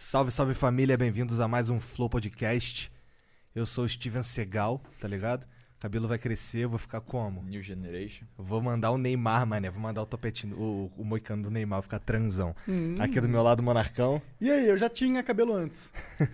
Salve, salve família, bem-vindos a mais um Flow Podcast. Eu sou o Steven Seagal, tá ligado? O cabelo vai crescer, eu vou ficar como? New Generation. Eu vou mandar o Neymar, mané, vou mandar o topetinho, o moicano do Neymar, vou ficar transão. Aqui do meu lado o Monarcão. E aí, eu já tinha cabelo antes.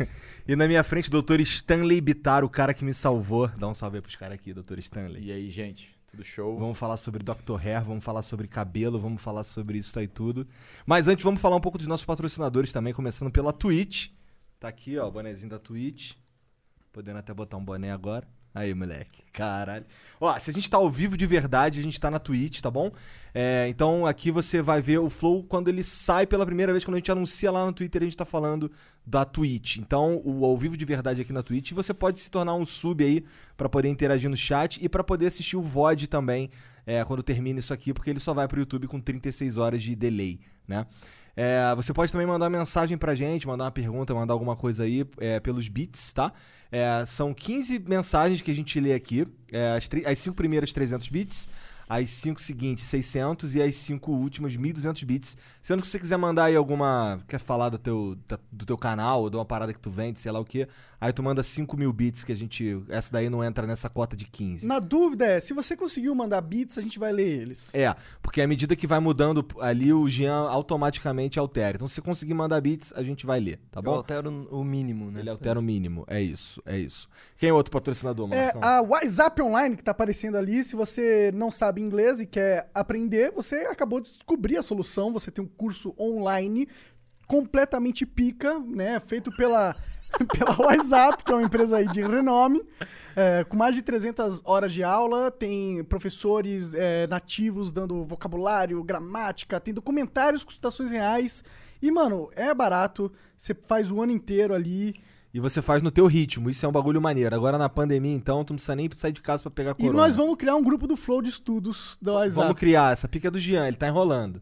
E na minha frente o Dr. Stanley Bittar, o cara que me salvou. Dá um salve aí pros caras aqui, Dr. Stanley. E aí, gente? Tudo show? Vamos falar sobre Dr. Hair, vamos falar sobre cabelo, vamos falar sobre isso aí tudo. Mas antes vamos falar um pouco dos nossos patrocinadores também, começando pela Twitch. Tá aqui, ó, o bonezinho da Twitch. Podendo até botar um boné agora. Aí, moleque. Caralho. Ó, se a gente tá ao vivo de verdade, a gente tá na Twitch, tá bom? Então aqui você vai ver o Flow quando ele sai pela primeira vez, quando a gente anuncia lá no Twitter, a gente tá falando da Twitch. Então, o ao vivo de verdade aqui na Twitch, você pode se tornar um sub aí pra poder interagir no chat e pra poder assistir o VOD também quando termina isso aqui, porque ele só vai pro YouTube com 36 horas de delay, né? Você pode também mandar mensagem pra gente, mandar uma pergunta, mandar alguma coisa aí pelos bits, tá? São 15 mensagens que a gente lê aqui, as 5 primeiras 300 bits, as 5 seguintes 600 e as 5 últimas 1.200 bits. Sendo que se você quiser mandar aí quer falar do teu canal ou de uma parada que tu vende, sei lá o que, aí tu manda 5.000 bits que essa daí não entra nessa cota de 15. Na dúvida se você conseguiu mandar bits, a gente vai ler eles. Porque à medida que vai mudando ali, o Jean automaticamente altera. Então se você conseguir mandar bits, a gente vai ler, tá bom? Eu altero o mínimo, né? Ele altera o mínimo, é isso. Quem é o outro patrocinador, Marcão? A WhatsApp Online que tá aparecendo ali, se você não sabe inglês e quer aprender, você acabou de descobrir a solução, você tem um curso online completamente pica, né, feito pela WhatsApp, que é uma empresa aí de renome, com mais de 300 horas de aula, tem professores nativos dando vocabulário, gramática, tem documentários com citações reais, e, mano, é barato, você faz o ano inteiro ali. E você faz no teu ritmo, isso é um bagulho maneiro. Agora na pandemia, então, tu não precisa nem sair de casa pra pegar corona. E nós vamos criar um grupo do Flow de estudos da WhatsApp. Vamos criar, essa pica é do Jean, ele tá enrolando.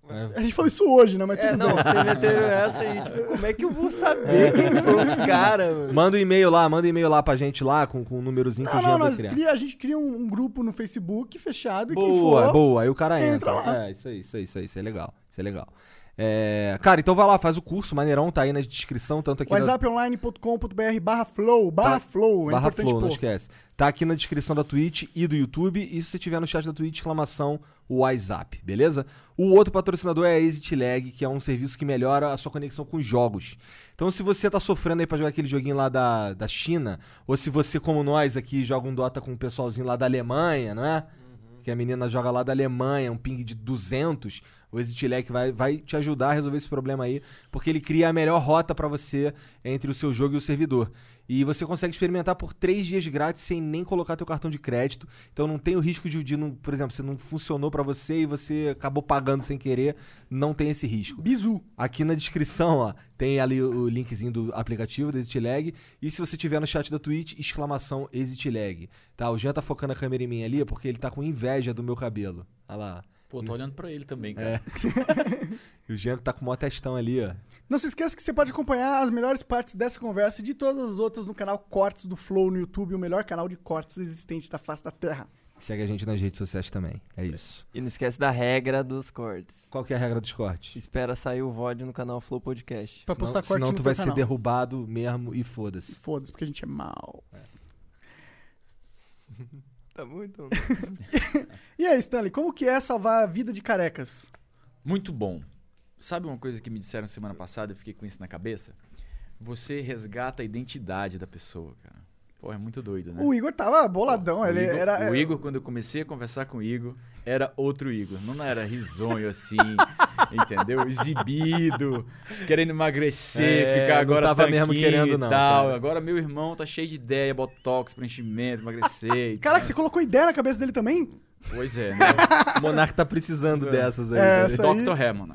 A gente falou isso hoje, né? Mas tudo bem. Vocês meteram essa aí, tipo, como é que eu vou saber quem foram os caras, mano? Manda um e-mail lá pra gente lá, com um númerozinho que o Jean vai criar. A gente cria um grupo no Facebook fechado e quem for... Boa, aí o cara entra. Lá. Isso é legal, cara, então vai lá, faz o curso, maneirão, tá aí na descrição, tanto aqui whatsapponline.com.br/flow, /flow, é importante Flow, não esquece. Tá aqui na descrição da Twitch e do YouTube, e se você tiver no chat da Twitch, exclamação WhatsApp, beleza? O outro patrocinador é a ExitLag, que é um serviço que melhora a sua conexão com jogos. Então se você tá sofrendo aí pra jogar aquele joguinho lá da China, ou se você, como nós aqui, joga um Dota com um pessoalzinho lá da Alemanha, não é? Que a menina joga lá da Alemanha, um ping de 200, o ExitLag vai te ajudar a resolver esse problema aí, porque ele cria a melhor rota pra você entre o seu jogo e o servidor. E você consegue experimentar por 3 dias grátis sem nem colocar teu cartão de crédito. Então não tem o risco por exemplo, se não funcionou pra você e você acabou pagando sem querer, não tem esse risco. Bizu. Aqui na descrição, ó, tem ali o linkzinho do aplicativo do ExitLag. E se você tiver no chat da Twitch, exclamação ExitLag. Tá, o Jean tá focando a câmera em mim ali, porque ele tá com inveja do meu cabelo. Olha lá. Pô, tô olhando pra ele também, cara. E o Jean tá com o maior testão ali, ó. Não se esqueça que você pode acompanhar as melhores partes dessa conversa e de todas as outras no canal Cortes do Flow no YouTube, o melhor canal de cortes existente da face da Terra. Segue a gente nas redes sociais também, é isso. E não esquece da regra dos cortes. Qual que é a regra dos cortes? Espera sair o VOD no canal Flow Podcast. Pra postar corte senão no tu vai teu ser canal. derrubado mesmo e foda-se. Foda-se, porque a gente é mal. Tá bom, então. E aí, Stanley, como que é salvar a vida de carecas? Muito bom. Sabe uma coisa que me disseram semana passada, eu fiquei com isso na cabeça? Você resgata a identidade da pessoa, cara. Pô, é muito doido, né? O Igor tava boladão. O Igor, quando eu comecei a conversar com o Igor, era outro Igor. Não era risonho assim, entendeu? Exibido, querendo emagrecer, ficar agora não tava mesmo querendo, e não, tal. cara. Agora meu irmão tá cheio de ideia, botox, preenchimento, emagrecer. Caraca, você colocou ideia na cabeça dele também? Pois é, né? O Monark tá precisando dessas aí. Essa aí- Dr. Hammond.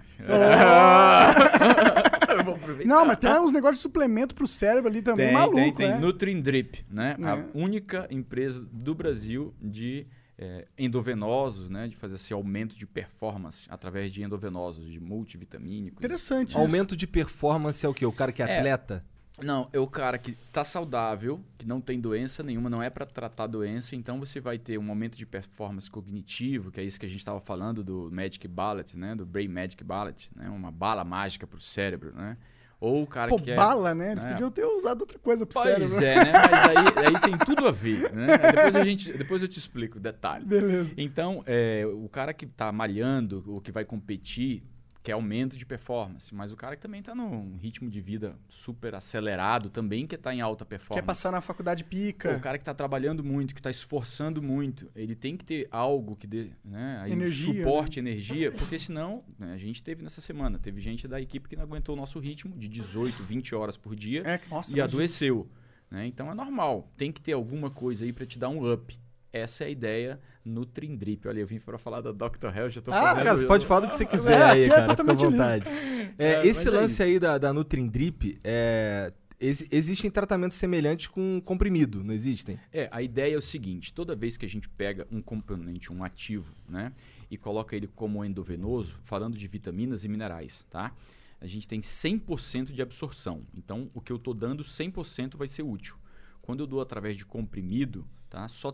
Não, mas tem uns negócios de suplemento pro cérebro ali também, maluco, tem. né? Nutrindrip, né? É. A única empresa do Brasil de endovenosos, né? De fazer esse aumento de performance através de endovenosos, de multivitamínicos. Interessante isso. Aumento de performance é o quê? O cara que é atleta? Não, é o cara que tá saudável, que não tem doença nenhuma, não é para tratar doença, então você vai ter um aumento de performance cognitivo, que é isso que a gente estava falando do Magic Bullet, né? Do Brain Magic Bullet, né? Uma bala mágica para o cérebro, né? Ou o cara Pô, que quer... bala, né? Eles né? podiam ter usado outra coisa pro Pois cérebro. é, né? Mas aí tem tudo a ver, né? Depois eu te explico o detalhe. Beleza. Então, o cara que está malhando ou que vai competir quer aumento de performance, mas o cara que também está num ritmo de vida super acelerado também quer estar em alta performance. Quer passar na faculdade pica. O cara que está trabalhando muito, que está esforçando muito, ele tem que ter algo que dê, né, aí Energia, suporte, energia, porque senão, né, a gente teve nessa semana, teve gente da equipe que não aguentou o nosso ritmo de 18, 20 horas por dia Nossa, e adoeceu. Né? Então é normal, tem que ter alguma coisa aí para te dar um up. Essa é a ideia Nutrindrip. Olha, eu vim para falar da Dr. Hell, já tô fazendo... Cara, você pode falar do que você quiser aí, aqui é cara. Fica à totalmente livre. vontade. Esse mas lance isso. aí da Nutrindrip, existem tratamentos semelhantes com comprimido, não existem? A ideia é o seguinte, toda vez que a gente pega um componente, um ativo, né, e coloca ele como endovenoso, falando de vitaminas e minerais, tá? A gente tem 100% de absorção. Então, o que eu estou dando, 100% vai ser útil. Quando eu dou através de comprimido, tá, só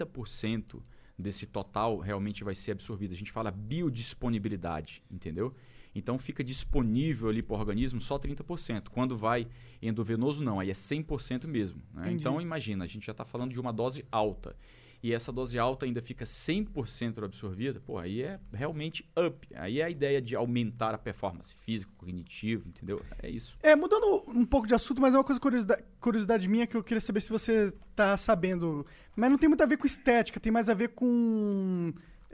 30% desse total realmente vai ser absorvido. A gente fala biodisponibilidade, entendeu? Então fica disponível ali para o organismo só 30%. Quando vai endovenoso, não, aí é 100% mesmo. Né? Então imagina, a gente já está falando de uma dose alta. E essa dose alta ainda fica 100% absorvida, pô, aí é realmente up. Aí é a ideia de aumentar a performance física, cognitiva, entendeu? É isso. Mudando um pouco de assunto, mas é uma coisa curiosidade minha que eu queria saber se você tá sabendo. Mas não tem muito a ver com estética, tem mais a ver com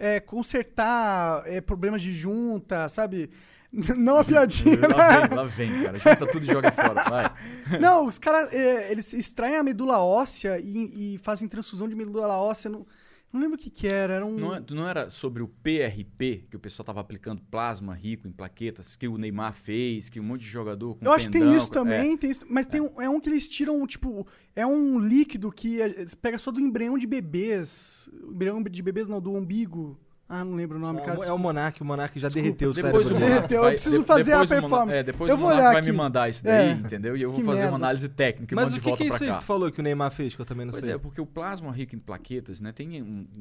consertar problemas de junta, sabe? Não a piadinha. Lá vem, cara. Junta tudo e joga fora. Vai. Não, os caras, eles extraem a medula óssea e fazem transfusão de medula óssea. Não lembro o que era. Não era sobre o PRP, que o pessoal estava aplicando plasma rico em plaquetas, que o Neymar fez, que um monte de jogador com Eu acho que tem isso pendão, também, tem isso, mas é um que eles tiram, tipo, é um líquido que pega só do embrião de bebês. Embrião de bebês não, do umbigo. Ah, não lembro o nome, cara. É o Monark já derreteu o Depois cérebro o dele. Monark Eu preciso fazer a performance. Depois Eu o vou Monark olhar vai aqui. me mandar isso daí, entendeu? E eu vou Que fazer merda. uma análise técnica e Mas mando o de que volta é pra isso aí cá. que tu falou que o Neymar fez, que eu também não Pois sei? porque o plasma rico em plaquetas, né, tem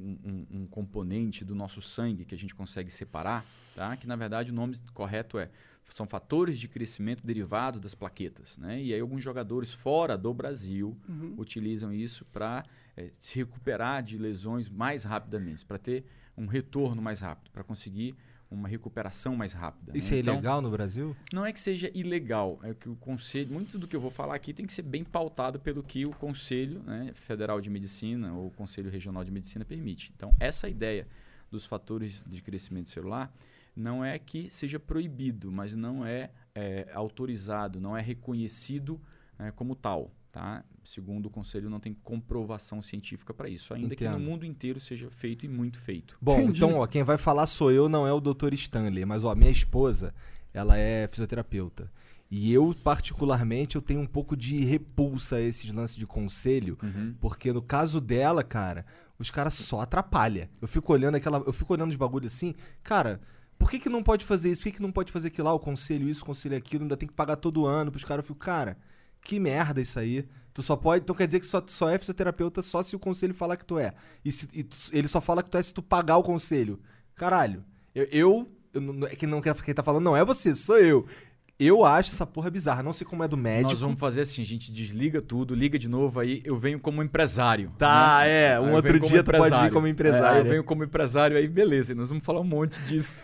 um componente do nosso sangue que a gente consegue separar, tá? Que na verdade o nome correto são fatores de crescimento derivados das plaquetas, né? E aí alguns jogadores fora do Brasil utilizam isso para se recuperar de lesões mais rapidamente, para ter um retorno mais rápido, para conseguir uma recuperação mais rápida. Isso né? é Então, ilegal no Brasil? não é que seja ilegal, é que o conselho, muito do que eu vou falar aqui tem que ser bem pautado pelo que o Conselho, né, Federal de Medicina ou o Conselho Regional de Medicina permite. Então, essa ideia dos fatores de crescimento celular não é que seja proibido, mas não é autorizado, não é reconhecido como tal. Tá? Segundo o Conselho, não tem comprovação científica para isso, ainda que no mundo inteiro seja feito e muito feito. Bom, então, quem vai falar sou eu, não é o Dr. Stanley, mas minha esposa, ela é fisioterapeuta. E eu, particularmente, eu tenho um pouco de repulsa a esses lances de conselho, porque no caso dela, cara, os caras só atrapalham. Eu fico olhando os bagulhos assim, cara, por que não pode fazer isso? Por que não pode fazer aquilo lá, o conselho isso, o conselho aquilo, ainda tem que pagar todo ano pros caras. Eu fico, cara, que merda isso aí. Tu só pode. Então quer dizer que só é fisioterapeuta só se o conselho falar que tu é. Ele só fala que tu é se tu pagar o conselho. Caralho. Quem tá falando não é você, sou eu. Eu acho essa porra bizarra. Não sei como é do médico. Nós vamos fazer assim, a gente desliga tudo, liga de novo, aí eu venho como empresário. Tá, né? Um outro dia tu pode vir como empresário. Eu venho como empresário, aí beleza, e nós vamos falar um monte disso.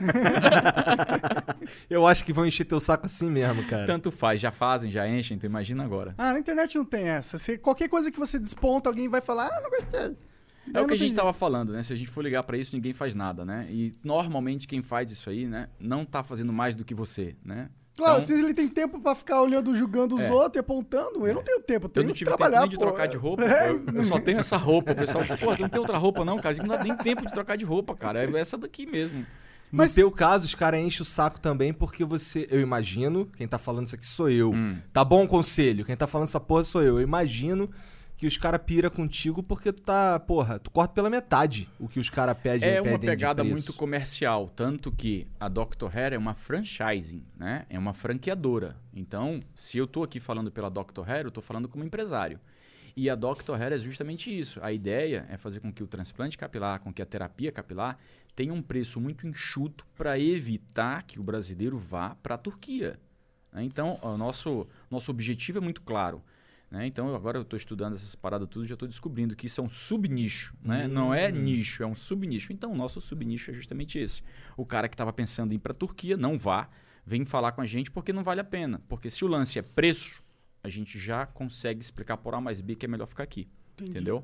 Eu acho que vão encher teu saco assim mesmo, cara. Tanto faz, já fazem, já enchem, então imagina agora. Na internet não tem essa. Qualquer coisa que você desponta, alguém vai falar, não gostei. É o que a gente tava falando, né? Se a gente for ligar pra isso, ninguém faz nada, né? E normalmente quem faz isso aí, né, não tá fazendo mais do que você, né? Claro, então, às vezes ele tem tempo pra ficar olhando, julgando os outros e apontando. Eu não tenho tempo, eu tenho não que tive trabalhar. tempo nem de trocar de roupa. Eu só tenho essa roupa. O pessoal diz, pô, não tem outra roupa não, cara. Não dá nem tempo de trocar de roupa, cara. É essa daqui mesmo. No teu caso, os caras enchem o saco também porque eu imagino, quem tá falando isso aqui sou eu. Tá bom, conselho? Quem tá falando essa porra sou eu. Eu imagino que os caras pira contigo porque tu corta pela metade o que os caras pedem. É uma pegada muito comercial, tanto que a Dr. Hair é uma franchising, né? É uma franqueadora. Então, se eu tô aqui falando pela Dr. Hair, eu tô falando como empresário. E a Dr. Hair é justamente isso. A ideia é fazer com que o transplante capilar, com que a terapia capilar tenha um preço muito enxuto para evitar que o brasileiro vá para a Turquia. Né? Então, o nosso objetivo é muito claro. Né? Então, agora eu estou estudando essas paradas tudo, já estou descobrindo que isso é um subnicho. Né? Não é nicho, é um subnicho. Então, o nosso subnicho é justamente esse. O cara que estava pensando em ir para a Turquia, não vá, vem falar com a gente porque não vale a pena. Porque se o lance é preço, a gente já consegue explicar por A mais B que é melhor ficar aqui. Entendi. Entendeu?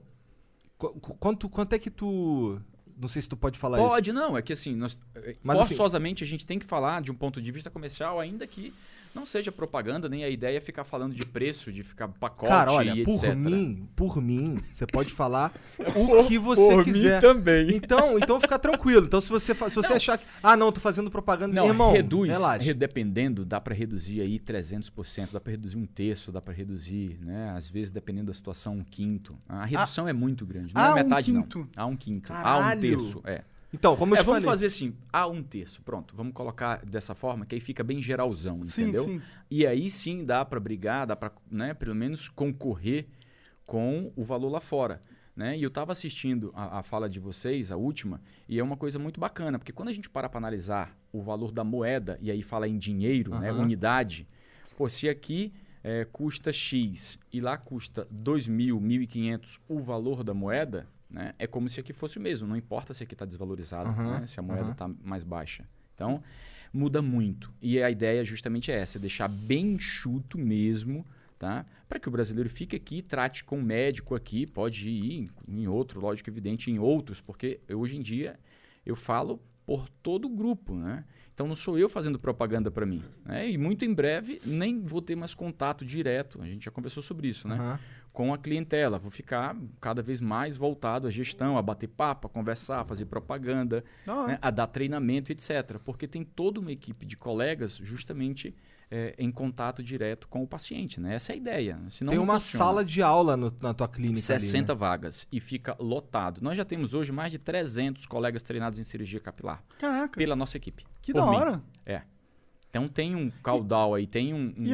Quanto é que tu... Não sei se tu pode falar isso. Pode, não. É que assim, Mas, forçosamente a gente tem que falar de um ponto de vista comercial, ainda que não seja propaganda, nem a ideia é ficar falando de preço, de ficar pacote Cara, olha, e etc. por mim, você pode falar o que você quiser. Mim também. Então fica tranquilo. Então se você achar que... não, tô fazendo propaganda... Não, irmão, reduz. relaxa. Dependendo, dá para reduzir aí 300%, dá para reduzir 1/3, dá para reduzir, né? Às vezes, dependendo da situação, 1/5. A redução é muito grande. Não é metade, não. Há 1/5. Há 1/3, Então, como eu te vamos falei... fazer assim, há 1/3, pronto. Vamos colocar dessa forma, que aí fica bem geralzão, Sim, entendeu? sim. E aí sim dá para brigar, dá para, né, pelo menos concorrer com o valor lá fora. Né? E eu estava assistindo a fala de vocês, a última, e é uma coisa muito bacana, porque quando a gente para analisar o valor da moeda, e aí fala em dinheiro, né, unidade, se aqui custa X e lá custa 2.000, 1.500 o valor da moeda, né, é como se aqui fosse o mesmo, não importa se aqui está desvalorizado, né, se a moeda está mais baixa. Então, muda muito. E a ideia justamente é essa, é deixar bem enxuto mesmo, tá? Para que o brasileiro fique aqui, trate com o médico aqui, pode ir em outro, lógico, evidente, em outros, porque hoje em dia eu falo por todo o grupo, né? Então não sou eu fazendo propaganda para mim, né? E muito em breve nem vou ter mais contato direto, a gente já conversou sobre isso, né? Com a clientela, vou ficar cada vez mais voltado à gestão, a bater papo, a conversar, a fazer propaganda, né? A dar treinamento, etc. Porque tem toda uma equipe de colegas justamente em contato direto com o paciente, né? Essa é a ideia. Senão tem não uma funciona. sala de aula na tua clínica 60 ali, né? vagas e fica lotado. Nós já temos hoje mais de 300 colegas treinados em cirurgia capilar. Caraca. Pela nossa equipe. Que Por da mim. hora. Então tem um caudal aí, tem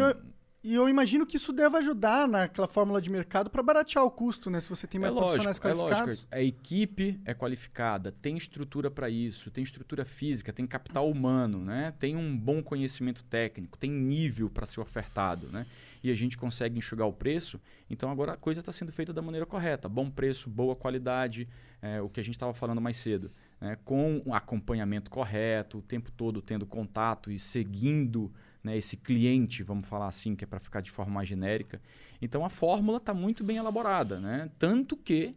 E eu imagino que isso deve ajudar naquela fórmula de mercado para baratear o custo, né? Se você tem mais profissionais qualificados. Lógico. A equipe é qualificada, tem estrutura para isso, tem estrutura física, tem capital humano, né? Tem um bom conhecimento técnico, tem nível para ser ofertado, né? E a gente consegue enxugar o preço. Então agora a coisa está sendo feita da maneira correta. Bom preço, boa qualidade, o que a gente estava falando mais cedo. Com um acompanhamento correto, o tempo todo tendo contato e seguindo, né, esse cliente, vamos falar assim, que é para ficar de forma mais genérica. Então a fórmula está muito bem elaborada, né? Tanto que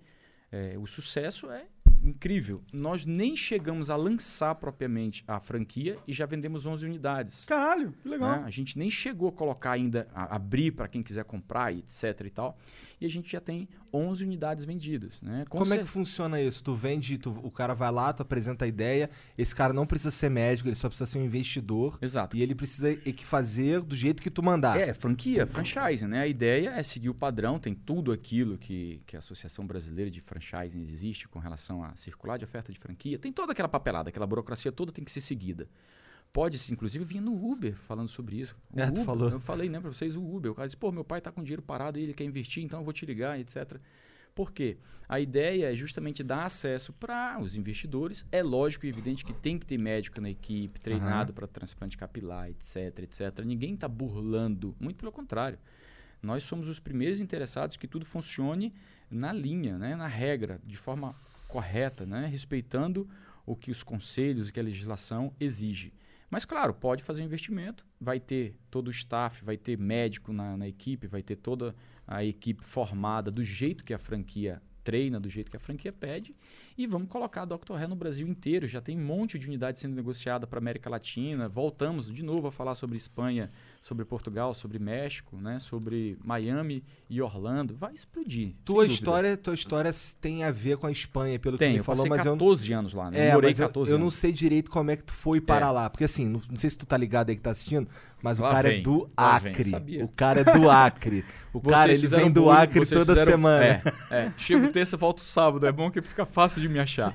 o sucesso é incrível. Nós nem chegamos a lançar propriamente a franquia e já vendemos 11 unidades. Caralho, que legal. Né? A gente nem chegou a colocar ainda, a abrir para quem quiser comprar, etc e tal. E a gente já tem 11 unidades vendidas. Né? Como é que funciona isso? Tu vende, o cara vai lá, tu apresenta a ideia, esse cara não precisa ser médico, ele só precisa ser um investidor. Exato. E ele precisa fazer do jeito que tu mandar. Franquia, franchise, né? A ideia é seguir o padrão, tem tudo aquilo que a Associação Brasileira de Franchising existe com relação a circular de oferta de franquia, tem toda aquela papelada, aquela burocracia toda tem que ser seguida. Pode-se, inclusive, vir no Uber falando sobre isso. Uber, tu falou. Eu falei, né, para vocês, o Uber. O cara disse, meu pai está com dinheiro parado e ele quer investir, então eu vou te ligar, etc. Por quê? A ideia é justamente dar acesso para os investidores. É lógico e evidente que tem que ter médico na equipe, treinado para transplante capilar, etc, etc. Ninguém está burlando, muito pelo contrário. Nós somos os primeiros interessados que tudo funcione na linha, né, na regra, de forma correta, né, respeitando o que os conselhos e que a legislação exige. Mas, claro, pode fazer um investimento, vai ter todo o staff, vai ter médico na equipe, vai ter toda a equipe formada do jeito que a franquia treina, do jeito que a franquia pede, e vamos colocar a Dr. Hair no Brasil inteiro. Já tem um monte de unidade sendo negociada para a América Latina. Voltamos de novo a falar sobre Espanha, sobre Portugal, sobre México, né? Sobre Miami e Orlando. Vai explodir. Tua história tem a ver com a Espanha, pelo que tu me falou, mas eu passei 14 anos lá, né? Morei 14 anos. Eu não sei direito como é que tu foi para lá, porque assim, não sei se tu tá ligado aí que tá assistindo, mas o cara é do Acre. O cara é do Acre. O cara, ele vem do Acre toda semana. Chego terça, volto sábado. É bom que fica fácil de me achar.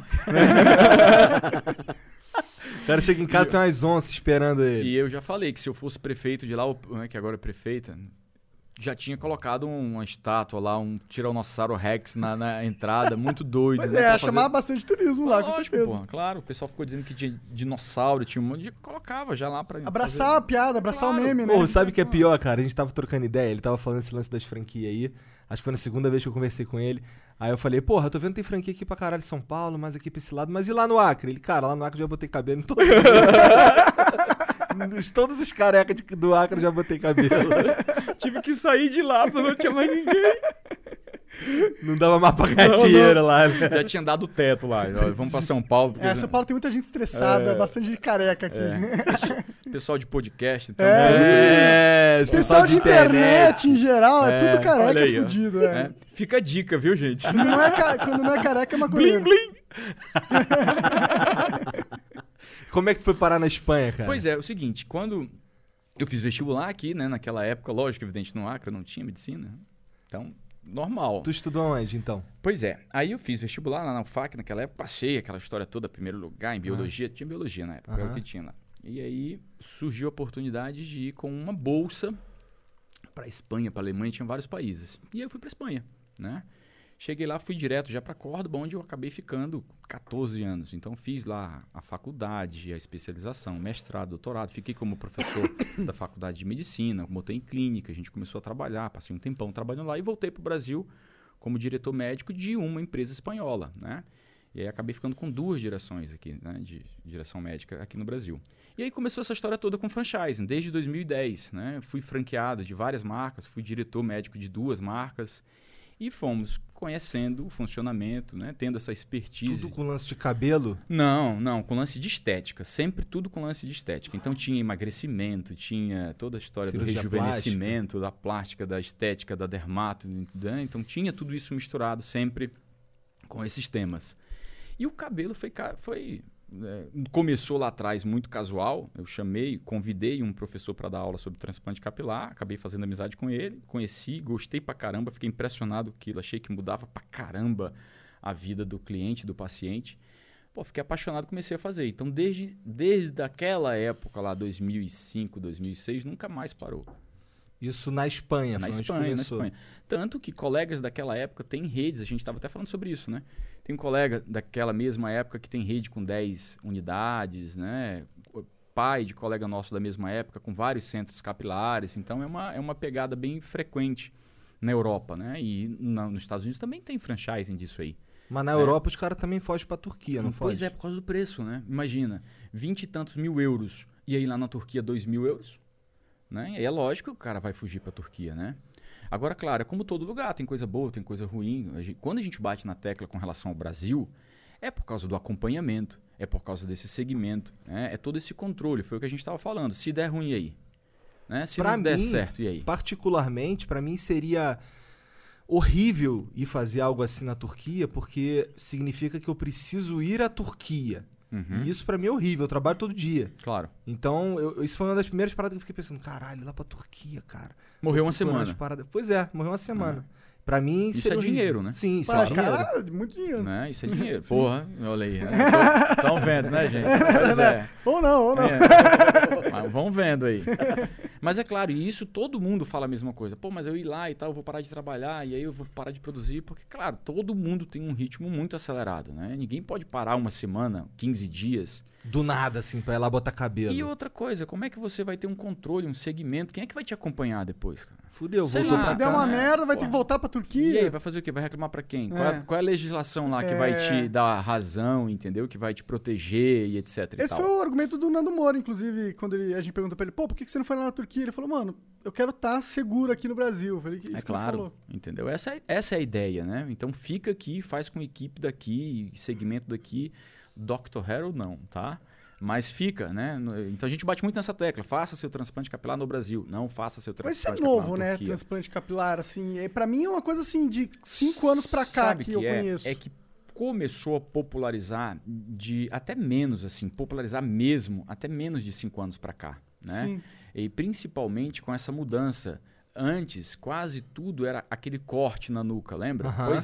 O cara chega em casa e tem umas onças esperando ele. E eu já falei que se eu fosse prefeito de lá, que agora é prefeita, já tinha colocado uma estátua lá, um Tiranossauro Rex na entrada, muito doido. Pois né, é, pra chamava bastante turismo lá, com Lógico, certeza. porra, claro, o pessoal ficou dizendo que tinha dinossauro, tinha um monte de... Colocava já lá pra... Abraçar a piada, abraçar Claro. o meme, né? Pô, sabe o que é pior, cara? A gente tava trocando ideia, ele tava falando esse lance das franquias aí. Acho que foi na segunda vez que eu conversei com ele. Aí eu falei, porra, eu tô vendo que tem franquia aqui pra caralho em São Paulo, mas aqui pra esse lado. Mas e lá no Acre? Ele, cara, lá no Acre eu já botei cabelo em todo Todos os carecas do Acre eu já botei cabelo. Tive que sair de lá, porque não tinha mais ninguém. Não dava mais pra ganhar dinheiro lá, né? Já tinha dado o teto lá. Ó, vamos pra São Paulo. Porque... São Paulo tem muita gente estressada, bastante gente careca aqui. Pessoal de podcast, então... Pessoal de internet em geral, é tudo olha careca aí, ó. fudido. Fica a dica, viu, gente? Quando não é careca, é maconheiro. Blim, blim. Como é que tu foi parar na Espanha, cara? Pois é, o seguinte, quando eu fiz vestibular aqui, né, naquela época, lógico, evidente, no Acre não tinha medicina, então, normal. Tu estudou onde, então? Pois é, aí eu fiz vestibular lá na UFAC, naquela época, passei aquela história toda, primeiro lugar, em biologia, tinha biologia na época, era o que tinha lá. E aí surgiu a oportunidade de ir com uma bolsa para Espanha, para Alemanha, tinha vários países. E aí eu fui para Espanha, né? Cheguei lá, fui direto já para Córdoba, onde eu acabei ficando 14 anos. Então fiz lá a faculdade, a especialização, mestrado, doutorado. Fiquei como professor da faculdade de medicina, botei em clínica, a gente começou a trabalhar, passei um tempão trabalhando lá e voltei para o Brasil como diretor médico de uma empresa espanhola, né? E aí acabei ficando com 2 direções aqui, né, de direção médica aqui no Brasil. E aí começou essa história toda com franchising, desde 2010, né? Fui franqueado de várias marcas, fui diretor médico de 2 marcas e fomos conhecendo o funcionamento, né, tendo essa expertise. Tudo com lance de cabelo? Não, com lance de estética, sempre tudo com lance de estética. Então tinha emagrecimento, tinha toda a história Cirurgia do rejuvenescimento, da plástica, da estética, da dermato, né? Então tinha tudo isso misturado sempre com esses temas. E o cabelo começou lá atrás muito casual. Eu convidei um professor para dar aula sobre transplante capilar. Acabei fazendo amizade com ele. Conheci, gostei pra caramba. Fiquei impressionado com aquilo. Achei que mudava pra caramba a vida do cliente, do paciente. Pô, fiquei apaixonado e comecei a fazer. Então, desde aquela época lá, 2005, 2006, nunca mais parou. Isso na Espanha, Na Espanha. Tanto que colegas daquela época têm redes, a gente estava até falando sobre isso, né? Tem um colega daquela mesma época que tem rede com 10 unidades, né? Pai de colega nosso da mesma época com vários centros capilares. Então é uma pegada bem frequente na Europa, né? E nos Estados Unidos também tem franchising disso aí. Mas na Europa os caras também fogem pra Turquia, não Pois fogem? é, por causa do preço, né? Imagina, 20 e tantos mil euros e aí lá na Turquia 2.000 euros. Né? E aí é lógico que o cara vai fugir para a Turquia, né? Agora, claro, é como todo lugar, tem coisa boa, tem coisa ruim. Quando a gente bate na tecla com relação ao Brasil, é por causa do acompanhamento, é por causa desse segmento, né? É todo esse controle, foi o que a gente estava falando. Se der ruim, e aí? Né? Se não der certo, e aí? Particularmente, para mim seria horrível ir fazer algo assim na Turquia, porque significa que eu preciso ir à Turquia. Uhum. E isso pra mim é horrível, eu trabalho todo dia. Claro. Então, isso foi uma das primeiras paradas que eu fiquei pensando, caralho, lá pra Turquia, cara. Morreu uma Procurando semana. as paradas. Pois é, morreu uma semana. Pra mim, Isso seria é horrível. dinheiro, né? Sim, isso Pá, é dinheiro. caralho, muito dinheiro. Né? Isso é dinheiro. Porra, olha aí. Estão vendo, né, gente? Pois é. Ou não. Mas vão vendo aí. Mas é claro, e isso todo mundo fala a mesma coisa. Pô, mas eu ir lá e tal, eu vou parar de trabalhar e aí eu vou parar de produzir. Porque, claro, todo mundo tem um ritmo muito acelerado, né? Ninguém pode parar uma semana, 15 dias. Do nada, assim, pra ir lá botar cabelo. E outra coisa, como é que você vai ter um controle, um segmento? Quem é que vai te acompanhar depois, cara? Fudeu, Se voltou pra se cá. der uma né? merda, vai ter Porra. que voltar pra E Turquia. aí, vai fazer o quê? Vai reclamar pra quem? É. Qual é a legislação lá que vai te dar razão, entendeu? Que vai te proteger e etc e Esse tal. foi o argumento do Nando Moura, inclusive, quando a gente perguntou pra ele, pô, por que você não foi lá na Turquia? Ele falou, mano, eu quero estar seguro aqui no Brasil. Eu falei, isso É que ele claro, falou. entendeu? Essa é a ideia, né? Então fica aqui, faz com equipe daqui, segmento daqui. Dr. Harold não, tá? Mas fica, né? Então a gente bate muito nessa tecla. Faça seu transplante capilar no Brasil. Não faça seu Mas transplante isso é capilar novo, na né? Turquia. Transplante capilar, assim. Pra mim é uma coisa assim de 5 anos pra cá Sabe que eu conheço. É que começou a popularizar até menos, assim, popularizar mesmo, até menos de 5 anos pra cá, né? Sim. E principalmente com essa mudança. Antes, quase tudo era aquele corte na nuca, lembra? Aham. Pois é.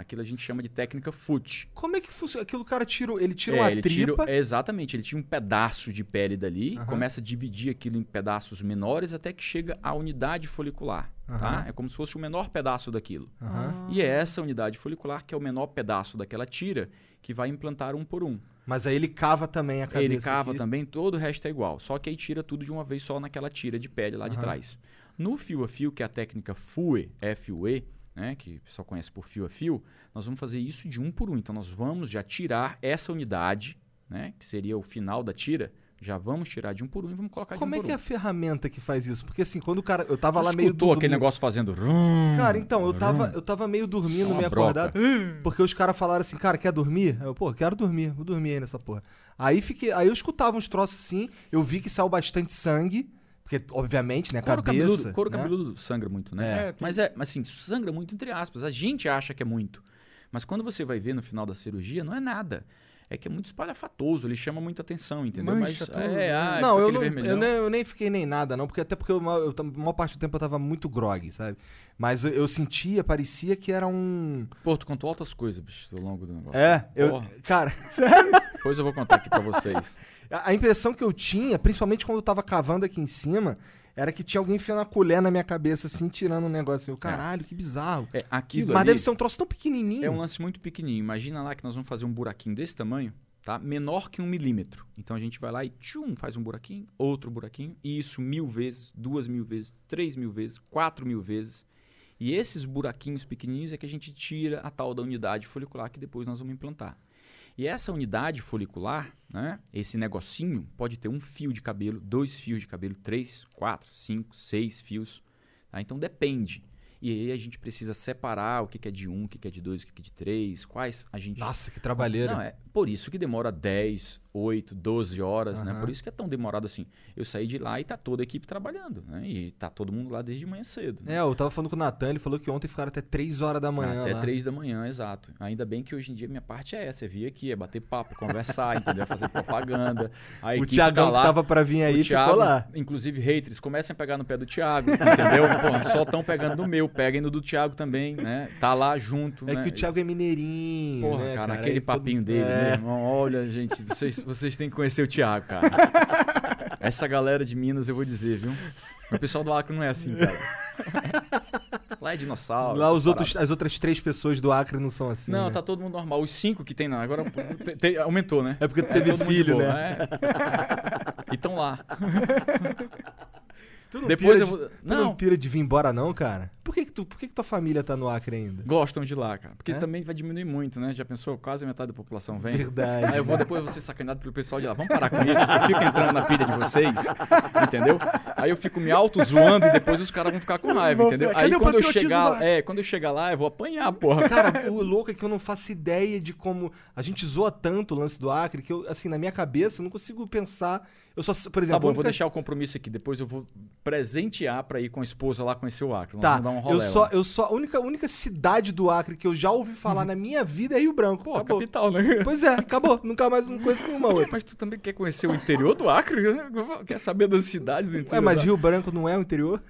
Aquilo a gente chama de técnica FUT. Como é que funciona? Aquilo o cara tira uma ele tripa... exatamente, ele tira um pedaço de pele dali, começa a dividir aquilo em pedaços menores até que chega à unidade folicular. Tá? É como se fosse o menor pedaço daquilo. E é essa unidade folicular que é o menor pedaço daquela tira que vai implantar um por um. Mas aí ele cava também a cabeça. Ele cava aqui. também, todo o resto é igual. Só que aí tira tudo de uma vez só naquela tira de pele lá de trás. No fio a fio, que é a técnica FUE, F-U-E, né, que o pessoal conhece por fio a fio, nós vamos fazer isso de um por um. Então nós vamos já tirar essa unidade, né, que seria o final da tira, já vamos tirar de um por um e vamos colocar de um por um. Como é que é a ferramenta que faz isso? Porque assim, quando o cara... Eu tava Você lá meio escutou dormindo. aquele negócio fazendo... Cara, então, eu tava meio dormindo, uma meio broca. acordado. Porque os caras falaram assim, cara, quer dormir? Eu, pô, quero dormir. Vou dormir aí nessa porra. Aí eu escutava uns troços assim, eu vi que saiu bastante sangue. Porque, obviamente, né, cabeça... Couro né? cabeludo sangra muito, né? Mas assim, sangra muito entre aspas. A gente acha que é muito. Mas quando você vai ver no final da cirurgia, não é nada. É que é muito espalhafatoso, ele chama muita atenção, entendeu? Mancha tudo, né? Não, fica aquele vermelhão. eu nem fiquei nem nada, não. Porque até porque a maior parte do tempo eu tava muito grog, sabe? Mas eu sentia, parecia que era um... Pô, tu contou altas coisas, bicho, ao longo do negócio. Eu... Cara... Depois eu vou contar aqui pra vocês. A impressão que eu tinha, principalmente quando eu tava cavando aqui em cima, era que tinha alguém enfiando a colher na minha cabeça, assim, tirando um negócio. Eu, caralho, que bizarro. Aquilo Mas ali deve ser um troço tão pequenininho. é um lance muito pequenininho. Imagina lá que nós vamos fazer um buraquinho desse tamanho, tá? Menor que 1 milímetro. Então a gente vai lá e faz um buraquinho, outro buraquinho, e isso 1000 vezes, 2000 vezes, 3000 vezes, 4000 vezes. E esses buraquinhos pequenininhos é que a gente tira a tal da unidade folicular que depois nós vamos implantar. E essa unidade folicular, né, esse negocinho, pode ter um fio de cabelo, 2 fios de cabelo, 3, 4, 5, 6 fios. Tá? Então depende. E aí a gente precisa separar o que é de 1, o que é de 2, o que é de 3, quais a gente... Nossa, que trabalheira. Não, é por isso que demora 10, 8, 12 horas, né? Por isso que é tão demorado assim. Eu saí de lá e tá toda a equipe trabalhando, né? E tá todo mundo lá desde manhã cedo. Né? Eu tava falando com o Natan, ele falou que ontem ficaram até 3 horas da manhã Até lá. 3 da manhã, exato. Ainda bem que hoje em dia minha parte é essa, é vir aqui, é bater papo, conversar, entendeu? Fazer propaganda. A O equipe Thiagão tá lá, que tava pra vir aí o Thiago, ficou lá. Inclusive haters, comecem a pegar no pé do Thiago, entendeu? Porra, só estão pegando no meu, peguem no do Thiago também, né? Tá lá junto, É né? que o Thiago é mineirinho, Porra, né, cara, Aí aquele todo- papinho dele, meu irmão. Olha, gente, vocês têm que conhecer o Thiago, cara. Essa galera de Minas, eu vou dizer, viu? O pessoal do Acre não é assim, cara. Lá é dinossauro. Lá essas paradas. as outras 3 pessoas do Acre não são assim, Não, né? tá todo mundo normal. Os 5 que tem, não. Agora aumentou, né? É porque teve todo mundo de filho, boa, né? E estão lá. Tu não Depois pira eu vou... Tu não pira de vir embora não, cara? Por que tua família tá no Acre ainda? Gostam de lá, cara. Porque É? também vai diminuir muito, né? Já pensou? Quase metade da população vem. Verdade. Aí eu vou depois ser sacaneado pelo pessoal de lá. Vamos parar com isso. Eu fico entrando na pilha de vocês, entendeu? Aí eu fico me auto-zoando e depois os caras vão ficar com raiva, Vão entendeu? ficar, Aí "Cadê o quando eu, patriotismo chegar, lá?" quando eu chegar lá, eu vou apanhar, porra. Cara, o louco é que eu não faço ideia de como... A gente zoa tanto o lance do Acre que eu, assim, na minha cabeça, eu não consigo pensar... Eu só, por exemplo... Tá bom, a eu vou única- deixar o compromisso aqui. Depois eu vou presentear pra ir com a esposa lá conhecer o Acre. Nós Tá, vamos dar um rolê lá. a única cidade do Acre que eu já ouvi falar na minha vida é Rio Branco. Pô, Acabou. capital, né? Pois é, acabou. Nunca mais não conheço nenhuma outra. Mas tu também quer conhecer o interior do Acre? Quer saber das cidades do interior? Ué, mas do Rio Branco não é o interior?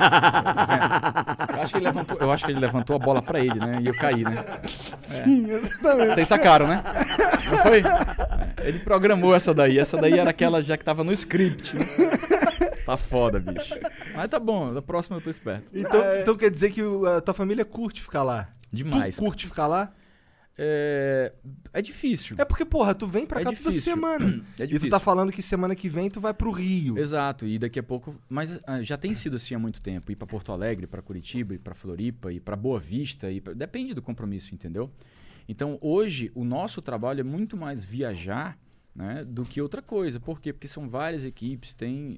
Acre? Eu acho que ele levantou a bola pra ele, né? E eu caí, né? Sim, exatamente. Vocês sacaram, né? Não foi? Ele programou essa daí. Essa daí era aquela já que tava no script, né? Tá foda, bicho. Mas tá bom, da próxima eu tô esperto. Então quer dizer que a tua família curte ficar lá? Demais. Tu curte ficar lá? É difícil. É porque, porra, tu vem pra É cá toda difícil. semana. É E tu difícil. tá falando que semana que vem tu vai pro Rio. Exato, e daqui a pouco... Mas já tem sido assim há muito tempo. Ir pra Porto Alegre, pra Curitiba, ir pra Floripa, ir pra Boa Vista. Depende do compromisso, entendeu? Então, hoje, o nosso trabalho é muito mais viajar, né, do que outra coisa. Por quê? Porque são várias equipes,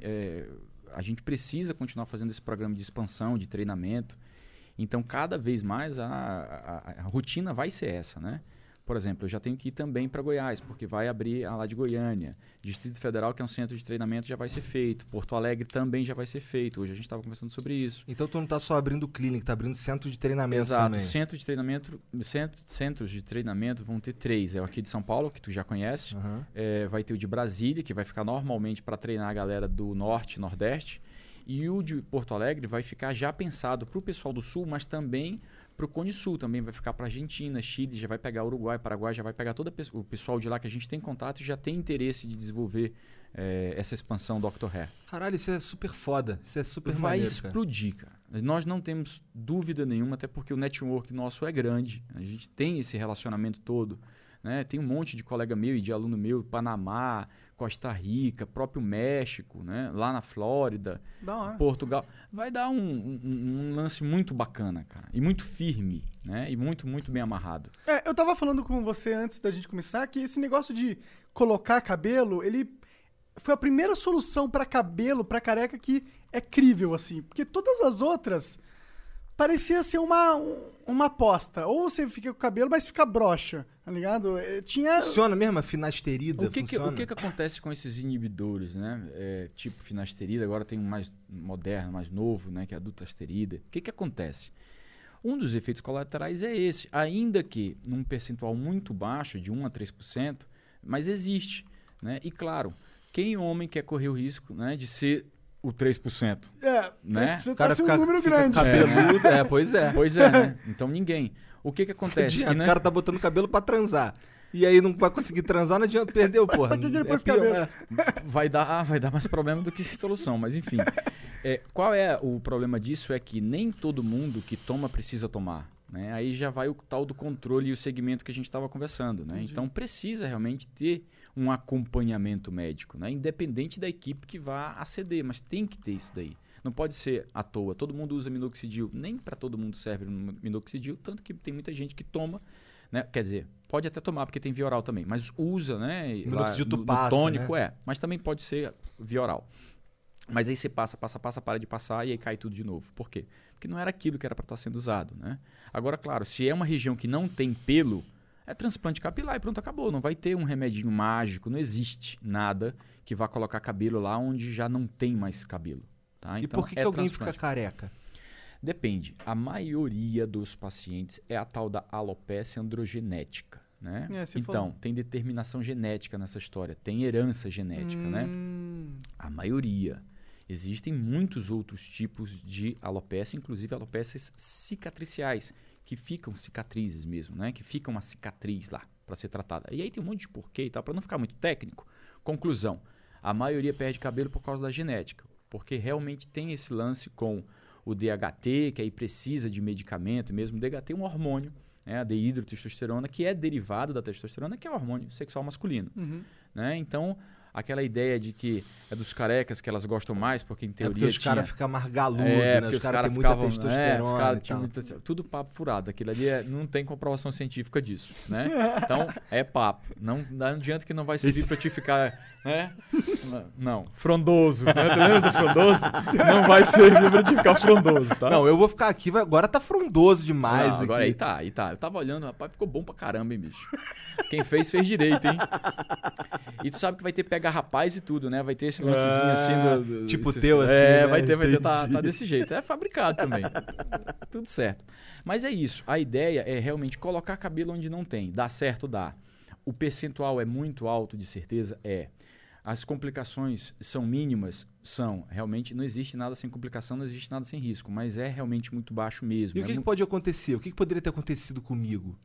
a gente precisa continuar fazendo esse programa de expansão, de treinamento. Então, cada vez mais a rotina vai ser essa, né? Por exemplo, eu já tenho que ir também para Goiás, porque vai abrir a lá de Goiânia. Distrito Federal, que é um centro de treinamento, já vai ser feito. Porto Alegre também já vai ser feito. Hoje a gente estava conversando sobre isso. Então tu não tá só abrindo clínica, tá abrindo centro de treinamento Exato. também. Centros de treinamento vão ter 3. É o aqui de São Paulo, que tu já conhece. Aham. Vai ter o de Brasília, que vai ficar normalmente para treinar a galera do Norte e Nordeste. E o de Porto Alegre vai ficar já pensado para o pessoal do Sul, mas também para o Cone Sul, também vai ficar para Argentina, Chile, já vai pegar Uruguai, Paraguai, já vai pegar todo o pessoal de lá que a gente tem contato e já tem interesse de desenvolver essa expansão Dr. Hair. Caralho, isso é super foda. Isso é super Vai maneiro, explodir, cara. Nós não temos dúvida nenhuma, até porque o network nosso é grande. A gente tem esse relacionamento todo. Né? Tem um monte de colega meu e de aluno meu, Panamá, Costa Rica, próprio México, né? Lá na Flórida, Portugal. Vai dar um lance muito bacana, cara. E muito firme, né? E muito, muito bem amarrado. Eu tava falando com você antes da gente começar que esse negócio de colocar cabelo, ele foi a primeira solução pra cabelo, pra careca, que é crível, assim. Porque todas as outras parecia ser uma aposta. Ou você fica com o cabelo, mas fica broxa, tá ligado? Funciona mesmo a finasterida? O que acontece com esses inibidores, né? Tipo finasterida, agora tem um mais moderno, mais novo, né? Que é a dutasterida. O que acontece? Um dos efeitos colaterais é esse. Ainda que num percentual muito baixo, de 1 a 3%, mas existe, né? E claro, quem homem quer correr o risco, né, de ser o 3%? 3% vai ser um número grande. Cabeludo, pois é. Pois é, né? Então ninguém. O que acontece? O cara tá botando cabelo pra transar. E aí não vai conseguir transar, não adianta, perdeu, porra. Pra que ele pôs cabelo? Vai dar mais problema do que solução, mas enfim. Qual é o problema disso? É que nem todo mundo que toma precisa tomar. Né? Aí já vai o tal do controle e o segmento que a gente estava conversando. Né? Então precisa realmente ter um acompanhamento médico, né? Independente da equipe que vá aceder, mas tem que ter isso daí. Não pode ser à toa. Todo mundo usa minoxidil, nem para todo mundo serve minoxidil, tanto que tem muita gente que toma, né? Quer dizer, pode até tomar porque tem via oral também, mas usa, né? Minoxidil no tônico, né? Mas também pode ser via oral. Mas aí você passa, para de passar e aí cai tudo de novo. Por quê? Porque não era aquilo que era para estar sendo usado, né? Agora, claro, se é uma região que não tem pelo, é transplante capilar e pronto, acabou. Não vai ter um remedinho mágico, não existe nada que vá colocar cabelo lá onde já não tem mais cabelo. Tá? E então, por que alguém fica careca? Depende. A maioria dos pacientes é a tal da alopecia androgenética. Né? Então, tem determinação genética nessa história, tem herança genética. Né? A maioria. Existem muitos outros tipos de alopecia, inclusive alopécias cicatriciais, que ficam cicatrizes mesmo, né? Que fica uma cicatriz lá para ser tratada. E aí tem um monte de porquê e tal, para não ficar muito técnico. Conclusão, a maioria perde cabelo por causa da genética, porque realmente tem esse lance com o DHT, que aí precisa de medicamento mesmo. O DHT é um hormônio, né? A dehidrotestosterona, que é derivado da testosterona, que é o hormônio sexual masculino. Né? Então, aquela ideia de que é dos carecas que elas gostam mais, porque em teoria porque os caras ficam mais galudos, né? Os caras têm muita ficavam, testosterona. Os caras tinham tudo papo furado. Aquilo ali não tem comprovação científica disso, né? Então, é papo. Não adianta que não vai servir pra te ficar, né? Não. Frondoso, né? Tu lembra do frondoso? Não vai servir pra te ficar frondoso, tá? Não, eu vou ficar aqui, agora tá frondoso demais. Não, agora aí tá. Eu tava olhando, rapaz, ficou bom pra caramba, hein, bicho? Quem fez direito, hein? E tu sabe que vai ter pega rapaz e tudo, né? Vai ter esse lancezinho assim. Tipo teu, assim. Né? Vai ter, tá desse jeito. É fabricado também. Tudo certo. Mas é isso. A ideia é realmente colocar cabelo onde não tem. Dá certo, dá. O percentual é muito alto, de certeza? É. As complicações são mínimas? São. Realmente não existe nada sem complicação, não existe nada sem risco. Mas é realmente muito baixo mesmo. E o que pode acontecer? O que poderia ter acontecido comigo?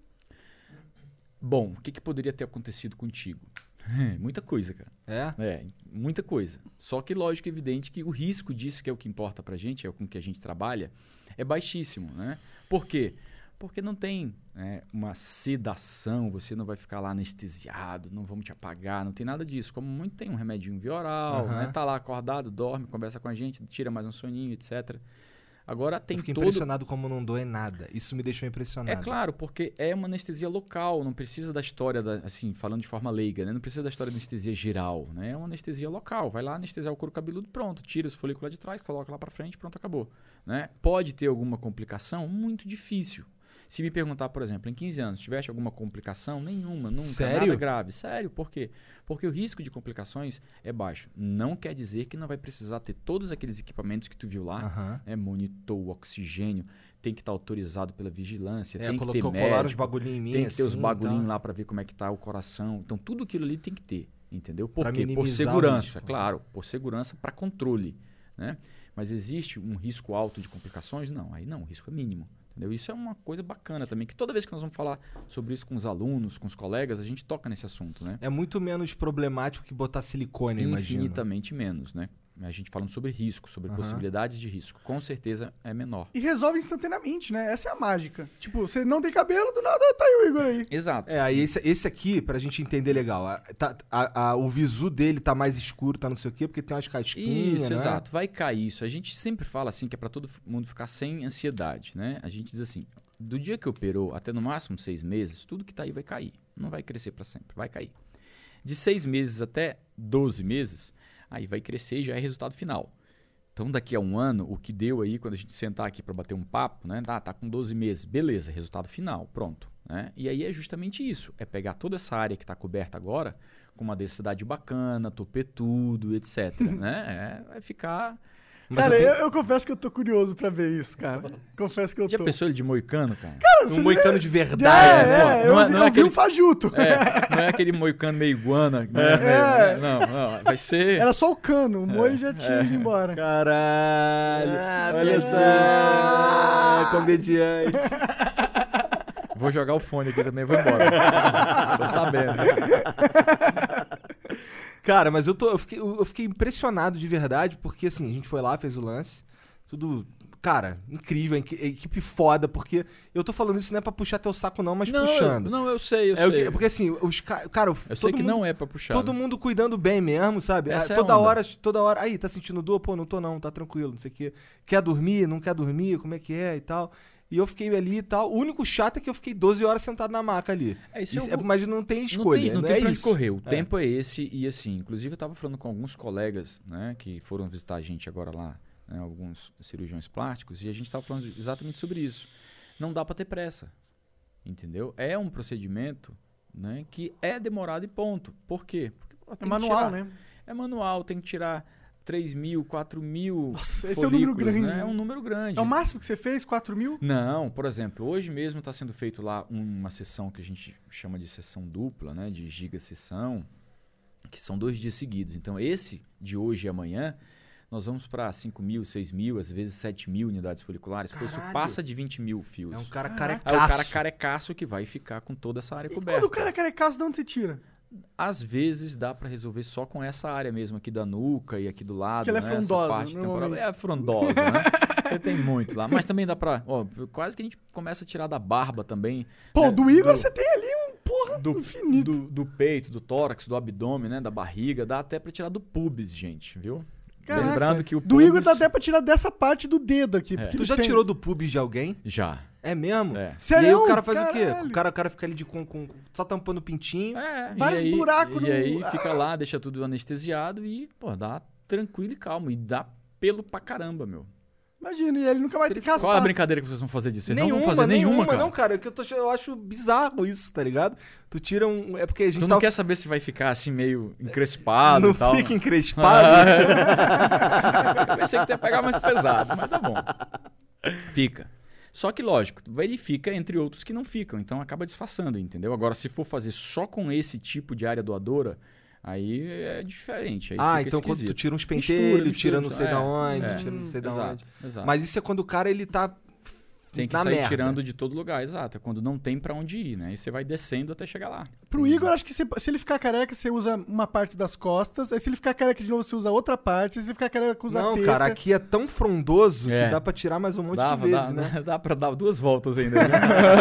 Bom, o que poderia ter acontecido contigo? Muita coisa, cara. Muita coisa. Só que lógico e evidente que o risco disso, que é o que importa pra gente, é com que a gente trabalha, é baixíssimo, né? Por quê? Porque não tem uma sedação, você não vai ficar lá anestesiado, não vamos te apagar, não tem nada disso. Como muito tem um remedinho via oral, né? Tá lá acordado, dorme, conversa com a gente, tira mais um soninho, etc. Agora tem fiquei impressionado como não dói nada. Isso me deixou impressionado. É claro, porque é uma anestesia local, não precisa da história, assim, falando de forma leiga, né? Não precisa da história da anestesia geral, né? É uma anestesia local. Vai lá anestesiar o couro cabeludo, pronto. Tira os folículos lá de trás, coloca lá pra frente, pronto, acabou. Né? Pode ter alguma complicação? Muito difícil. Se me perguntar, por exemplo, em 15 anos, tivesse alguma complicação? Nenhuma, nunca, Sério? nada grave. Sério, por quê? Porque o risco de complicações é baixo. Não quer dizer que não vai precisar ter todos aqueles equipamentos que tu viu lá, monitor, oxigênio, tem que estar autorizado pela vigilância, tem que ter médico, os bagulhinhos em mim, tem que ter os assim, bagulhinhos lá para ver como é que tá o coração. Então, tudo aquilo ali tem que ter, entendeu? Por pra quê? Por minimizar segurança, o risco. claro, por segurança para controle. né? Mas existe um risco alto de complicações? Não, aí não, o risco é mínimo. Entendeu? Isso é uma coisa bacana também, que toda vez que nós vamos falar sobre isso com os alunos, com os colegas, a gente toca nesse assunto, né? É muito menos problemático que botar silicone, imagina. Infinitamente menos, né? A gente falando sobre risco, sobre possibilidades de risco. Com certeza é menor. E resolve instantaneamente, né? Essa é a mágica. Tipo, você não tem cabelo, do nada tá aí o Igor aí. Exato. Aí esse aqui, pra gente entender legal, o visu dele tá mais escuro, tá não sei o quê, porque tem umas casquinhas, Isso, né? exato. Vai cair isso. A gente sempre fala assim que é para todo mundo ficar sem ansiedade, né? A gente diz assim, do dia que operou até no máximo 6 meses, tudo que tá aí vai cair. Não vai crescer para sempre, vai cair. De 6 meses até 12 meses, aí vai crescer e já é resultado final. Então, daqui a um ano, o que deu aí, quando a gente sentar aqui para bater um papo, né? Tá com 12 meses, beleza, resultado final, pronto. Né? E aí é justamente isso, é pegar toda essa área que está coberta agora, com uma densidade bacana, topetudo, etc. Né? Vai ficar... Mas Cara, eu eu confesso que eu tô curioso pra ver isso, cara. Confesso que eu Já tô. pensou ele de moicano, cara? um moicano de verdade, né? Eu vi um fajuto. Não é aquele moicano meio iguana, né? Não, vai ser... Era só o cano, o moi já tinha ido embora. Caralho! Olha só! Comediante! Vou jogar o fone aqui também e vou embora. Tô sabendo. Cara, mas eu fiquei impressionado de verdade, porque assim, a gente foi lá, fez o lance, tudo, cara, incrível, equipe foda, porque eu tô falando isso não é pra puxar teu saco não, mas puxando. Eu sei. Porque assim, cara, eu sei que não é pra puxar. Todo mundo cuidando bem mesmo, sabe? Essa é toda hora, aí, tá sentindo dor? Pô, não tô não, tá tranquilo, não sei o quê. Quer dormir, não quer dormir, como é que é e tal. E eu fiquei ali e tal. O único chato é que eu fiquei 12 horas sentado na maca ali. Mas não tem escolha. Não tem pra onde isso. correr. O tempo é esse. E assim, inclusive eu tava falando com alguns colegas, né, que foram visitar a gente agora lá, né, alguns cirurgiões plásticos, e a gente tava falando exatamente sobre isso. Não dá pra ter pressa. Entendeu? É um procedimento, né, que é demorado e ponto. Por quê? Porque É manual, né? É manual, tem que tirar 3.000, 4.000 Nossa, esse é um número grande. Né? É um número grande. É o máximo que você fez? 4.000? Não, por exemplo, hoje mesmo está sendo feito lá uma sessão que a gente chama de sessão dupla, né, de giga-sessão, que são 2 dias seguidos. Então, esse de hoje e amanhã, nós vamos para 5.000, 6.000, às vezes 7.000 unidades foliculares. Pô, isso passa de 20.000 fios. É um cara Aí carecaço. o cara carecaço que vai ficar com toda essa área E coberta. quando o cara é carecaço, de onde você tira? Às vezes dá pra resolver só com essa área mesmo aqui da nuca e aqui do lado. Que ela é né? frondosa, Essa parte temporal. normalmente. É frondosa, né? Porque tem muito lá. Mas também dá pra... Ó, quase que a gente começa a tirar da barba também. Pô, né? do Igor você tem ali um porra infinito. Do peito, do tórax, do abdômen, né? Da barriga. Dá até pra tirar do pubis, gente, viu? Caraca. Lembrando que o Do pubis... Igor dá até pra tirar dessa parte do dedo aqui. porque Tu ele já tem- tirou do pubis de alguém? Já. É mesmo? É. Sério? E aí o cara faz o quê? Caralho. O cara fica ali só tampando o pintinho. Vários buracos E aí no- fica lá, deixa tudo anestesiado e, pô, dá tranquilo e calmo. E dá pelo pra caramba, meu. Imagina, e ele nunca vai ter que Qual é a raspar. brincadeira que vocês vão fazer disso? Vocês não vão fazer nenhuma, cara. Não, cara. Que eu acho bizarro isso, tá ligado? Tu tira um... É porque a gente Tu não quer saber se vai ficar assim meio encrespado não e tal? fica encrespado. Eu pensei que tu ia pegar mais pesado, mas tá bom. Fica. Só que, lógico, ele fica entre outros que não ficam, então acaba disfarçando, entendeu? Agora, se for fazer só com esse tipo de área doadora, aí é diferente. Aí fica Então quando esquisito. tu tira uns Mistura, pentelhos, tira não sei é, da onde, é. tira não sei da Exato, onde. exato. Mas isso é quando o cara, ele tá Tem que na sair merda. tirando de todo lugar, exato. É quando não tem pra onde ir, né? E você vai descendo até chegar lá. Pro Igor, acho que se ele ficar careca, você usa uma parte das costas. Aí se ele ficar careca de novo, você usa outra parte. Se ele ficar careca, usa a Não, teta. cara, aqui é tão frondoso É. que dá pra tirar mais um monte de vezes, né? Dá pra dar 2 voltas ainda. Né?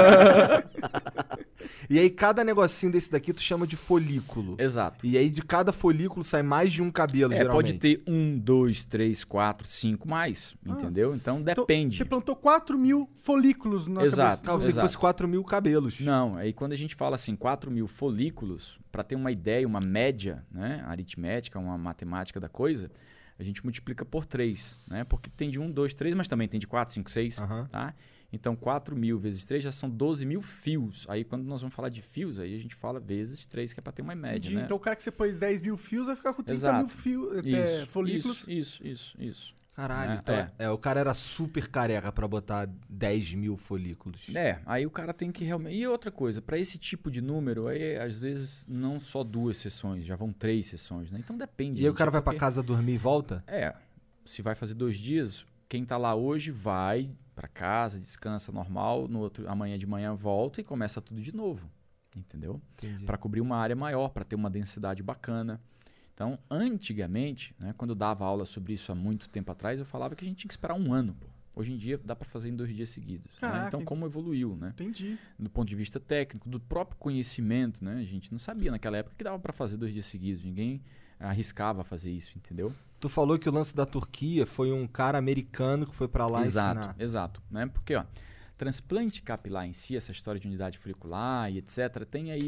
E aí cada negocinho desse daqui tu chama de folículo. Exato. E aí de cada folículo sai mais de um cabelo, É, geralmente. pode ter 1, 2, 3, 4, 5 mais, entendeu? Então Então, depende. você plantou 4.000 folículos na Exato. cabeça. Ah, você que Exato. fosse 4.000 cabelos. Não, aí quando a gente fala assim, 4.000 folículos, para ter uma ideia, uma média, né, aritmética, uma matemática da coisa, a gente multiplica por 3, né? Porque tem de 1, 2, 3, mas também tem de 4, 5, 6, Aham. tá? Então 4.000 vezes 3 já são 12.000 fios. Aí quando nós vamos falar de fios, aí a gente fala vezes 3, que é para ter uma média, Entendi. né? Então o cara que você pôs 10.000 fios vai ficar com 30.000 Exato. fios, Isso, folículos. Isso. Caralho, É, então o cara era super careca pra botar 10.000 folículos. É, aí o cara tem que realmente... E outra coisa, para esse tipo de número, aí às vezes não só 2 sessões, já vão 3 sessões, né? Então depende. E aí o gente, cara vai porque- pra casa dormir e volta? É, se vai fazer 2 dias, quem tá lá hoje vai para casa, descansa normal, amanhã de manhã volta e começa tudo de novo, entendeu? Para cobrir uma área maior, para ter uma densidade bacana. Então, antigamente, né, quando eu dava aula sobre isso há muito tempo atrás, eu falava que a gente tinha que esperar 1 ano, pô. Hoje em dia dá para fazer em 2 dias seguidos. Né? Então, como evoluiu, né? Entendi. Do ponto de vista técnico, do próprio conhecimento, né? A gente não sabia naquela época que dava para fazer 2 dias seguidos. Ninguém arriscava fazer isso, entendeu? Tu falou que o lance da Turquia foi um cara americano que foi para lá ensinar. Exato. Né? Porque, ó, transplante capilar em si, essa história de unidade folicular e etc., tem aí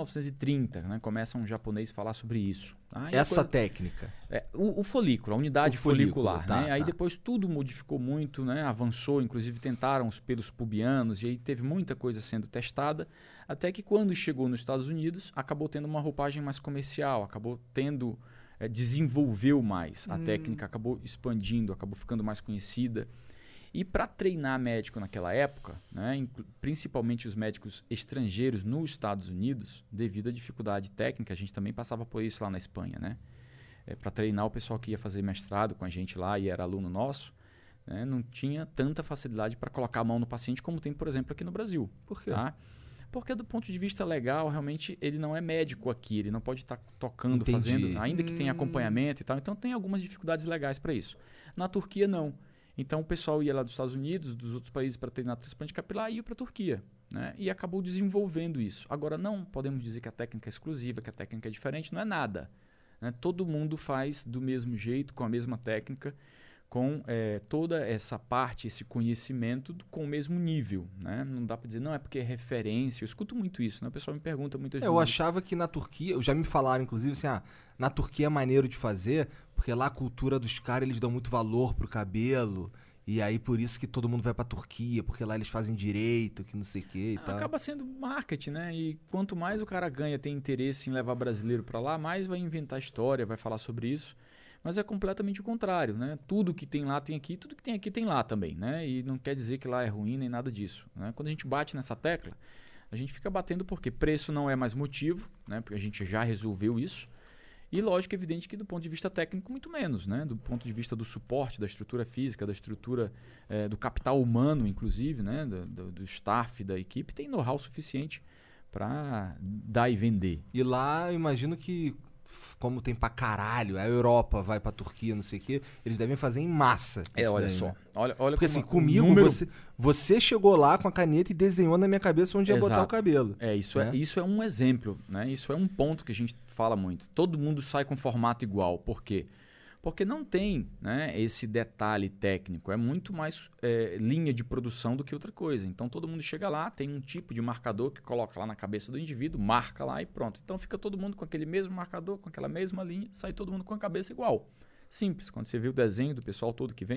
1930, né? Começa um japonês a falar sobre isso. Tá? Essa técnica. O folículo, a unidade folicular. Tá, né? Aí depois tudo modificou muito, né? Avançou, inclusive tentaram os pelos pubianos, e aí teve muita coisa sendo testada, até que quando chegou nos Estados Unidos, acabou tendo uma roupagem mais comercial, acabou tendo, desenvolveu mais. A técnica acabou expandindo, acabou ficando mais conhecida. E para treinar médico naquela época, né, principalmente os médicos estrangeiros nos Estados Unidos, devido à dificuldade técnica, a gente também passava por isso lá na Espanha, né? Para treinar o pessoal que ia fazer mestrado com a gente lá e era aluno nosso, né, não tinha tanta facilidade para colocar a mão no paciente como tem, por exemplo, aqui no Brasil. Por quê? Tá? Porque do ponto de vista legal, realmente, ele não é médico aqui, ele não pode estar tocando, Entendi. fazendo, ainda que tenha acompanhamento e tal. Então tem algumas dificuldades legais para isso. Na Turquia, não. Então o pessoal ia lá dos Estados Unidos, dos outros países para treinar transplante capilar e ia para a Turquia. Né? E acabou desenvolvendo isso. Agora, não podemos dizer que a técnica é exclusiva, que a técnica é diferente, não é nada. Né? Todo mundo faz do mesmo jeito, com a mesma técnica, com toda essa parte, esse conhecimento com o mesmo nível. Né? Não dá para dizer, não, é porque é referência. Eu escuto muito isso, né? O pessoal me pergunta muitas vezes. Eu achava que na Turquia, já me falaram inclusive assim, na Turquia é maneiro de fazer, porque lá a cultura dos caras, eles dão muito valor pro cabelo, e aí por isso que todo mundo vai pra Turquia, porque lá eles fazem direito, que não sei o que e tal. Acaba sendo marketing, né? E quanto mais o cara ganha, tem interesse em levar brasileiro pra lá, mais vai inventar história, vai falar sobre isso. Mas é completamente o contrário, né? Tudo que tem lá tem aqui, tudo que tem aqui tem lá também, né? E não quer dizer que lá é ruim nem nada disso, né? Quando a gente bate nessa tecla, a gente fica batendo porque preço não é mais motivo, né? Porque a gente já resolveu isso. E lógico, é evidente que do ponto de vista técnico, muito menos, né? Do ponto de vista do suporte, da estrutura física, da estrutura do capital humano, inclusive, né? Do staff, da equipe, tem know-how suficiente para dar e vender. E lá, eu imagino que, como tem pra caralho, a Europa vai pra Turquia, não sei o quê, eles devem fazer em massa. Olha daí, só. né? Olha Porque assim, como comigo, número... você chegou lá com a caneta e desenhou na minha cabeça onde ia botar o cabelo. Isso é um exemplo, né? Isso é um ponto que a gente fala muito. Todo mundo sai com formato igual. Por quê? Porque não tem, né, esse detalhe técnico. É muito mais linha de produção do que outra coisa. Então, todo mundo chega lá, tem um tipo de marcador que coloca lá na cabeça do indivíduo, marca lá e pronto. Então, fica todo mundo com aquele mesmo marcador, com aquela mesma linha, sai todo mundo com a cabeça igual. Simples. Quando você vê o desenho do pessoal todo que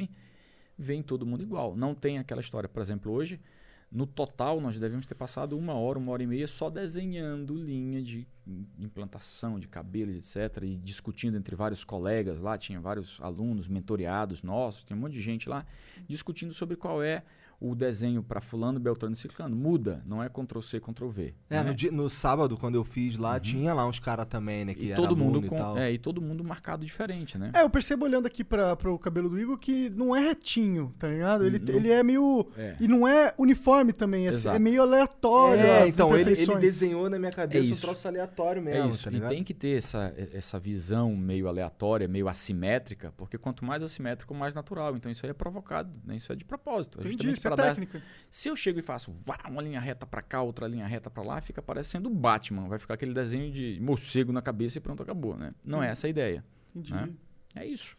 vem todo mundo igual. Não tem aquela história. Por exemplo, hoje, no total, nós devemos ter passado 1 hora e meia só desenhando linha de implantação de cabelo, etc. E discutindo entre vários colegas lá. Tinha vários alunos mentoreados nossos, tinha um monte de gente lá discutindo sobre qual é o desenho para fulano, beltrano e ciclano. Muda, não é Ctrl+C, Ctrl+V. Né? No sábado, quando eu fiz lá, tinha lá uns caras também, né? Que E era todo mundo aluno e tal. e todo mundo marcado diferente, né? Eu percebo olhando aqui pro cabelo do Igor que não é retinho, tá ligado? Ele é meio... E não é uniforme também, Exato. é meio aleatório. Então ele desenhou na minha cabeça um isso. troço aleatório mesmo, isso. tá E ligado? tem que ter essa visão meio aleatória, meio assimétrica, porque quanto mais assimétrico, mais natural. Então isso aí é provocado, né? Isso é de propósito. Entendi, isso é pra técnica. Se eu chego e faço uma linha reta pra cá, outra linha reta pra lá, fica parecendo o Batman. Vai ficar aquele desenho de morcego na cabeça e pronto, acabou, né? Não é essa a ideia. Entendi. Né? É isso.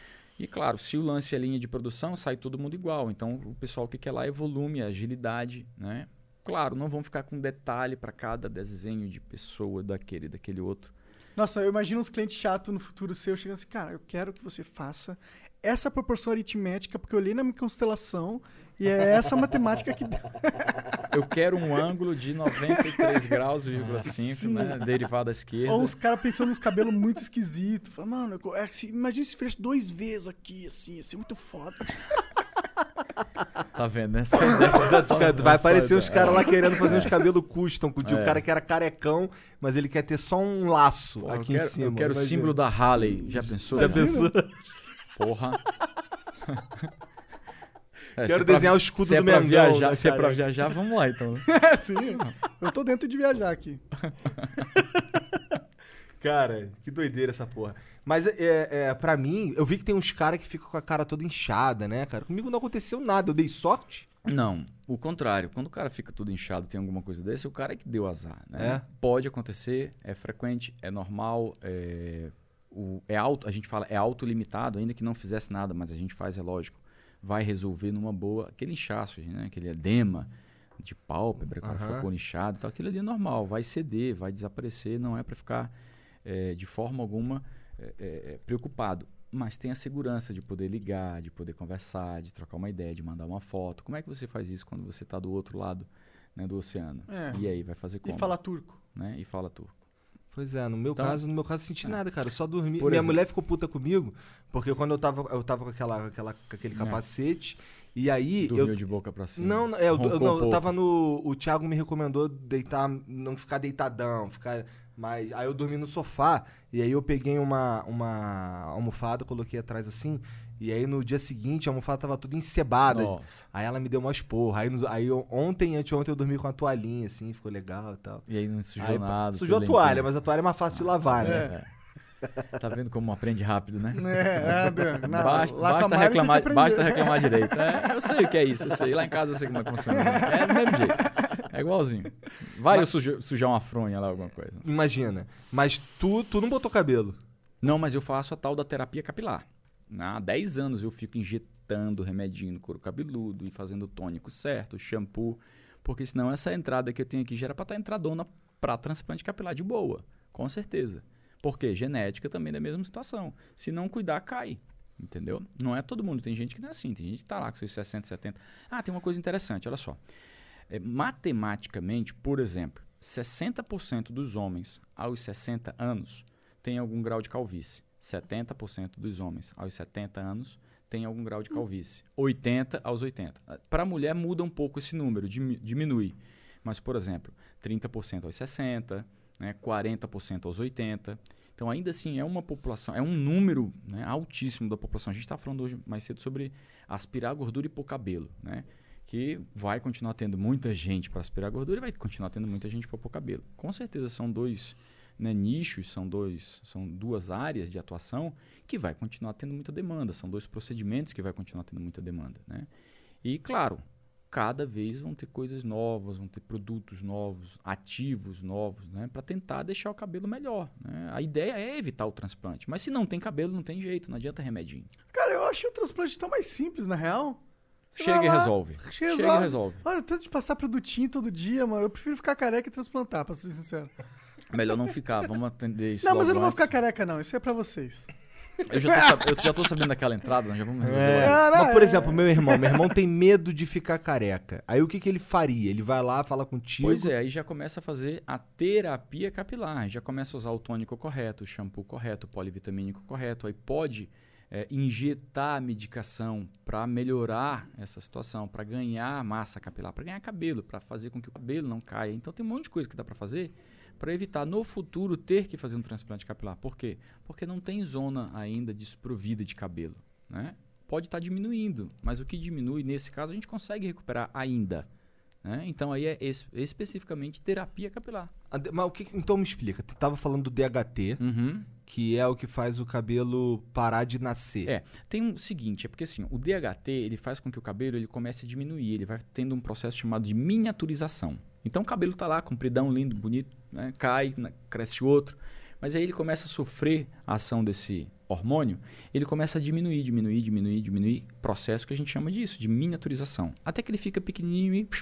E claro, se o lance é linha de produção, sai todo mundo igual. Então o pessoal que quer lá é volume, agilidade, né? Claro, não vão ficar com detalhe para cada desenho de pessoa daquele outro. Nossa, eu imagino uns clientes chatos no futuro seu chegando assim, cara, eu quero que você faça essa proporção aritmética, porque eu olhei na minha constelação e é essa matemática que dá. Eu quero um ângulo de 93 graus, 5, né? Derivado à esquerda. Ou os caras pensando nos cabelos muito esquisitos. Falando, mano, imagina se fizesse 2 vezes aqui, assim, ia ser muito foda. Tá vendo, né? Vai aparecer os caras lá querendo fazer uns cabelos custom. O cara que era carecão, mas ele quer ter só um laço aqui em cima. Eu quero o símbolo da Harley. Já pensou? Já pensou? Porra. Quero desenhar o escudo do Mengão. Viajar, se é pra viajar, vamos lá então. Sim. Eu tô dentro de viajar aqui. Cara, que doideira essa porra. Mas pra mim, eu vi que tem uns caras que ficam com a cara toda inchada, né, cara? Comigo não aconteceu nada, eu dei sorte. Não, o contrário. Quando o cara fica todo inchado, tem alguma coisa desse, o cara é que deu azar, né? Pode acontecer, é frequente, é normal, a gente fala, é autolimitado, ainda que não fizesse nada, mas a gente faz, é lógico, vai resolver numa boa, aquele inchaço, né? Aquele edema de pálpebra, o cara fica com o inchado e tal, aquilo ali é normal, vai ceder, vai desaparecer, não é para ficar de forma alguma preocupado. Mas tem a segurança de poder ligar, de poder conversar, de trocar uma ideia, de mandar uma foto. Como é que você faz isso quando você está do outro lado, né, do oceano? E aí, vai fazer como? E fala turco. Né? E fala turco. Pois é, no meu caso senti nada, cara. Eu só dormi. Minha mulher ficou puta comigo, porque quando eu tava com aquele capacete, e aí... Dormiu de boca pra cima. Eu tava no... O Thiago me recomendou deitar, não ficar deitadão, Mas aí eu dormi no sofá, e aí eu peguei uma almofada, coloquei atrás assim, e aí no dia seguinte a almofada tava toda encebada. Nossa. Aí ela me deu uma esporra. Aí anteontem eu dormi com a toalhinha, assim, ficou legal e tal. E aí não sujou nada. Sujou a toalha, mas a toalha é mais fácil de lavar, né? Tá vendo como aprende rápido, né? Basta reclamar direito. Eu sei o que é isso, eu sei. Lá em casa eu sei como é que funciona. É do mesmo jeito. É igualzinho. Eu sujar uma fronha lá, alguma coisa. Imagina. Mas tu não botou cabelo? Não, mas eu faço a tal da terapia capilar. Há 10 anos eu fico injetando remedinho no couro cabeludo e fazendo o tônico certo, o shampoo, porque senão essa entrada que eu tenho aqui já era pra estar entradona pra transplante capilar de boa, com certeza. Porque genética também é da mesma situação. Se não cuidar, cai. Entendeu? Não é todo mundo. Tem gente que não é assim. Tem gente que tá lá com seus 60, 70. Tem uma coisa interessante, olha só. Matematicamente, por exemplo, 60% dos homens aos 60 anos têm algum grau de calvície. 70% dos homens aos 70 anos têm algum grau de calvície. 80 aos 80. Para a mulher muda um pouco esse número, diminui. Mas, por exemplo, 30% aos 60, né, 40% aos 80. Então, ainda assim, é uma população, é um número, né, altíssimo da população. A gente está falando hoje mais cedo sobre aspirar gordura e pôr cabelo, né? Que vai continuar tendo muita gente para aspirar gordura e vai continuar tendo muita gente para pôr cabelo. Com certeza são dois, né, nichos, são duas áreas de atuação que vai continuar tendo muita demanda. São dois procedimentos que vai continuar tendo muita demanda, né? E, claro, cada vez vão ter coisas novas, vão ter produtos novos, ativos novos, né, para tentar deixar o cabelo melhor, né? A ideia é evitar o transplante, mas se não tem cabelo, não tem jeito, não adianta remedinho. Cara, eu acho o transplante tão mais simples, na real. Chega e resolve. Chega e resolve. Olha, tanto de passar produtinho todo dia, mano. Eu prefiro ficar careca e transplantar, pra ser sincero. Melhor não ficar, vamos atender isso. Não, mas eu não vou ficar careca, não. Isso é pra vocês. Eu já tô sabendo daquela entrada, nós já vamos resolver. Mas, por exemplo, meu irmão tem medo de ficar careca. Aí o que ele faria? Ele vai lá, fala contigo... Pois é, aí já começa a fazer a terapia capilar. Já começa a usar o tônico correto, o shampoo correto, o polivitamínico correto. Aí pode injetar medicação para melhorar essa situação, para ganhar massa capilar, para ganhar cabelo, para fazer com que o cabelo não caia. Então tem um monte de coisa que dá para fazer para evitar no futuro ter que fazer um transplante capilar. Por quê? Porque não tem zona ainda desprovida de cabelo, né? Pode estar diminuindo, mas o que diminui, nesse caso, a gente consegue recuperar ainda, né? Então aí é especificamente terapia capilar. Mas então me explica, tu estava falando do DHT, que é o que faz o cabelo parar de nascer. Tem o seguinte, porque assim, o DHT ele faz com que o cabelo ele comece a diminuir, ele vai tendo um processo chamado de miniaturização. Então o cabelo está lá, compridão, lindo, bonito, né? Cai, cresce outro, mas aí ele começa a sofrer a ação desse hormônio, ele começa a diminuir, processo que a gente chama disso, de miniaturização. Até que ele fica pequenininho e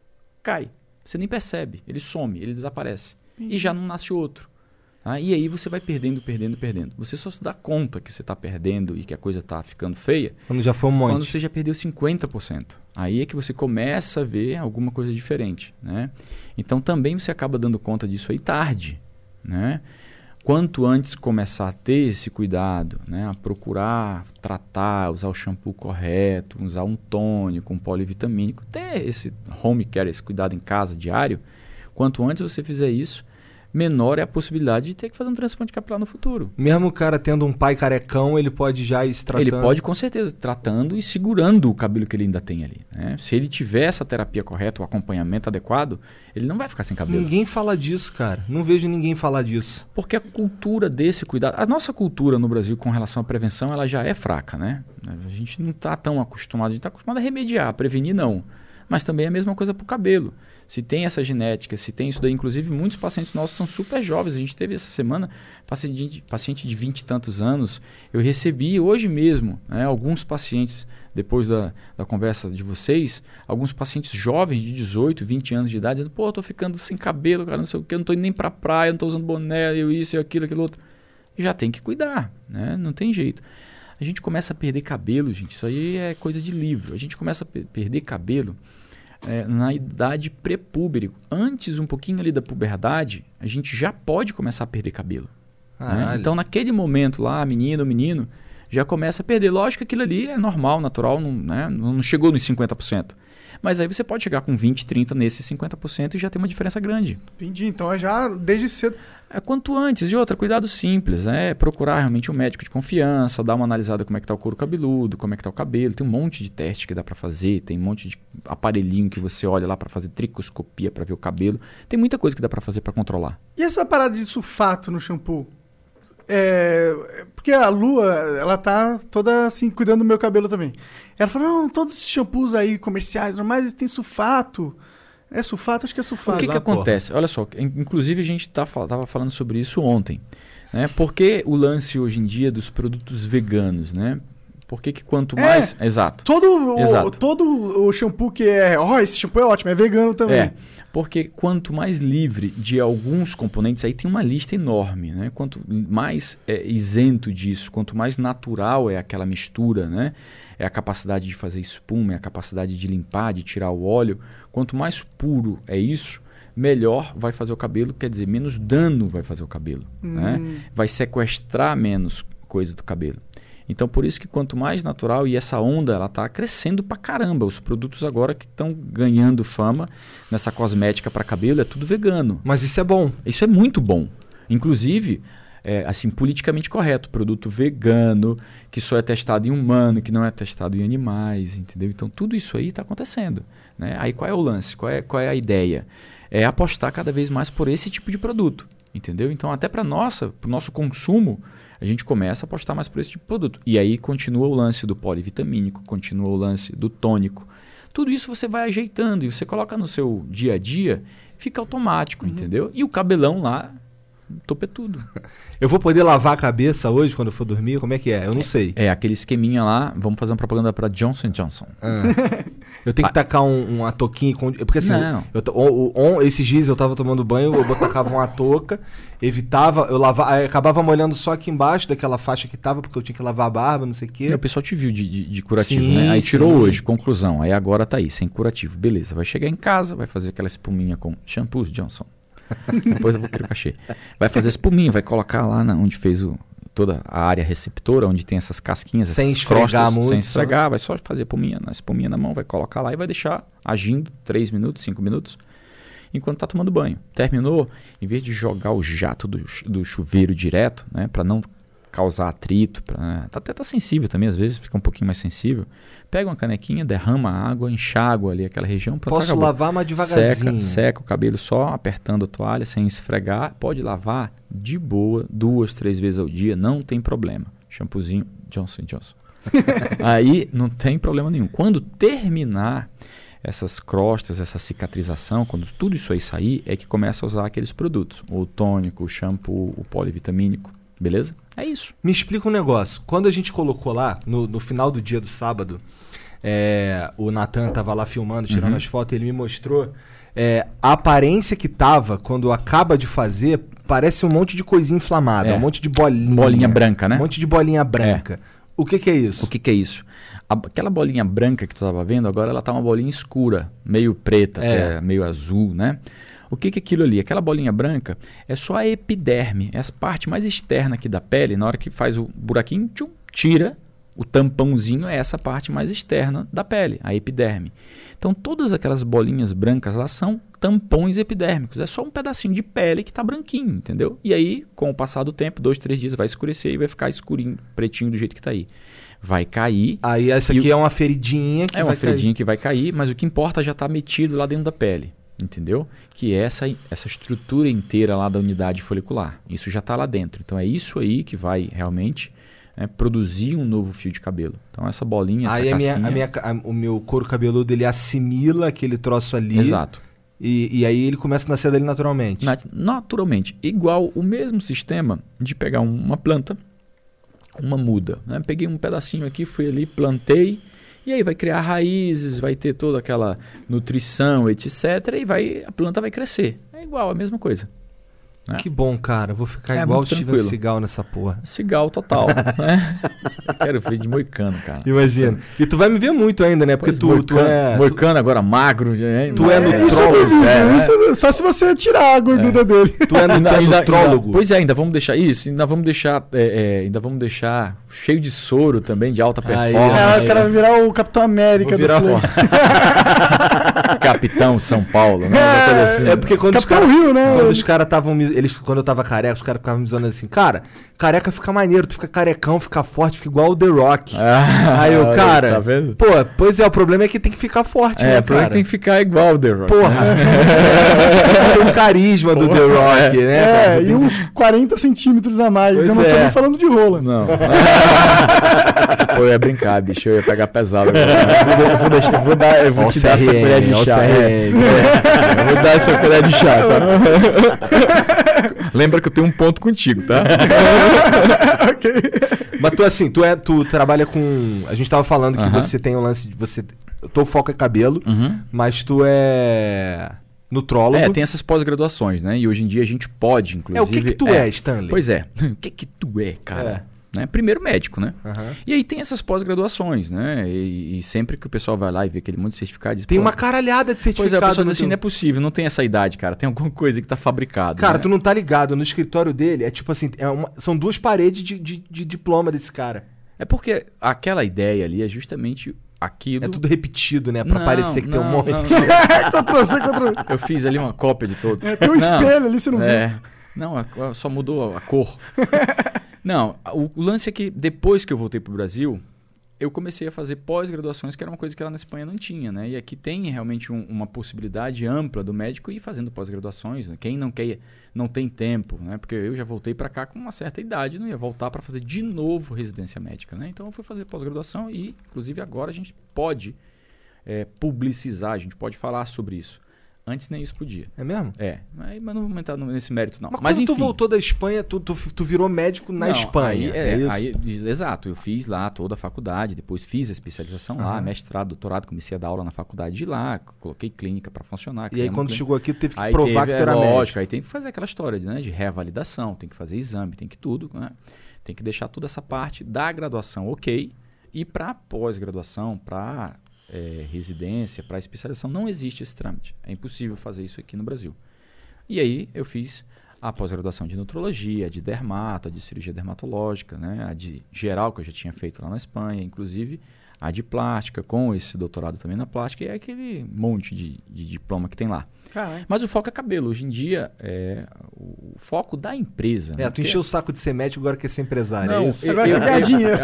cai. Você nem percebe, ele some, ele desaparece. E já não nasce outro. Tá? E aí você vai perdendo. Você só se dá conta que você está perdendo e que a coisa está ficando feia. Quando já foi um monte. Quando você já perdeu 50%. Aí é que você começa a ver alguma coisa diferente, né? Então também você acaba dando conta disso aí tarde, né? Quanto antes começar a ter esse cuidado, né? A procurar tratar, usar o shampoo correto, usar um tônico, um polivitamínico, ter esse home care, esse cuidado em casa diário, quanto antes você fizer isso, menor é a possibilidade de ter que fazer um transplante capilar no futuro. Mesmo o cara tendo um pai carecão, ele pode já ir se tratando? Ele pode, com certeza, tratando e segurando o cabelo que ele ainda tem ali. Né? Se ele tiver essa terapia correta, o acompanhamento adequado, ele não vai ficar sem cabelo. Ninguém fala disso, cara. Não vejo ninguém falar disso. Porque a cultura desse cuidado... A nossa cultura no Brasil com relação à prevenção, ela já é fraca, né? A gente não está tão acostumado. A gente está acostumado a remediar, a prevenir não. Mas também é a mesma coisa para o cabelo. Se tem essa genética, se tem isso daí, inclusive muitos pacientes nossos são super jovens. A gente teve essa semana paciente de 20 e tantos anos. Eu recebi hoje mesmo, né, alguns pacientes, depois da conversa de vocês, alguns pacientes jovens de 18, 20 anos de idade, dizendo, pô, eu tô ficando sem cabelo, cara, não sei o que, eu não tô indo nem pra praia, não tô usando boné, eu isso, eu aquilo outro. Já tem que cuidar, né? Não tem jeito. A gente começa a perder cabelo, gente, isso aí é coisa de livro. A gente começa a perder cabelo na idade pré-púbere. Antes, um pouquinho ali da puberdade, a gente já pode começar a perder cabelo. Né? Então, naquele momento lá, a menina, o menino, já começa a perder. Lógico que aquilo ali é normal, natural, não chegou nos 50%. Mas aí você pode chegar com 20, 30 nesses 50% e já tem uma diferença grande. Entendi, então é já desde cedo. Quanto antes. E outra, cuidado simples, né? Procurar realmente um médico de confiança, dar uma analisada como é que está o couro cabeludo, como é que está o cabelo. Tem um monte de teste que dá para fazer, tem um monte de aparelhinho que você olha lá para fazer tricoscopia para ver o cabelo. Tem muita coisa que dá para fazer para controlar. E essa parada de sulfato no shampoo? Porque a Lua, ela tá toda assim, cuidando do meu cabelo também. Ela falou, não, todos esses shampoos aí comerciais normais, eles têm sulfato. É sulfato? Acho que é sulfato. O que acontece? Olha só, inclusive a gente tava falando sobre isso ontem. Né? Por que o lance hoje em dia dos produtos veganos, né? Por que quanto mais... Exato. Todo o shampoo que esse shampoo é ótimo, é vegano também. Porque quanto mais livre de alguns componentes, aí tem uma lista enorme, né? Quanto mais isento disso, quanto mais natural é aquela mistura, né? É a capacidade de fazer espuma, é a capacidade de limpar, de tirar o óleo. Quanto mais puro é isso, melhor vai fazer o cabelo, quer dizer, menos dano vai fazer o cabelo. Né? Vai sequestrar menos coisa do cabelo. Então, por isso que quanto mais natural, e essa onda ela está crescendo pra caramba. Os produtos agora que estão ganhando fama nessa cosmética para cabelo é tudo vegano. Mas isso é bom. Isso é muito bom. Inclusive, assim, politicamente correto. Produto vegano, que só é testado em humano, que não é testado em animais, entendeu? Então, tudo isso aí está acontecendo. Né? Aí, qual é o lance? Qual é a ideia? É apostar cada vez mais por esse tipo de produto. Entendeu? Então, até para o nosso consumo, a gente começa a apostar mais por esse tipo de produto. E aí continua o lance do polivitamínico, continua o lance do tônico. Tudo isso você vai ajeitando e você coloca no seu dia a dia, fica automático, entendeu? E o cabelão lá, topetudo. Eu vou poder lavar a cabeça hoje quando eu for dormir? Como é que é? Eu não sei. Aquele esqueminha lá, vamos fazer uma propaganda para Johnson & Johnson. Eu tenho que tacar uma touquinha. Porque assim, esses dias eu tava tomando banho, eu tacava uma touca, evitava, eu lavava, acabava molhando só aqui embaixo daquela faixa que tava, porque eu tinha que lavar a barba, não sei o quê. O pessoal te viu de curativo, né? Aí tirou hoje, conclusão. Aí agora tá aí, sem curativo. Beleza, vai chegar em casa, vai fazer aquela espuminha com shampoos Johnson. Depois eu vou querer o cachê. Vai fazer espuminha, vai colocar lá onde fez toda a área receptora, onde tem essas casquinhas, sem essas crostas, muito, sem esfregar, vai só fazer a espuminha na mão, vai colocar lá e vai deixar agindo 3 minutos, 5 minutos, enquanto tá tomando banho. Terminou, em vez de jogar o jato do chuveiro direto, né, para não causar atrito, até tá sensível também, às vezes fica um pouquinho mais sensível, pega uma canequinha, derrama água, enxágua ali aquela região. Posso lavar, mas devagarzinho. Seca o cabelo só apertando a toalha, sem esfregar. Pode lavar de boa 2, 3 vezes ao dia, não tem problema. Shampoozinho Johnson & Johnson. Aí não tem problema nenhum. Quando terminar essas crostas, essa cicatrização, quando tudo isso aí sair, é que começa a usar aqueles produtos. O tônico, o shampoo, o polivitamínico. Beleza? É isso. Me explica um negócio. Quando a gente colocou lá, no final do dia do sábado, o Nathan tava lá filmando, tirando as fotos, ele me mostrou a aparência que tava quando acaba de fazer, parece um monte de coisinha inflamada, um monte de bolinha. Bolinha branca, né? Um monte de bolinha branca. O que é isso? O que é isso? Aquela bolinha branca que tu tava vendo, agora ela tá uma bolinha escura, meio preta, até meio azul, né? O que é aquilo ali? Aquela bolinha branca é só a epiderme, é a parte mais externa aqui da pele. Na hora que faz o buraquinho, tira O tampãozinho é essa parte mais externa da pele, a epiderme. Então, todas aquelas bolinhas brancas lá são tampões epidérmicos. É só um pedacinho de pele que está branquinho, entendeu? E aí, com o passar do tempo, 2, 3 dias, vai escurecer e vai ficar escurinho, pretinho do jeito que está aí. Vai cair. Aí essa aqui é uma feridinha que vai cair. É uma feridinha que vai cair, mas o que importa já está metido lá dentro da pele, entendeu? Que é essa estrutura inteira lá da unidade folicular. Isso já está lá dentro. Então, é isso aí que vai realmente... produzir um novo fio de cabelo. Então essa bolinha, essa casquinha... o meu couro cabeludo, ele assimila aquele troço ali. Exato. E aí ele começa a nascer dele naturalmente. Naturalmente. Igual o mesmo sistema de pegar uma planta, uma muda. Né? Peguei um pedacinho aqui, fui ali, plantei, e aí vai criar raízes, vai ter toda aquela nutrição, etc. E a planta vai crescer. É igual, a mesma coisa. Que bom, cara. Vou ficar igual o Steven Seagal nessa porra. Seagal total, né? Quero ver de moicano, cara. Imagina. E tu vai me ver muito ainda, né? Porque tu é... Moicano agora magro. Tu é nutrólogo. Só se você tirar a gordura dele. Tu é nutrólogo. Pois é, ainda vamos deixar isso. Ainda vamos deixar cheio de soro também, de alta performance. O cara vai virar o Capitão América do Flow. Capitão São Paulo, né? Assim. É porque quando Capitão Rio, né? Quando os caras estavam... Quando eu tava careca, os caras ficavam me dizendo assim, cara, careca fica maneiro, tu fica carecão, fica forte, fica igual o The Rock. Aí eu, cara... Tá vendo? Pô, pois é, o problema é que tem que ficar forte, né, o problema é que tem que ficar igual o The Rock. Porra. Tem o carisma do The Rock, né? Cara, e uns 40 centímetros a mais. Pois eu não tô nem falando de rola. Não. Pô, eu ia brincar, bicho, eu ia pegar pesado agora. Eu vou te dar essa colher de chá. Eu vou dar essa colher de chá, tá? Lembra que eu tenho um ponto contigo, tá? Ok. Mas tu trabalha com... A gente tava falando que você tem o lance de você... O teu foco é cabelo, mas tu é nutrólogo. Tem essas pós-graduações, né? E hoje em dia a gente pode, inclusive... O que tu é, Stanley? Pois é. O que tu é, cara? Né? Primeiro médico, né? E aí tem essas pós-graduações, né? E sempre que o pessoal vai lá e vê aquele monte de certificado... Diz, tem uma caralhada de certificado. Pois é, a pessoa diz assim, não é possível, não tem essa idade, cara. Tem alguma coisa que tá fabricado. Cara, né? tu não tá ligado. No escritório dele, é tipo assim... são 2 paredes de diploma desse cara. É porque aquela ideia ali é justamente... Aquilo... É tudo repetido, né? Pra parecer que tem um monte. Ctrl-C, Ctrl-V. Eu fiz ali uma cópia de todos. Tem um espelho ali, você não viu. Não, só mudou a cor. Não, o lance é que depois que eu voltei pro Brasil, eu comecei a fazer pós-graduações, que era uma coisa que lá na Espanha não tinha, né? E aqui tem realmente uma possibilidade ampla do médico ir fazendo pós-graduações. Né? Quem não tem tempo, né? Porque eu já voltei para cá com uma certa idade, não ia voltar para fazer de novo residência médica, né? Então eu fui fazer pós-graduação e, inclusive, agora a gente pode publicizar, a gente pode falar sobre isso. Antes nem isso podia. É mesmo? Mas não vou entrar nesse mérito, não. Mas quando tu voltou da Espanha, tu virou médico na Espanha. Exato. Eu fiz lá toda a faculdade, depois fiz a especialização lá, mestrado, doutorado, comecei a dar aula na faculdade de lá, coloquei clínica para funcionar. E aí quando chegou aqui, tu teve que provar que tu era médico. Aí tem que fazer aquela história de reavalidação, tem que fazer exame, tem que tudo, né? Tem que deixar toda essa parte da graduação ok. E para pós-graduação, para... residência, para especialização, não existe esse trâmite. É impossível fazer isso aqui no Brasil. E aí eu fiz a pós-graduação de nutrologia, de dermato, a de cirurgia dermatológica, né? A de geral que eu já tinha feito lá na Espanha, inclusive a de plástica, com esse doutorado também na plástica, e é aquele monte de diploma que tem lá. Caralho. Mas o foco é cabelo. Hoje em dia, o foco da empresa... Tu encheu o saco de ser médico, agora quer ser empresário. Não, é isso? Agora quer ganhar dinheiro.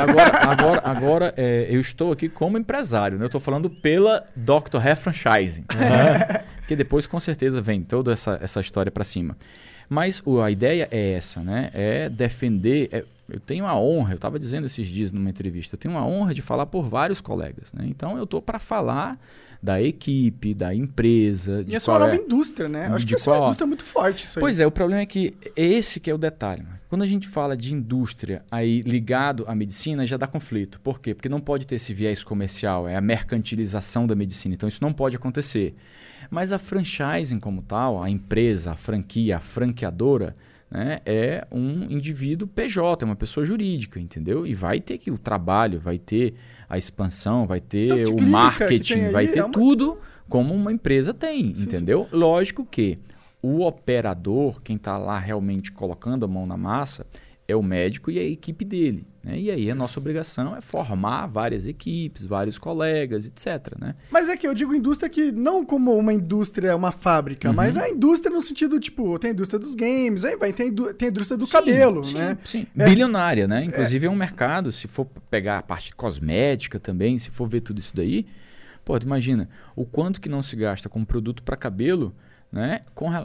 Agora eu estou aqui como empresário. Né? Eu estou falando pela Dr. Hair Franchising. Porque depois, com certeza, vem toda essa história para cima. Mas a ideia é essa, né? É defender... eu tenho a honra, eu estava dizendo esses dias numa entrevista, eu tenho a honra de falar por vários colegas. Né? Então, eu estou para falar da equipe, da empresa... E essa é uma nova indústria, né? Acho que essa é uma indústria muito forte, isso aí. Pois é, o problema é que esse que é o detalhe. Né? Quando a gente fala de indústria aí ligado à medicina, já dá conflito. Por quê? Porque não pode ter esse viés comercial, é a mercantilização da medicina. Então, isso não pode acontecer. Mas a franchising como tal, a empresa, a franquia, a franqueadora... né, é um indivíduo PJ, é uma pessoa jurídica, entendeu? E vai ter que o trabalho, vai ter a expansão, vai ter o marketing, vai ter tudo como uma empresa tem, entendeu? Sim. Lógico que o operador, quem está lá realmente colocando a mão na massa, é o médico e a equipe dele. Né? E aí a nossa obrigação é formar várias equipes, vários colegas, etc. Né? Mas é que eu digo indústria que não como uma indústria, uma fábrica, mas a indústria no sentido, tipo, tem a indústria dos games, aí vai ter a indústria do cabelo, sim, né? Sim, bilionária, né? Inclusive é um mercado, se for pegar a parte cosmética também, se for ver tudo isso daí, pô, tu imagina o quanto que não se gasta com produto para cabelo, né?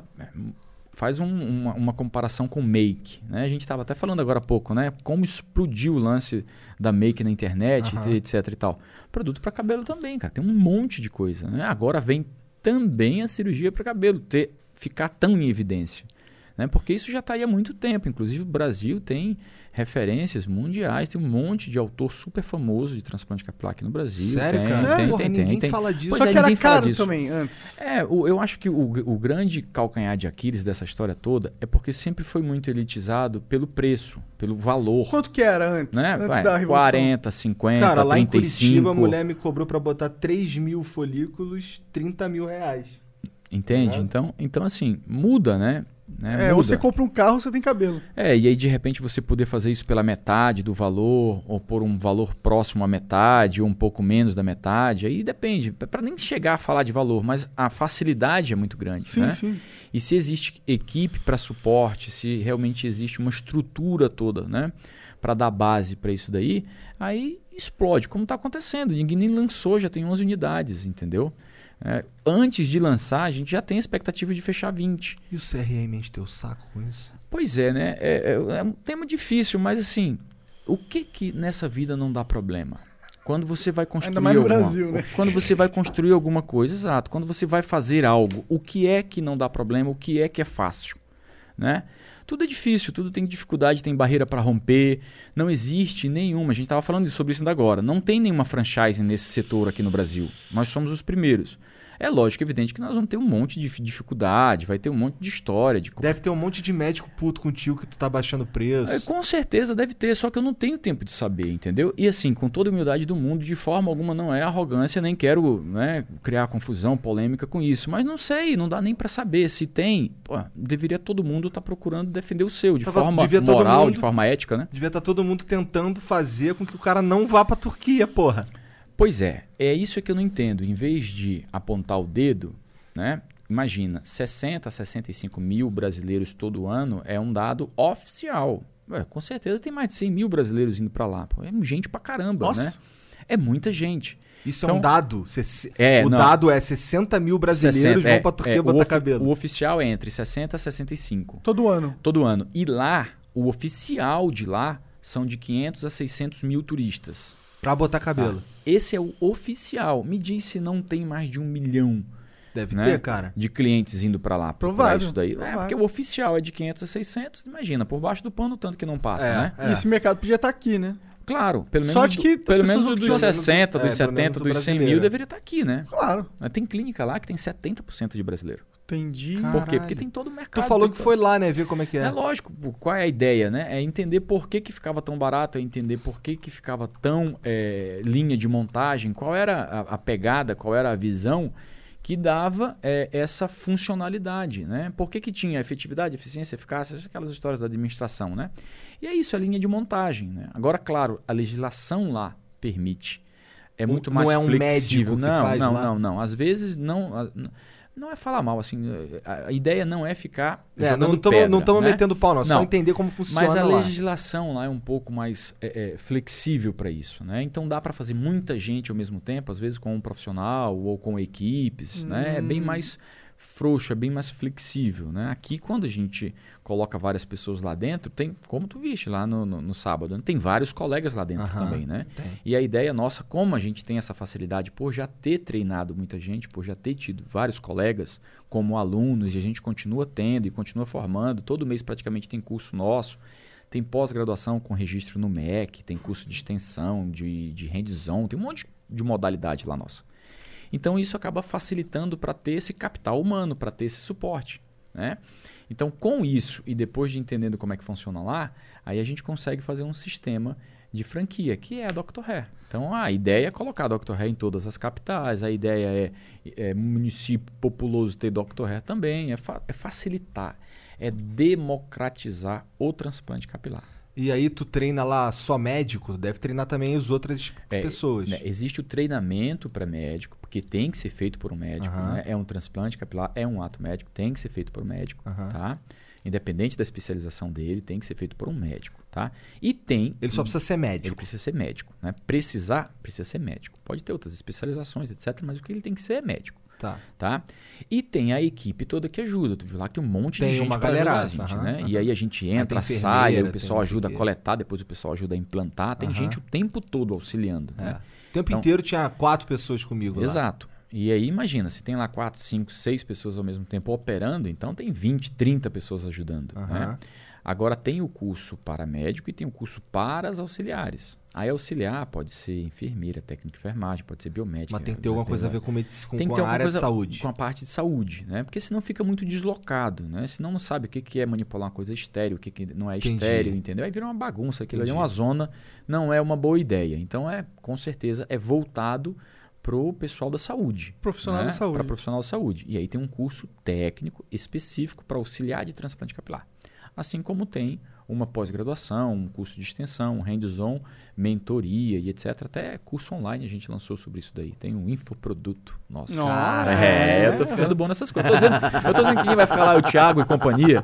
Faz uma comparação com make, né? A gente estava até falando agora há pouco, né? Como explodiu o lance da make na internet, etc e tal. Produto para cabelo também, cara. Tem um monte de coisa, né? Agora vem também a cirurgia para cabelo ficar tão em evidência, né? Porque isso já está aí há muito tempo. Inclusive o Brasil tem referências mundiais, tem um monte de autor super famoso de transplante capilar aqui no Brasil. Sério, tem, cara? tem, Porra, tem, ninguém tem. fala disso. Só que era ninguém fala caro disso. também antes. Eu acho que o grande calcanhar de Aquiles dessa história toda é porque sempre foi muito elitizado pelo preço, pelo valor. Quanto que era antes? Né? Antes da Revolução? 40, 50, Cara, lá 35. em Curitiba a mulher me cobrou pra botar 3 mil folículos, 30 mil reais. Entende? Então, assim, muda, né? Ou você compra um carro, você tem cabelo. E aí de repente você poder fazer isso pela metade do valor, ou por um valor próximo à metade, ou um pouco menos da metade, aí depende. Para nem chegar a falar de valor, mas a facilidade é muito grande. Sim, né? sim. E se existe equipe para suporte, se realmente existe uma estrutura toda, né? Para dar base para isso daí, aí explode, como está acontecendo. Ninguém nem lançou, já tem 11 unidades, entendeu? Antes de lançar, a gente já tem a expectativa de fechar 20. E o CRM enche teu saco com isso? Pois é, né? É um tema difícil, mas assim, o que nessa vida não dá problema? Quando você vai construir Ainda mais no Brasil, né? Quando você vai construir alguma coisa, exato. Quando você vai fazer algo, o que é que não dá problema, o que é fácil, né? Tudo é difícil, tudo tem dificuldade, tem barreira para romper. Não existe nenhuma, a gente estava falando sobre isso ainda agora, não tem nenhuma franchise nesse setor aqui no Brasil. Nós somos os primeiros. É lógico, evidente que nós vamos ter um monte de dificuldade, vai ter um monte de história. Deve ter um monte de médico puto contigo que tu tá baixando o preço. Com certeza deve ter, só que eu não tenho tempo de saber, entendeu? E assim, com toda a humildade do mundo, de forma alguma não é arrogância, nem quero, né, criar confusão, polêmica com isso. Mas não sei, não dá nem para saber. Se tem, deveria todo mundo estar procurando defender o seu, de forma moral, de forma ética, né? Devia estar todo mundo tentando fazer com que o cara não vá pra Turquia, porra. Pois é isso que eu não entendo. Em vez de apontar o dedo, né? Imagina, 60, 65 mil brasileiros todo ano é um dado oficial. Com certeza tem mais de 100 mil brasileiros indo para lá. É gente pra caramba, Nossa. né? É muita gente. Isso Então, é um dado. Dado é 60 mil brasileiros vão pra Turquia botar cabelo. O oficial é entre 60 a 65. Todo ano. Todo ano. E lá, o oficial de lá são de 500 a 600 mil turistas. Pra botar cabelo. Esse é o oficial. Me diz se não tem mais de 1 milhão. Deve né, ter, cara. de clientes indo para lá. Provável. Isso daí. Provável. Porque o oficial é de 500 a 600. Imagina, por baixo do pano tanto que não passa, né? E esse mercado podia estar aqui, né? Claro, pelo menos, Sorte que as pelo pessoas menos não dos tinham- 60, dos pelo menos 70, do dos 100 mil brasileiro. deveria estar aqui, né? Claro. Mas tem clínica lá que tem 70% de brasileiro. Entendi. Cara, Por quê? Caralho. Porque tem todo o mercado. Tu falou tem que foi lá, né? Ver como é que é. É lógico, qual é a ideia, né? É entender por que ficava tão barato, é entender por que ficava tão linha de montagem, qual era a pegada, qual era a visão que dava essa funcionalidade, né? Por que tinha efetividade, eficiência, eficácia, aquelas histórias da administração, né? E é isso, a linha de montagem, né? Agora, claro, a legislação lá permite. É muito mais não é um flexível. médico que faz lá? Não. Às vezes não é falar mal, assim. A ideia não é ficar não pedra, estamos né? metendo pau, não. Só Não. entender como funciona Mas a lá. legislação lá é um pouco mais flexível para isso, né? Então dá para fazer muita gente ao mesmo tempo, às vezes com um profissional ou com equipes, né? É bem mais frouxo, é bem mais flexível, né? Aqui, quando a gente coloca várias pessoas lá dentro, tem, como tu viste lá no sábado, né? Tem vários colegas lá dentro também, né? Tem. E a ideia nossa, como a gente tem essa facilidade por já ter treinado muita gente, por já ter tido vários colegas como alunos, e a gente continua tendo e continua formando, todo mês praticamente tem curso nosso, tem pós-graduação com registro no MEC, tem curso de extensão, de hands-on, tem um monte de modalidade lá nossa. Então isso acaba facilitando para ter esse capital humano, para ter esse suporte, né? Então com isso e depois de entendendo como é que funciona lá, aí a gente consegue fazer um sistema de franquia, que é a Dr. Hair. Então a ideia é colocar a Dr. Hair em todas as capitais, a ideia é município populoso ter Dr. Hair também, é facilitar, é democratizar o transplante capilar. E aí tu treina lá só médico? Deve treinar também as outras pessoas. Né, existe o treinamento para médico, porque tem que ser feito por um médico. Né? É um transplante capilar, é um ato médico, tem que ser feito por um médico. Tá? Independente da especialização dele, tem que ser feito por um médico. Tá? E tem... Ele só precisa ser médico. Ele precisa ser médico. Né? Precisa ser médico. Pode ter outras especializações, etc. Mas o que ele tem que ser é médico. Tá? E tem a equipe toda que ajuda. Tu viu lá que tem um monte de gente para ajudar a gente, né? E aí a gente entra, sai, aí o pessoal ajuda a coletar, depois o pessoal ajuda a implantar. Tem gente o tempo todo auxiliando. Né? O tempo inteiro tinha 4 pessoas comigo lá. Exato. E aí imagina, se tem lá 4, 5, 6 pessoas ao mesmo tempo operando, então tem 20, 30 pessoas ajudando. Né? Agora tem o curso para médico e tem o curso para as auxiliares. Aí auxiliar pode ser enfermeira, técnica de enfermagem, pode ser biomédica. Mas tem que ter alguma coisa a ver com a área de saúde. Com a parte de saúde, né? Porque senão fica muito deslocado, né? Senão não sabe o que é manipular uma coisa estéril, o que não é estéril, entendeu? Aí vira uma bagunça, aquilo ali é uma zona, não é uma boa ideia. Então, com certeza, é voltado para o pessoal da saúde. Profissional da saúde. Para profissional da saúde. E aí tem um curso técnico específico para auxiliar de transplante capilar. Assim como tem uma pós-graduação, um curso de extensão, um hands-on, mentoria e etc. Até curso online a gente lançou sobre isso daí. Tem um infoproduto nosso. Eu tô ficando bom nessas coisas. Eu tô dizendo que quem vai ficar lá é o Thiago e companhia.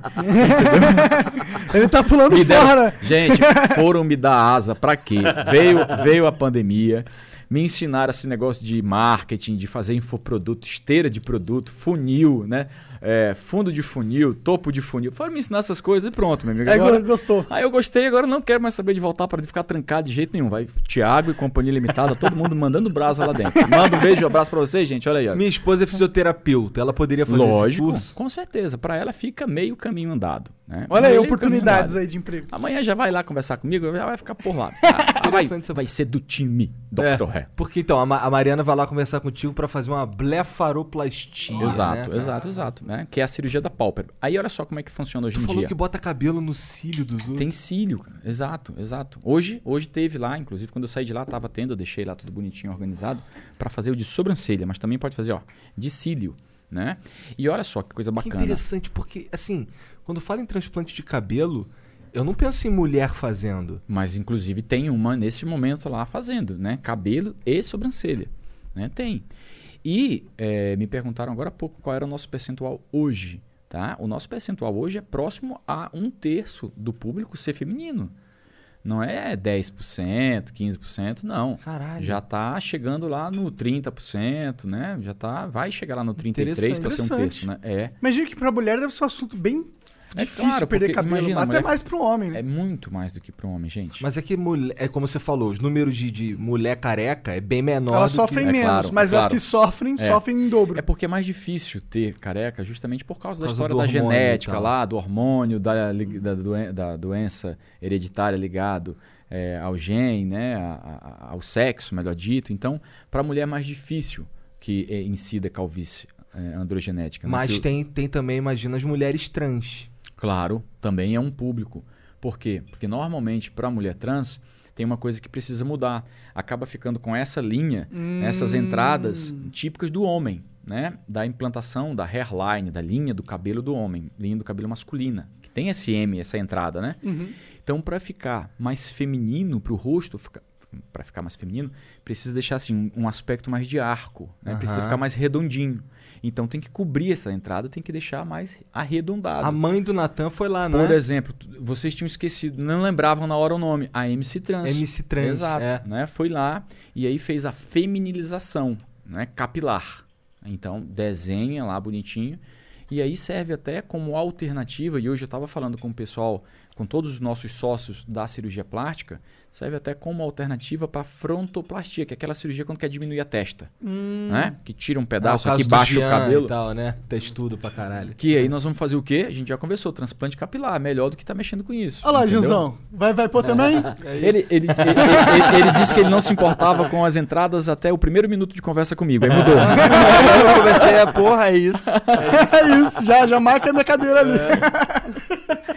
Ele tá pulando fora. Gente, foram me dar asa pra quê? Veio a pandemia. Me ensinaram esse negócio de marketing, de fazer infoproduto, esteira de produto, funil, né? Fundo de funil, topo de funil. Foram me ensinar essas coisas e pronto, meu amigo. Agora gostou. Aí eu gostei, agora não quero mais saber de voltar para ficar trancado de jeito nenhum. Vai Thiago e Companhia Limitada, todo mundo mandando brasa lá dentro. Manda um beijo e um abraço para vocês, gente. Olha aí. Ó. Minha esposa é fisioterapeuta, ela poderia fazer esse curso? Com certeza. Para ela fica meio caminho andado. Né? Olha aí, oportunidades aí de emprego. Amanhã já vai lá conversar comigo, já vai ficar por lá. Vai ser do time, Dr. Ré. Porque então, a Mariana vai lá conversar contigo para fazer uma blefaroplastia. Exato. Né? Que é a cirurgia da pálpebra. Aí olha só como é que funciona hoje em dia. Tu falou que bota cabelo no cílio dos outros. Tem cílio, cara. Exato. Hoje teve lá, inclusive quando eu saí de lá, tava tendo, eu deixei lá tudo bonitinho, organizado, para fazer o de sobrancelha, mas também pode fazer, ó, de cílio, né? E olha só que coisa bacana. Que interessante, porque, assim, quando fala em transplante de cabelo, eu não penso em mulher fazendo. Mas, inclusive, tem uma nesse momento lá fazendo, né? Cabelo e sobrancelha, né? Tem. E me perguntaram agora há pouco qual era o nosso percentual hoje, tá? O nosso percentual hoje é próximo a 1/3 do público ser feminino. Não é 10%, 15%, não. Caralho. Já está chegando lá no 30%, né? Vai chegar lá no 33% para ser 1/3, né? Imagina que para a mulher deve ser um assunto bem difícil, claro, perder cabelo. Imagina, até mais para o homem, né? É muito mais do que para o homem, gente. Mas é que, é como você falou, os números de mulher careca é bem menor. Elas sofrem menos, mas as que sofrem em dobro. É porque é mais difícil ter careca justamente por causa da história da genética lá, do hormônio, da doença hereditária ligado ao gene, né? Ao sexo, melhor dito. Então, para a mulher é mais difícil que incida calvície androgenética. Mas tem também, imagina, as mulheres trans. Claro, também é um público. Por quê? Porque normalmente para a mulher trans tem uma coisa que precisa mudar. Acaba ficando com essa linha, essas entradas típicas do homem, né? Da implantação da hairline, da linha do cabelo do homem, linha do cabelo masculina, que tem esse M, essa entrada, né? Então, para ficar mais feminino, para o rosto, para ficar mais feminino, precisa deixar assim, um aspecto mais de arco, né? Precisa ficar mais redondinho. Então tem que cobrir essa entrada, tem que deixar mais arredondado. A mãe do Natan foi lá, né? Por exemplo, vocês tinham esquecido, não lembravam na hora o nome, a MC Trans. MC Trans, exato, né? Foi lá e aí fez a feminilização, né? Capilar. Então desenha lá bonitinho e aí serve até como alternativa, e hoje eu estava falando com o pessoal, com todos os nossos sócios da cirurgia plástica, serve até como alternativa para frontoplastia, que é aquela cirurgia quando quer diminuir a testa, né? Que tira um pedaço aqui, baixa o cabelo. E tal, né? Testudo pra caralho. Que aí nós vamos fazer o quê? A gente já conversou, transplante capilar, melhor do que tá mexendo com isso. Olha lá, Gilzão, vai pôr também? Ele disse que ele não se importava com as entradas até o primeiro minuto de conversa comigo, aí mudou. Eu comecei a porra, é isso. É isso, já marca a minha cadeira ali.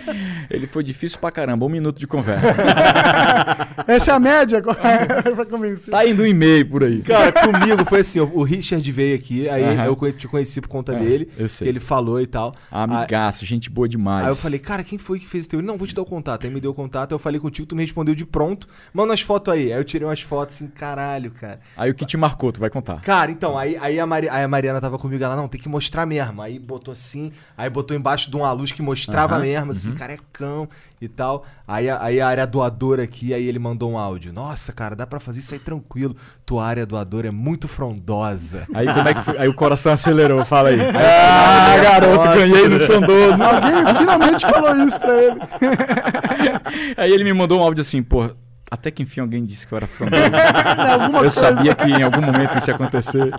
Ele foi difícil pra caramba, 1 minuto de conversa. Essa é a média pra convencer. Tá indo 1,5 por aí. Cara, comigo foi assim, o Richard veio aqui, aí eu te conheci por conta dele, eu sei. que ele falou e tal. Amigaço, gente boa demais. Aí eu falei, cara, quem foi que fez o teu? Não, vou te dar o contato. Aí me deu o contato, eu falei contigo, tu me respondeu de pronto. Manda as fotos aí. Aí eu tirei umas fotos assim, caralho, cara. Aí o que te marcou, tu vai contar. Cara, então, aí a Mariana tava comigo, ela, não, tem que mostrar mesmo. Aí botou assim, aí botou embaixo de uma luz que mostrava mesmo, assim, carecão e tal. Aí a área doadora aqui, aí ele mandou um áudio. Nossa, cara, dá pra fazer isso aí tranquilo. Tua área doadora é muito frondosa. Aí como é que foi? Aí o coração acelerou, fala aí. Garoto, ganhei no frondoso. Alguém finalmente falou isso pra ele. Aí ele me mandou um áudio assim, pô, até que enfim alguém disse que eu era frondoso. Eu sabia que em algum momento isso ia acontecer.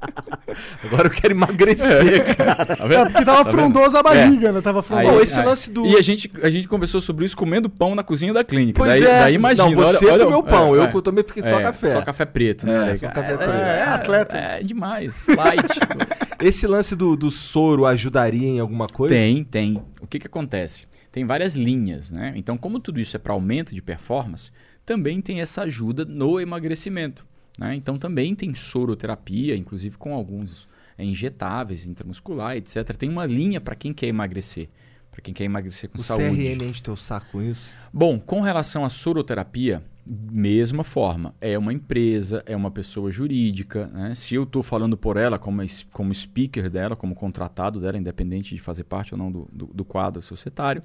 Agora eu quero emagrecer, cara. Tá vendo? Porque tava frondoso a barriga, né? Tava frondoso. Bom, esse lance do... E a gente conversou sobre isso comendo pão na cozinha da clínica. Pois daí imagina. Não, você olha, comeu pão, eu também fiquei só café. Só café preto, né? Só café preto. Atleta. É demais. Light. Esse lance do soro ajudaria em alguma coisa? Tem. O que acontece? Tem várias linhas, né? Então, como tudo isso é para aumento de performance, também tem essa ajuda no emagrecimento, né? Então, também tem soroterapia, inclusive com alguns injetáveis, intramuscular, etc. Tem uma linha para quem quer emagrecer. Para quem quer emagrecer com saúde. O CRM enche teu saco com isso? Bom, com relação à soroterapia, mesma forma. É uma empresa, é uma pessoa jurídica, né? Se eu estou falando por ela como speaker dela, como contratado dela, independente de fazer parte ou não do quadro societário,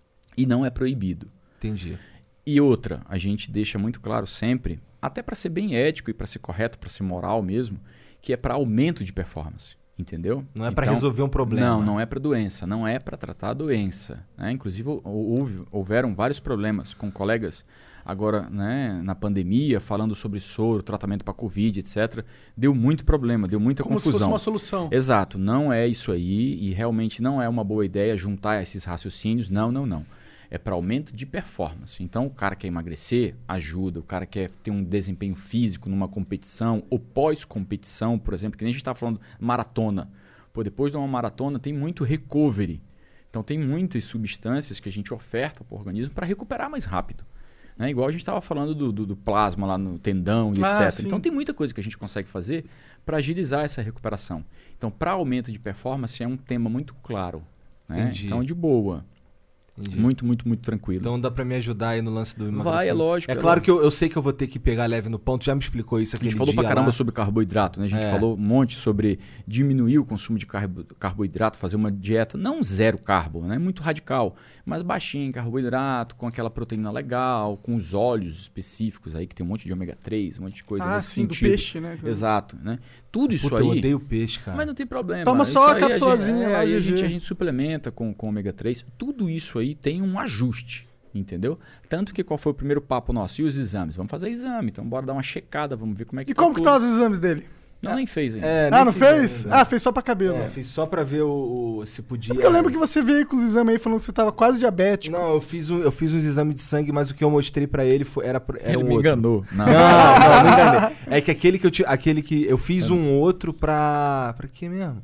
e não é proibido. Entendi. E outra, a gente deixa muito claro sempre, até para ser bem ético e para ser correto, para ser moral mesmo, que é para aumento de performance, entendeu? Não é para resolver um problema. Não é para doença, não é para tratar a doença, né? Inclusive houveram vários problemas com colegas agora, né, na pandemia, falando sobre soro, tratamento para Covid, etc. Deu muito problema, deu muita confusão. Como se fosse uma solução. Exato, não é isso aí e realmente não é uma boa ideia juntar esses raciocínios, não. É para aumento de performance. Então, o cara quer emagrecer, ajuda. O cara quer ter um desempenho físico numa competição ou pós-competição, por exemplo, que nem a gente estava falando maratona. Pô, depois de uma maratona tem muito recovery. Então, tem muitas substâncias que a gente oferta para o organismo para recuperar mais rápido. Né? Igual a gente estava falando do plasma lá no tendão e etc. Sim. Então, tem muita coisa que a gente consegue fazer para agilizar essa recuperação. Então, para aumento de performance é um tema muito claro. Né? Entendi. Então, de boa. Entendi. Muito tranquilo. Então dá pra me ajudar aí no lance do emagrecimento? Vai, é lógico. É claro que eu sei que eu vou ter que pegar leve no ponto, já me explicou isso A aquele gente falou dia pra caramba lá. sobre carboidrato, né? A gente falou um monte sobre diminuir o consumo de carboidrato, fazer uma dieta, não zero carbo, né? Muito radical, mas baixinha em carboidrato, com aquela proteína legal, com os óleos específicos aí, que tem um monte de ômega 3, um monte de coisa nesse sim, sentido. do peixe, né? Exato, né? Tudo isso Puta, aí... eu odeio peixe, cara. Mas não tem problema. Toma Isso só a aí capsulazinha lá, aí a GG. gente suplementa com ômega 3. Tudo isso aí tem um ajuste, entendeu? Tanto que qual foi o primeiro papo nosso? E os exames? Vamos fazer exame, então bora dar uma checada, vamos ver como é que E como que tudo. tá os exames dele? Não, nem fez ainda. Nem Não fiz fez? ainda. Fez só pra cabelo. Fiz só pra ver se podia... Porque eu lembro que você veio com os exames aí falando que você tava quase diabético. Não, eu fiz uns exames de sangue, mas o que eu mostrei pra ele era Ele um me outro. enganou. Não. Não, me enganei. É que aquele que eu fiz um outro pra quê mesmo?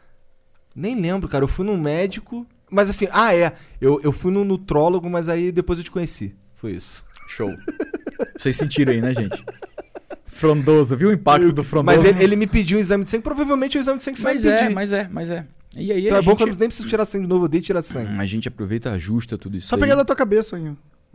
Nem lembro, cara. Eu fui num médico, mas assim, eu fui num nutrólogo, mas aí depois eu te conheci. Foi isso. Show. Vocês sentiram aí, né, gente? Frondoso, viu o impacto do frondoso? Mas ele me pediu um exame de sangue, provavelmente o exame de sangue que você vai pedir. Mas é. E aí Então a é bom que eu gente... nem preciso tirar sangue de novo, eu dei tirar sangue. A gente aproveita, ajusta tudo isso Só aí. pegar da tua cabeça aí.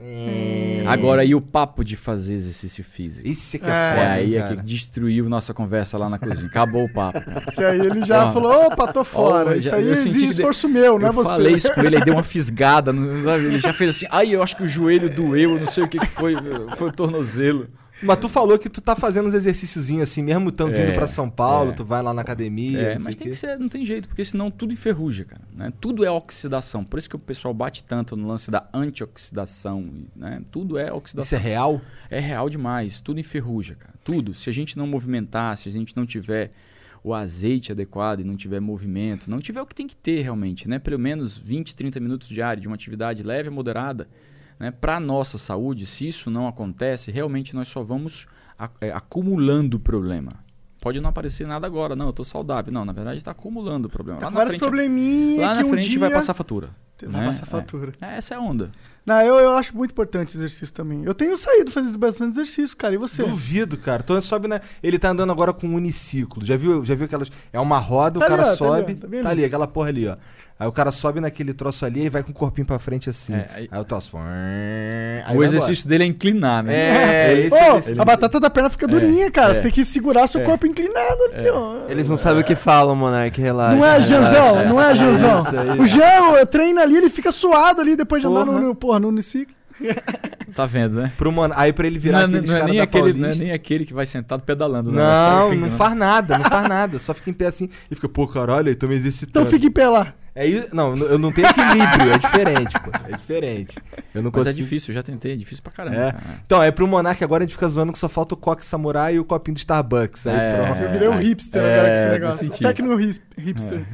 Agora, e o papo de fazer exercício físico? Isso que é É, foda, Aí cara. é que destruiu nossa conversa lá na cozinha. Acabou o papo, cara. Que aí ele já falou, opa, tô fora. Ó, Isso já- aí eu senti exige que esforço meu, não é Eu você. falei isso com ele, aí deu uma fisgada, sabe? Ele já fez assim, eu acho que o joelho doeu, eu não sei o que foi o tornozelo. Mas tu falou que tu tá fazendo uns exercíciozinhos assim, mesmo estando vindo pra São Paulo, é. tu vai lá na academia, não sei Mas o tem quê. que ser, não tem jeito, porque senão tudo enferruja, cara. Né? Tudo é oxidação. Por isso que o pessoal bate tanto no lance da antioxidação, né? Tudo é oxidação. Isso é real? É real demais, tudo enferruja, cara. Tudo. Se a gente não movimentar, se a gente não tiver o azeite adequado e não tiver movimento, não tiver o que tem que ter realmente, né? Pelo menos 20, 30 minutos diários de uma atividade leve e moderada, né? Para a nossa saúde, se isso não acontece, realmente nós só vamos acumulando o problema. Pode não aparecer nada agora, não, eu tô saudável. Não, na verdade está acumulando o problema. Tá Lá com na vários frente, probleminhas lá que na frente um dia... vai passar fatura. Vai né? passar fatura. Essa é a onda. Não, eu acho muito importante exercício também. Eu tenho saído fazendo bastante exercício, cara. E você? Duvido, cara. Sobe Ele tá andando agora com um uniciclo. Já viu aquelas... É uma roda, Tá o cara ali, ó, sobe... tá vendo? Tá ali, aquela porra ali, ó. Aí o cara sobe naquele troço ali e vai com o corpinho pra frente assim. Aí o troço... Aí O exercício dele é inclinar, né? A batata da perna fica durinha, cara. Você tem que segurar seu corpo inclinado ali, ó. Eles não sabem o que falam, Monark, relaxa. Não é, Janzão? Não é, Janzão? Isso aí. O Jean treina ali, ele fica suado ali depois de andar no uniciclo. Tá vendo, né? Aí pra ele virar aquele cara da Paulista... Não é nem aquele que vai sentado pedalando. Né? Não faz nada. Só fica em pé assim e fica, pô, caralho, eu tô me exercitando. Então fica em pé lá. Não, eu não tenho equilíbrio, é diferente, pô. É diferente. Eu não Mas consigo... é difícil, eu já tentei, é difícil pra caramba. É. Cara. Então, pro Monark agora a gente fica zoando que só falta o coque samurai e o copinho do Starbucks. Aí pronto. Eu virei um hipster agora com esse nesse negócio. sentido. Tecno-hipster.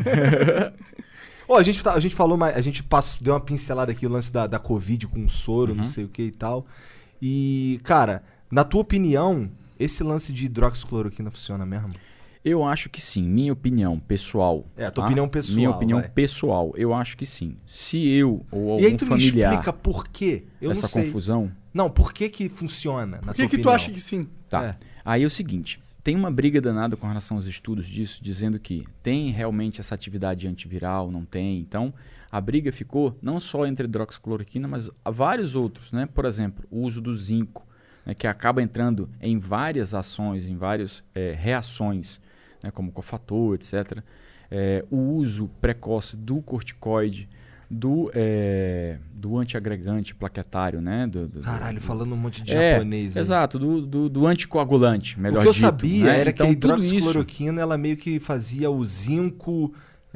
A gente falou, mas a gente deu uma pincelada aqui o lance da Covid com soro, não sei o que e tal. E, cara, na tua opinião, esse lance de hidroxicloroquina funciona mesmo? Eu acho que sim, minha opinião pessoal. A tua opinião pessoal. Minha opinião vai. pessoal, eu acho que sim. Se eu ou algum E aí tu familiar me explica por quê? Eu essa não sei. confusão. Não, por que funciona, na Por tua que tu opinião? acha que sim? Tá. É. Aí é o seguinte, tem uma briga danada com relação aos estudos disso, dizendo que tem realmente essa atividade antiviral, não tem. Então, a briga ficou não só entre hidroxicloroquina, mas vários outros, né? Por exemplo, o uso do zinco, né, que acaba entrando em várias ações, em várias reações, né, como cofator, etc. O uso precoce do corticoide, do antiagregante plaquetário, né? Caralho, falando um monte de japonês. Aí. Exato, do anticoagulante, melhor dito. O que eu dito, sabia né? era então, que a hidroxicloroquina ela meio que fazia o zinco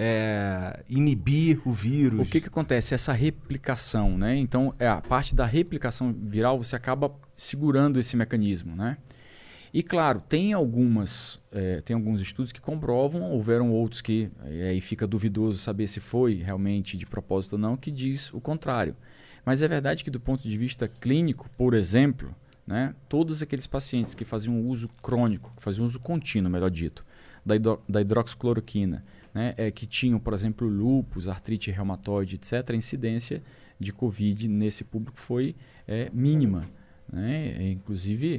inibir o vírus. O que acontece? Essa replicação, né? Então, a parte da replicação viral, você acaba segurando esse mecanismo, né? E claro, tem alguns estudos que comprovam, houveram outros que aí fica duvidoso saber se foi realmente de propósito ou não, que diz o contrário. Mas é verdade que do ponto de vista clínico, por exemplo, né, todos aqueles pacientes que faziam uso crônico, que faziam uso contínuo, melhor dito, da hidroxicloroquina, né, que tinham, por exemplo, lúpus, artrite reumatoide, etc., a incidência de Covid nesse público foi mínima. Né? Inclusive...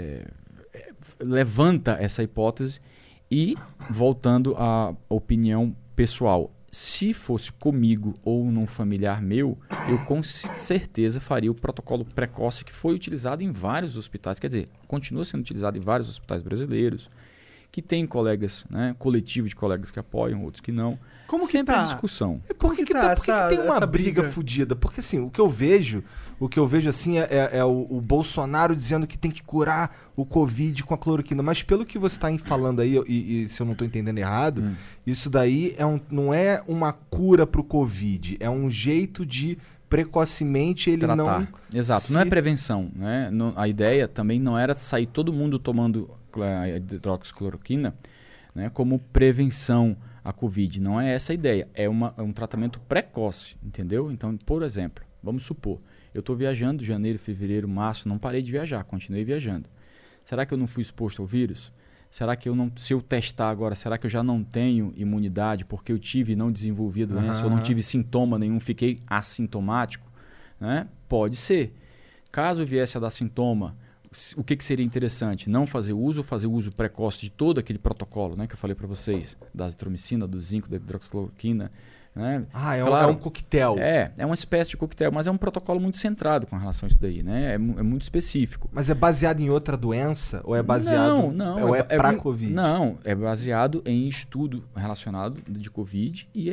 levanta essa hipótese e, voltando à opinião pessoal, se fosse comigo ou num familiar meu, eu com certeza faria o protocolo precoce que foi utilizado em vários hospitais, quer dizer, continua sendo utilizado em vários hospitais brasileiros, que tem colegas, né, coletivo de colegas que apoiam, outros que não. Como que sempre tá? discussão. Por que tem uma briga fodida? Porque assim, o que eu vejo assim é o Bolsonaro dizendo que tem que curar o Covid com a cloroquina. Mas pelo que você está falando aí, e se eu não estou entendendo errado, isso daí não é uma cura pro Covid, é um jeito de precocemente ele tratar. não... Exato, não é prevenção. Né? A ideia também não era sair todo mundo tomando a hidroxicloroquina, né, como prevenção à Covid. Não é essa a ideia. É um tratamento precoce, entendeu? Então, por exemplo, vamos supor, eu estou viajando janeiro, fevereiro, março, não parei de viajar, continuei viajando. Será que eu não fui exposto ao vírus? Será que se eu testar agora, será que eu já não tenho imunidade porque eu tive e não desenvolvi a doença, ou não tive sintoma nenhum, fiquei assintomático? Né? Pode ser. Caso viesse a dar sintoma, o que seria interessante? Não fazer uso ou fazer uso precoce de todo aquele protocolo, né, que eu falei para vocês, da azitromicina, do zinco, da hidroxicloroquina. Né? É um coquetel. É uma espécie de coquetel, mas é um protocolo muito centrado com relação a isso daí, né? É muito específico. Mas é baseado em outra doença? Ou é baseado... Não. Ou é pra Covid? Não, é baseado em estudo relacionado de Covid e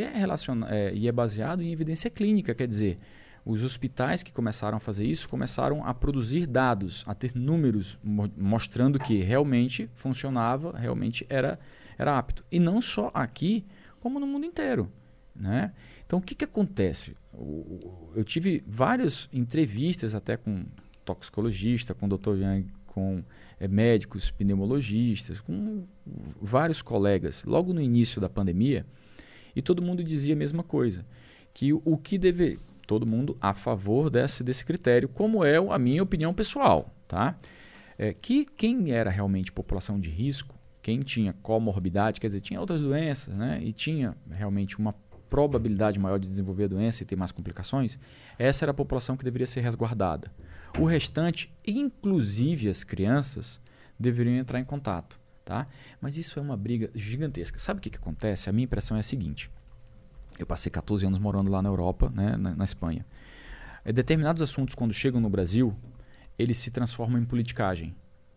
é baseado em evidência clínica, quer dizer... Os hospitais que começaram a fazer isso começaram a produzir dados, a ter números mostrando que realmente funcionava, realmente era apto. E não só aqui, como no mundo inteiro. Né? Então, o que acontece? Eu tive várias entrevistas até com toxicologista, com o Dr. Yang, com médicos, pneumologistas, com vários colegas, logo no início da pandemia, e todo mundo dizia a mesma coisa, que o que deve... Todo mundo a favor desse critério, como é a minha opinião pessoal. Tá? Que quem era realmente população de risco, quem tinha comorbidade, quer dizer, tinha outras doenças, né? E tinha realmente uma probabilidade maior de desenvolver a doença e ter mais complicações, essa era a população que deveria ser resguardada. O restante, inclusive as crianças, deveriam entrar em contato. Tá? Mas isso é uma briga gigantesca. Sabe o que acontece? A minha impressão é a seguinte. Eu passei 14 anos morando lá na Europa, né, na Espanha. Determinados assuntos, quando chegam no Brasil, eles se transformam em politicagem.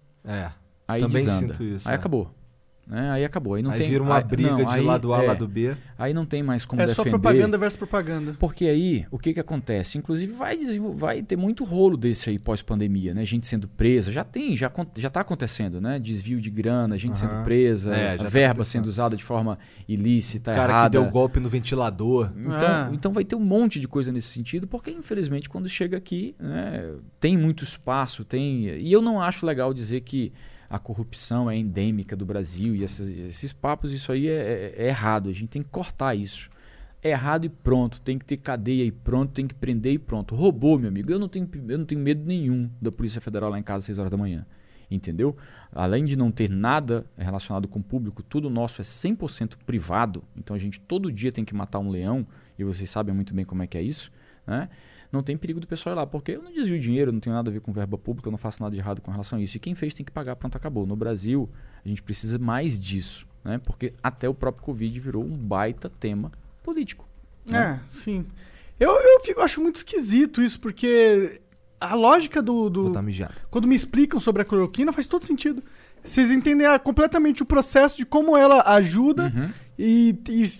Aí também desanda. sinto isso. Aí acabou. Aí acabou. Aí não tem, vira uma briga de lado A, lado B. Aí não tem mais como É defender. só propaganda versus propaganda. Porque aí, o que acontece? Inclusive, vai ter muito rolo desse aí pós-pandemia, né? Gente sendo presa. Já tá acontecendo, né? Desvio de grana, gente sendo presa, a verba sendo usada de forma ilícita, cara errada. Que deu golpe no ventilador. Então vai ter um monte de coisa nesse sentido, porque infelizmente quando chega aqui, né, tem muito espaço, e eu não acho legal dizer que a corrupção é endêmica do Brasil e esses papos, isso aí é errado. A gente tem que cortar isso. É errado e pronto. Tem que ter cadeia e pronto, tem que prender e pronto. Roubou, meu amigo. Eu não tenho medo nenhum da Polícia Federal lá em casa às 6 horas da manhã. Entendeu? Além de não ter nada relacionado com o público, tudo nosso é 100% privado. Então a gente todo dia tem que matar um leão, e vocês sabem muito bem como é que é isso, né? Não tem perigo do pessoal ir lá, porque eu não desvio dinheiro, não tenho nada a ver com verba pública, eu não faço nada de errado com relação a isso. E quem fez tem que pagar, pronto, acabou. No Brasil, a gente precisa mais disso, né? Porque até o próprio Covid virou um baita tema político. Né? Sim. Eu acho muito esquisito isso, porque a lógica Vou dar mijada. Quando me explicam sobre a cloroquina, faz todo sentido. Vocês entendem completamente o processo de como ela ajuda e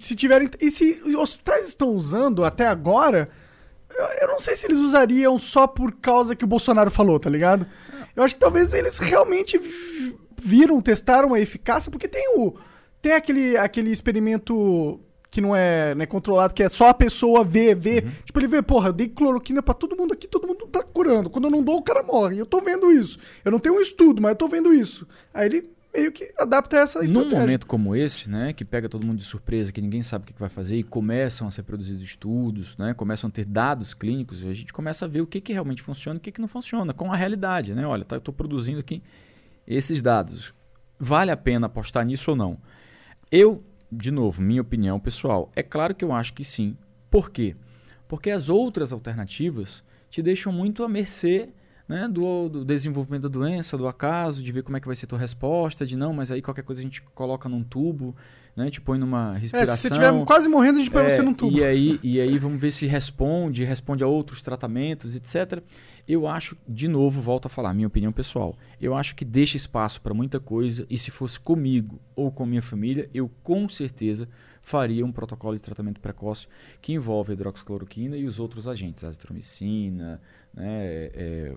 se os hospitais estão usando até agora... Eu não sei se eles usariam só por causa que o Bolsonaro falou, tá ligado? Eu acho que talvez eles realmente testaram a eficácia, porque tem aquele experimento que não é controlado, que é só a pessoa ver. Tipo, ele vê, porra, eu dei cloroquina pra todo mundo aqui, todo mundo tá curando. Quando eu não dou, o cara morre. Eu tô vendo isso. Eu não tenho um estudo, mas eu tô vendo isso. Aí ele meio que adapta essa estratégia. Num momento como esse, né, que pega todo mundo de surpresa, que ninguém sabe o que vai fazer, e começam a ser produzidos estudos, né, começam a ter dados clínicos, a gente começa a ver o que realmente funciona e o que não funciona, com a realidade. Né? Olha, eu estou produzindo aqui esses dados. Vale a pena apostar nisso ou não? Eu, de novo, minha opinião pessoal, é claro que eu acho que sim. Por quê? Porque as outras alternativas te deixam muito à mercê, né, do desenvolvimento da doença, do acaso, de ver como é que vai ser a tua resposta, de não, mas aí qualquer coisa a gente coloca num tubo, né, te põe numa respiração. Se você estiver quase morrendo, a gente põe você num tubo. E aí vamos ver se responde a outros tratamentos, etc. Eu acho, de novo, volto a falar, minha opinião pessoal, eu acho que deixa espaço para muita coisa, e se fosse comigo ou com minha família, eu com certeza faria um protocolo de tratamento precoce que envolve a hidroxicloroquina e os outros agentes, a azitromicina, né,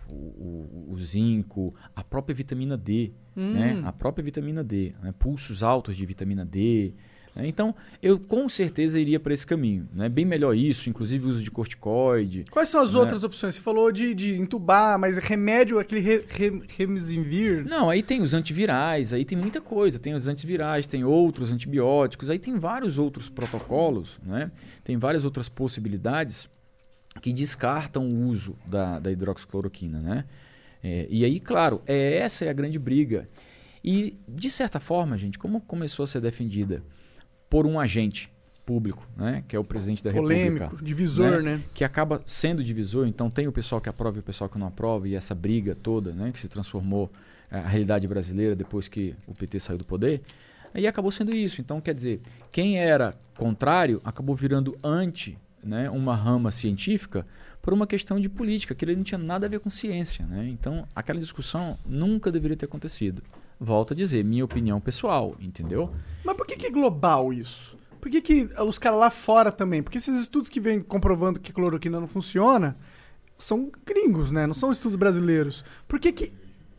o zinco, a própria vitamina D, né? A própria vitamina D, né? Pulsos altos de vitamina D. Né? Então, eu com certeza iria para esse caminho. Né? Bem melhor isso, inclusive o uso de corticoide. Quais são as outras opções? Você falou de entubar, mas remédio, aquele Remdesivir? Não, aí tem os antivirais, aí tem muita coisa. Tem os antivirais, tem outros antibióticos, aí tem vários outros protocolos, né? Tem várias outras possibilidades que descartam o uso da hidroxicloroquina, né? E aí, claro, essa é a grande briga. E, de certa forma, gente, como começou a ser defendida por um agente público, né, que é o presidente da Polêmico, República. divisor, né? Que acaba sendo divisor, então tem o pessoal que aprova e o pessoal que não aprova, e essa briga toda, né, que se transformou a realidade brasileira depois que o PT saiu do poder, aí acabou sendo isso. Então, quer dizer, quem era contrário acabou virando anti, né, uma rama científica por uma questão de política, que ele não tinha nada a ver com ciência. Né? Então, aquela discussão nunca deveria ter acontecido. Volto a dizer, minha opinião pessoal, entendeu? Mas por que é global isso? Por que os caras lá fora também? Porque esses estudos que vêm comprovando que a cloroquina não funciona são gringos, né? Não são estudos brasileiros. Porque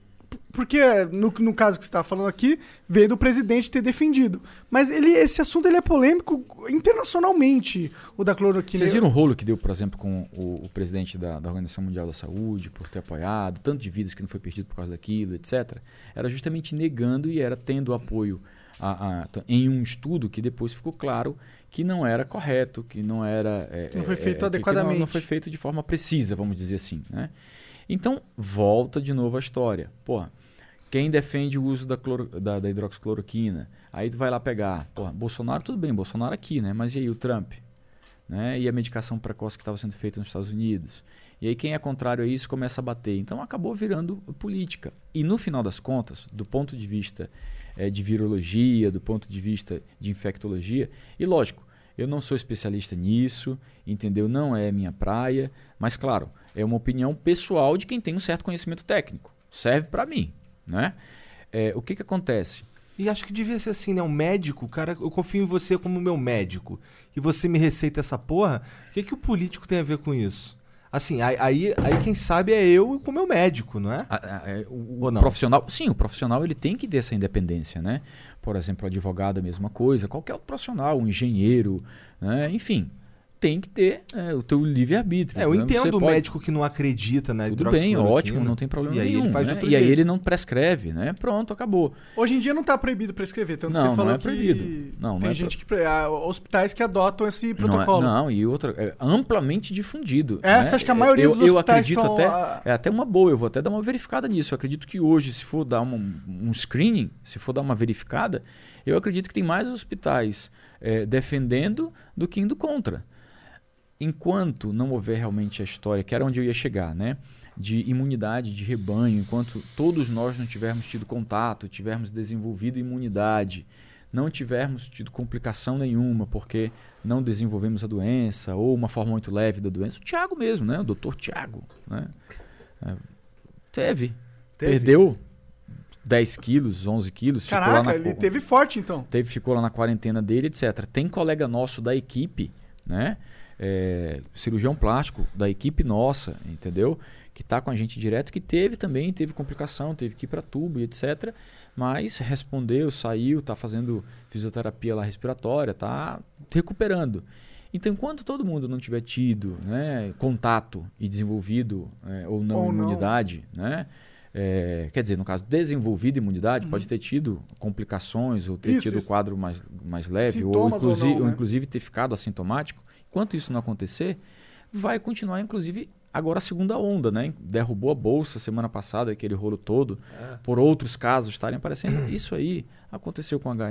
no caso que você estava falando aqui, veio do presidente ter defendido. Mas esse assunto é polêmico internacionalmente, o da cloroquina. Vocês viram o rolo que deu, por exemplo, com o presidente da Organização Mundial da Saúde, por ter apoiado, tanto de vidas que não foi perdido por causa daquilo, etc. Era justamente negando e era tendo apoio em um estudo que depois ficou claro que não era correto, que não era... não foi feito adequadamente. Que não foi feito de forma precisa, vamos dizer assim, né? Então, volta de novo a história. Porra, Quem defende o uso da hidroxicloroquina? Aí tu vai lá pegar. Porra, Bolsonaro, tudo bem, Bolsonaro aqui, né? Mas e aí o Trump? Né? E a medicação precoce que estava sendo feita nos Estados Unidos? E aí quem é contrário a isso começa a bater. Então acabou virando política. E no final das contas, do ponto de vista de virologia, do ponto de vista de infectologia, e lógico, eu não sou especialista nisso, entendeu? Não é minha praia, mas claro, é uma opinião pessoal de quem tem um certo conhecimento técnico. Serve para mim, né? O que acontece? E acho que devia ser assim, né? Um médico, cara, eu confio em você como meu médico. E você me receita essa porra, o que o político tem a ver com isso? Assim, aí quem sabe é eu com o meu médico, não é? O profissional, sim, o profissional ele tem que ter essa independência, né? Por exemplo, o advogado a mesma coisa, qualquer outro profissional, um engenheiro, né? Enfim, tem que ter o teu livre-arbítrio. Eu né? entendo o médico que não acredita na hidroxicloroquina. Tudo bem, ótimo, não tem problema nenhum. Ele faz né? de outro E aí jeito. ele não prescreve, né? Pronto, acabou. Hoje em dia não está proibido prescrever, tanto não, você falou não é que proibido. tem gente que hospitais que adotam esse protocolo. Não, e outra, é amplamente difundido. Né? Você acha que a maioria dos hospitais acredito é até uma boa, eu vou até dar uma verificada nisso. Eu acredito que hoje, se for dar um screening, se for dar uma verificada, eu acredito que tem mais hospitais defendendo do que indo contra. Enquanto não houver realmente a história, que era onde eu ia chegar, né? De imunidade de rebanho, enquanto todos nós não tivermos tido contato, tivermos desenvolvido imunidade, não tivermos tido complicação nenhuma porque não desenvolvemos a doença ou uma forma muito leve da doença, o Thiago mesmo, né? O doutor Thiago, né? Teve. Perdeu 10 quilos, 11 quilos. Caraca, ele teve forte então. Ficou lá na quarentena dele, etc. Tem colega nosso da equipe, né? Cirurgião plástico da equipe nossa, entendeu? Que está com a gente direto, que teve complicação, teve que ir para tubo e etc. Mas respondeu, saiu, está fazendo fisioterapia lá respiratória, está recuperando. Então, enquanto todo mundo não tiver tido, né, contato e desenvolvido ou não imunidade, né? Quer dizer, no caso, desenvolvido imunidade, pode ter tido complicações ou ter tido quadro mais leve, ou inclusive ter ficado assintomático. Enquanto isso não acontecer, vai continuar, inclusive, agora a segunda onda, né? Derrubou a bolsa semana passada, aquele rolo todo, por outros casos estarem aparecendo. Isso aí aconteceu com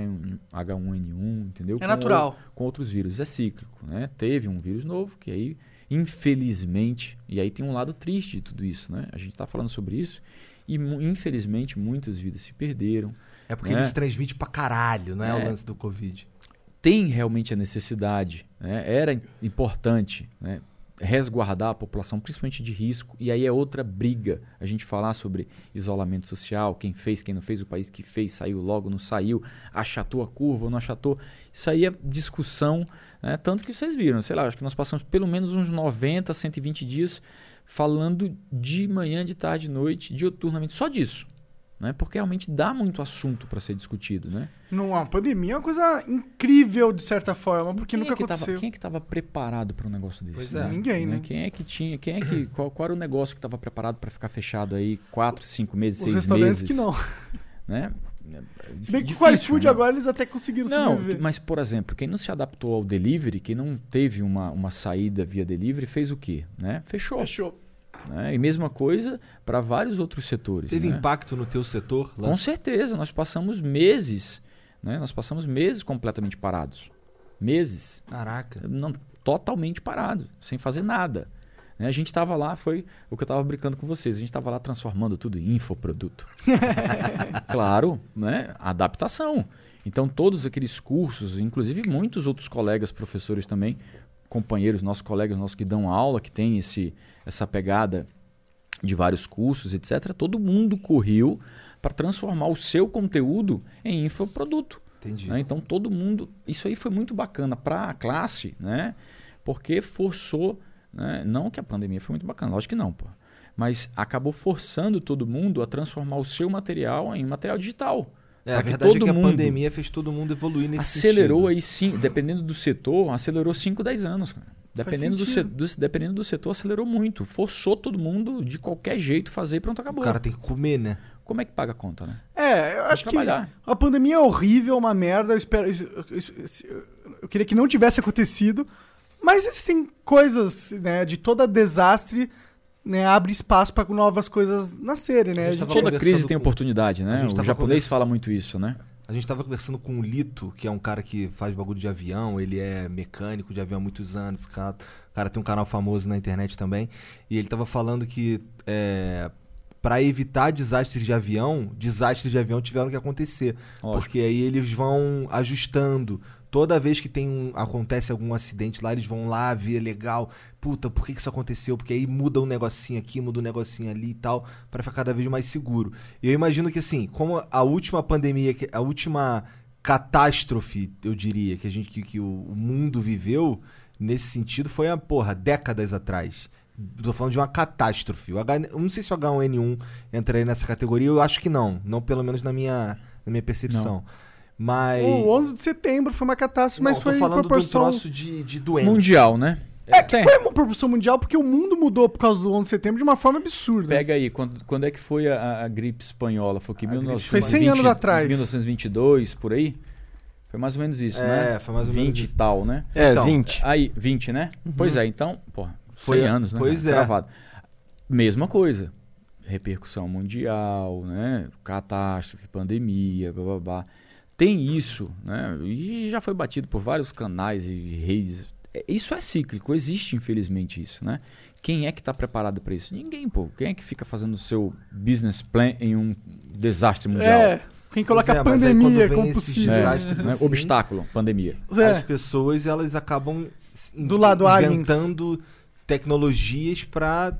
H1N1, entendeu? Natural. Com outros vírus, é cíclico, né? Teve um vírus novo que aí, infelizmente, e aí tem um lado triste de tudo isso, né? A gente está falando sobre isso e, infelizmente, muitas vidas se perderam. É porque ele se transmite pra caralho, não é o lance do Covid. Tem realmente a necessidade, né? Era importante, né, resguardar a população, principalmente de risco, e aí é outra briga a gente falar sobre isolamento social, quem fez, quem não fez, o país que fez, saiu logo, não saiu, achatou a curva ou não achatou. Isso aí é discussão, né? Tanto que vocês viram, sei lá, acho que nós passamos pelo menos uns 90, 120 dias falando de manhã, de tarde, de noite, diuturnamente, só disso. Né? Porque realmente dá muito assunto para ser discutido, né? A pandemia é uma coisa incrível, de certa forma, porque nunca aconteceu. Quem é que estava preparado para um negócio desse? Pois né? Ninguém, né? Quem é que tinha? Qual era o negócio que estava preparado para ficar fechado aí 4, 5 meses, 6 meses? Os restaurantes que não. Né? Se bem que com o iFood agora eles até conseguiram sobreviver. Mas, por exemplo, quem não se adaptou ao delivery, quem não teve uma saída via delivery, fez o quê? Né? Fechou. Né? E mesma coisa para vários outros setores. Teve impacto no teu setor? Com certeza, nós passamos meses, né? Nós passamos meses completamente parados. Meses. Caraca. Totalmente parados, sem fazer nada. Né? A gente estava lá, foi o que eu estava brincando com vocês, a gente estava lá transformando tudo em infoproduto. Claro, né? Adaptação. Então todos aqueles cursos, inclusive muitos outros colegas, professores também, companheiros, nossos colegas nossos que dão aula, que tem essa pegada de vários cursos, etc. Todo mundo correu para transformar o seu conteúdo em infoproduto. Entendi. Né? Então todo mundo... Isso aí foi muito bacana para a classe, né? Porque forçou... Né? Não que a pandemia foi muito bacana, lógico que não, pô. Mas acabou forçando todo mundo a transformar o seu material em material digital. A verdade é que a pandemia fez todo mundo evoluir nesse acelerou sentido. Aí sim, dependendo do setor, acelerou 5, 10 anos. Cara. Dependendo do setor, acelerou muito. Forçou todo mundo de qualquer jeito fazer e pronto, acabou. O cara tem que comer, né? Como é que paga a conta, né? Eu acho que a pandemia é horrível, uma merda. Eu queria que não tivesse acontecido. Mas existem coisas, né, de todo desastre, né, abre espaço para novas coisas nascerem, né? A gente tava Toda conversando crise tem com- oportunidade, a né? gente O tava japonês conversa- fala muito isso, né? A gente tava conversando com o Lito, que é um cara que faz bagulho de avião, ele é mecânico de avião há muitos anos, o cara tem um canal famoso na internet também, e ele tava falando que para evitar desastres de avião tiveram que acontecer, Lógico. porque aí eles vão ajustando. Toda vez que acontece algum acidente lá, eles vão lá ver, legal, puta, por que isso aconteceu? Porque aí muda um negocinho aqui, muda um negocinho ali e tal, pra ficar cada vez mais seguro. E eu imagino que assim, como a última pandemia, a última catástrofe, eu diria, que o mundo viveu, nesse sentido, foi décadas atrás. Tô falando de uma catástrofe. Eu não sei se o H1N1 entraria nessa categoria, eu acho que não pelo menos na minha percepção. Mas... O 11 de setembro foi uma catástrofe, mas foi tô em falando proporção... do troço de doença. Mundial, né? Que foi uma proporção mundial, porque o mundo mudou por causa do 11 de setembro de uma forma absurda. Pega aí, quando é que foi a gripe espanhola? Foi que Foi 100 anos atrás. 1922, por aí? Foi mais ou menos isso, né? Foi mais ou menos 20 isso. e tal, né? Então, 20. Aí, 20, né? Pois é, então, pô, 100 anos, né? Pois é. Gravado. Mesma coisa. Repercussão mundial, né? Catástrofe, pandemia, blá, blá, blá. Tem isso, né? E já foi batido por vários canais e redes. Isso é cíclico, existe infelizmente isso, né? Quem é que está preparado para isso? Ninguém, pô. Quem é que fica fazendo o seu business plan em um desastre mundial? Quem coloca a Mas aí quando pandemia vem como esses possível. desastres Né? assim, Obstáculo, pandemia. as pessoas elas acabam Do lado inventando tecnologias pra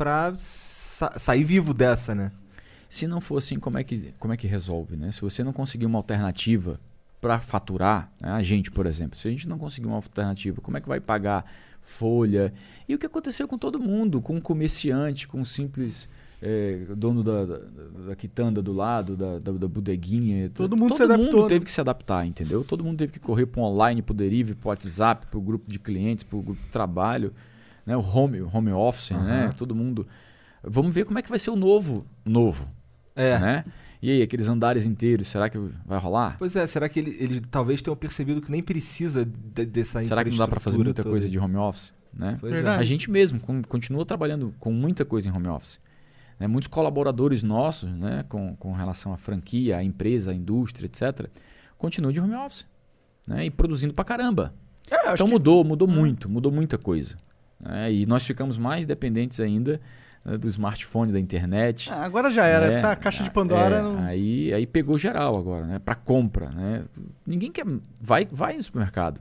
sair vivo dessa, né? Se não for assim, como é que resolve, né? Se você não conseguir uma alternativa para faturar, né? A gente, por exemplo, se a gente não conseguir uma alternativa, como é que vai pagar folha? E o que aconteceu com todo mundo, com um comerciante, com um simples dono da quitanda do lado, da bodeguinha. Todo mundo se adaptou, Todo mundo né? teve que se adaptar, entendeu? Todo mundo teve que correr para o online, para o delivery, para o WhatsApp, para o grupo de clientes, para o grupo de trabalho, né? O home office, né? Todo mundo... Vamos ver como é que vai ser o novo. Né? E aí, aqueles andares inteiros, será que vai rolar? Pois é, será que eles talvez tenham percebido que nem precisa dessa Será que não dá para fazer muita toda? coisa de home office? Né? Pois Verdade. A gente mesmo continua trabalhando com muita coisa em home office. Né? Muitos colaboradores nossos, né? com relação à franquia, à empresa, à indústria, etc., continuam de home office. Né? E produzindo pra caramba. Então mudou muito, mudou muita coisa. Né? E nós ficamos mais dependentes ainda, né, do smartphone, da internet. Agora já era, essa caixa de Pandora... não... Aí pegou geral agora, né? Para compra, né? Ninguém quer... Vai no supermercado.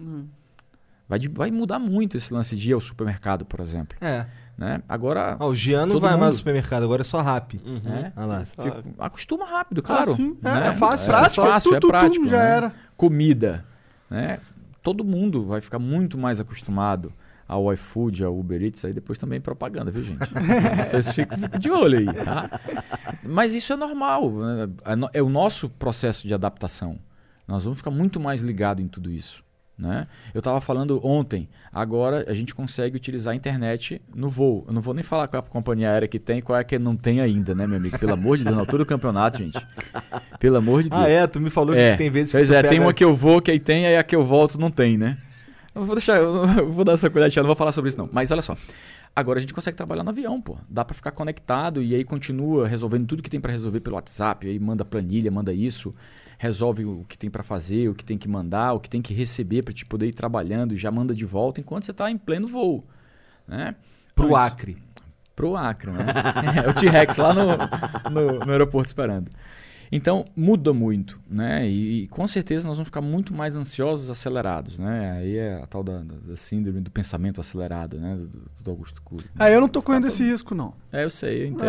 Vai mudar muito esse lance de ir ao supermercado, por exemplo. Né? Agora... O Jean não todo vai mais mundo- ao supermercado, agora é só Rappi. né? Olha lá. Acostuma rápido, claro. sim. Né? É fácil, prático, prático, é prático. já né? era. Comida, né? Todo mundo vai ficar muito mais acostumado ao iFood, ao Uber Eats, aí depois também propaganda, viu, gente? Vocês ficam de olho aí, tá? Mas isso é normal, né? É o nosso processo de adaptação. Nós vamos ficar muito mais ligados em tudo isso, né? Eu estava falando ontem, agora a gente consegue utilizar a internet no voo. Eu não vou nem falar qual é a companhia aérea que tem e qual é que não tem ainda, né, meu amigo? Pelo amor de Deus, na altura do campeonato, gente. Pelo amor de Deus. Tu me falou que tem vezes que Pois tu tem pega- uma que eu vou, que aí tem, aí a que eu volto não tem, né? Eu vou dar essa colher, não vou falar sobre isso não. Mas olha só, agora a gente consegue trabalhar no avião, pô. Dá pra ficar conectado e aí continua resolvendo tudo que tem pra resolver pelo WhatsApp, aí manda planilha, manda isso, resolve o que tem pra fazer, o que tem que mandar, o que tem que receber pra te poder ir trabalhando e já manda de volta enquanto você tá em pleno voo, né? Pro Então, isso- Acre. Pro Acre, né? É o T-Rex lá no aeroporto esperando. Então, muda muito, né? E com certeza nós vamos ficar muito mais ansiosos, acelerados, né? Aí é a tal da síndrome do pensamento acelerado, né? Do Augusto Cury. Eu não tô correndo esse risco, não. Eu sei, eu entendo.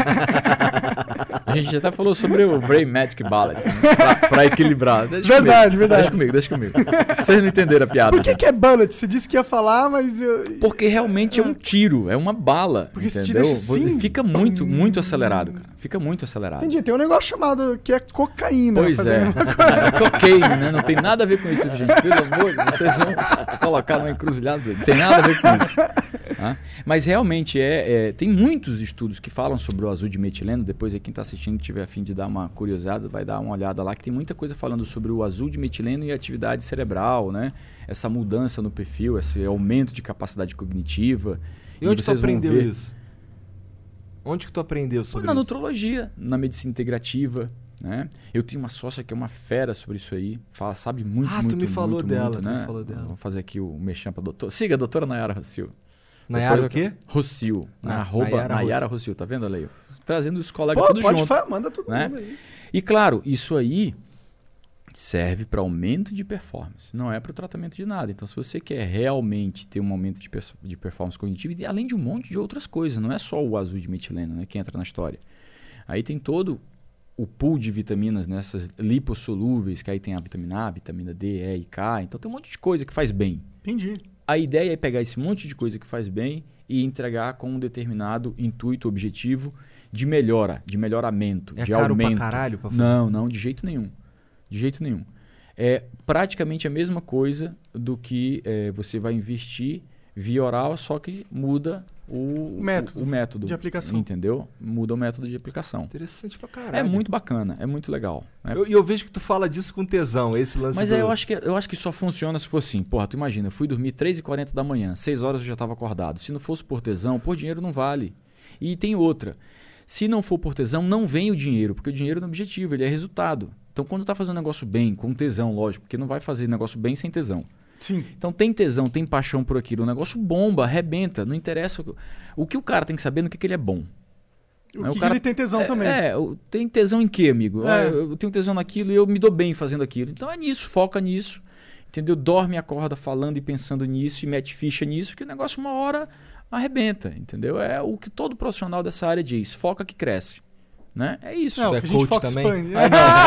A gente já até falou sobre o Brain Magic Ballet, né? pra equilibrar. Verdade. Deixa comigo. Vocês não entenderam a piada. Por que é bullet? Você disse que ia falar, mas... Porque realmente é um tiro, é uma bala, Porque se te entendeu? deixa assim- Fica muito acelerado, cara. Fica muito acelerado. Entendi, tem um negócio chamado que é cocaína. Pois fazer é. a mesma coisa. É cocaine, né? Não tem nada a ver com isso, gente. Pelo amor de Deus, vocês vão colocar numa encruzilhada. Não tem nada a ver com isso. Tá? Mas realmente tem muitos estudos que falam sobre o azul de metileno. Depois aí quem está assistindo tiver a fim de dar uma curiosidade, vai dar uma olhada lá, que tem muita coisa falando sobre o azul de metileno e atividade cerebral, né? Essa mudança no perfil, esse aumento de capacidade cognitiva. E onde tu vocês vão aprendeu ver- isso? Onde que tu aprendeu sobre Na isso? nutrologia, na medicina integrativa, né? Eu tenho uma sócia que é uma fera sobre isso aí. Sabe muito, Ah, muito, tu me falou muito, dela, muito, tu né? me falou dela. Vou fazer aqui o mexão pra doutora. Siga a doutora Nayara Rossio. Nayara o Depois quê? Rossio. Nayara Nayara Rossio, tá vendo, Ale? Trazendo os colegas Pô, tudo pode junto. manda todo né? mundo aí. E claro, isso aí serve para aumento de performance, não é para o tratamento de nada. Então, se você quer realmente ter um aumento de performance cognitiva, e além de um monte de outras coisas, não é só o azul de metileno, né, que entra na história. Aí tem todo o pool de vitaminas nessas lipossolúveis, que aí tem a vitamina A, vitamina D, E e K. Então, tem um monte de coisa que faz bem. Entendi. A ideia é pegar esse monte de coisa que faz bem e entregar com um determinado intuito, objetivo de melhora, de melhoramento, É de caro aumento. pra caralho pra fazer? Não, de jeito nenhum. De jeito nenhum. É praticamente a mesma coisa do que você vai investir via oral, só que muda o método de aplicação. Entendeu? Muda o método de aplicação. Interessante pra caralho. É muito bacana, é muito legal. Né? Eu vejo que tu fala disso com tesão, esse lance Mas do... eu acho que só funciona se for assim. Porra, tu imagina, eu fui dormir 3h40 da manhã, 6 horas eu já estava acordado. Se não fosse por tesão, por dinheiro não vale. E tem outra. Se não for por tesão, não vem o dinheiro, porque o dinheiro não é objetivo, ele é resultado. Então, quando tá fazendo um negócio bem, com tesão, lógico, porque não vai fazer negócio bem sem tesão. Sim. Então, tem tesão, tem paixão por aquilo, o negócio bomba, arrebenta, não interessa. O que o cara tem que saber no que ele é bom. O que ele tem tesão também. Tem tesão em quê, amigo? É. Eu tenho tesão naquilo e eu me dou bem fazendo aquilo. Então, é nisso, foca nisso, entendeu? Dorme, acorda falando e pensando nisso e mete ficha nisso, que o negócio uma hora arrebenta, entendeu? É o que todo profissional dessa área diz, foca que cresce. Né? É isso. Não, Tu é que a gente coach foca também? expande.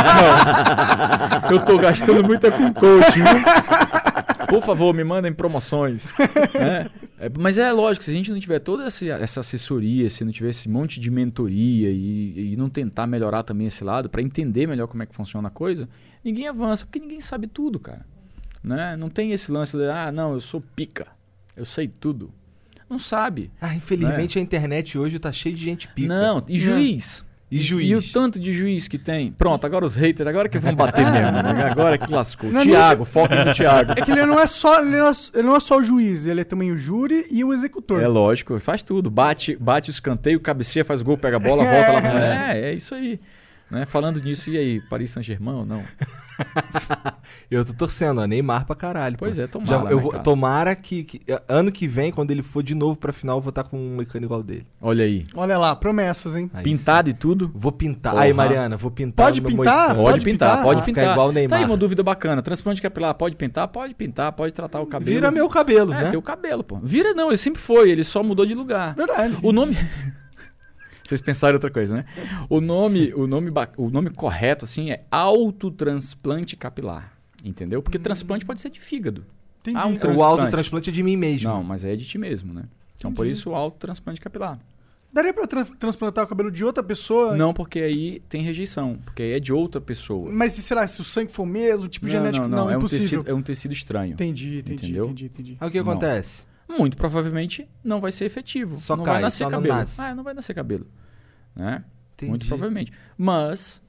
Não. Eu tô gastando muita com coaching. Viu? Por favor, me mandem promoções. Né? Mas é lógico, se a gente não tiver toda essa assessoria, se não tiver esse monte de mentoria e não tentar melhorar também esse lado, para entender melhor como é que funciona a coisa, ninguém avança, porque ninguém sabe tudo, cara. Né? Não tem esse lance de, não, eu sou pica, eu sei tudo. Não sabe. Infelizmente a internet hoje tá cheia de gente pica. Não, e juiz. E juiz. E o tanto de juiz que tem. Pronto, agora os haters, agora que vão bater mesmo. Né? Agora que lascou. Não, Tiago, foca no Tiago. É que ele não é só o juiz, ele é também o júri e o executor. É lógico, faz tudo. Bate o escanteio, cabeceia, faz gol, pega a bola, volta lá. É isso aí. Né? Falando nisso, e aí, Paris Saint-Germain ou não? Eu tô torcendo, Neymar pra caralho. Pois pô. é, tomara. Tomara que ano que vem, quando ele for de novo pra final, eu vou estar com um mecânico igual dele. Olha aí. Olha lá, promessas, hein? Aí Pintado e tudo? Vou pintar. Porra. Aí, Mariana, vou pintar. Pode o meu pintar? moicano. Pode pintar, pode Ficar pintar. igual o Neymar. Tá aí uma dúvida bacana. Transplante capilar, pode pintar? Pode pintar, pode tratar o cabelo. Vira meu cabelo, né? Teu cabelo, pô. Vira não, ele sempre foi, ele só mudou de lugar. Verdade. O nome... Vocês pensaram em outra coisa, né? O nome correto, assim, é autotransplante capilar. Entendeu? Porque transplante pode ser de fígado. Entendi. Um O transplante. autotransplante é de mim mesmo. Não, mas é de ti mesmo, né? Então, por isso, o autotransplante capilar. Daria pra transplantar o cabelo de outra pessoa? Não, porque aí tem rejeição. Porque aí é de outra pessoa. Mas, sei lá, se o sangue for o mesmo, tipo genético, não, é impossível. É um tecido estranho. Entendi. Entendeu? Entendi. Aí o que Não. acontece? Muito provavelmente não vai ser efetivo. Só não cai, vai nascer só não cabelo. nasce. Não vai nascer cabelo. Né? Entendi. Muito provavelmente. Mas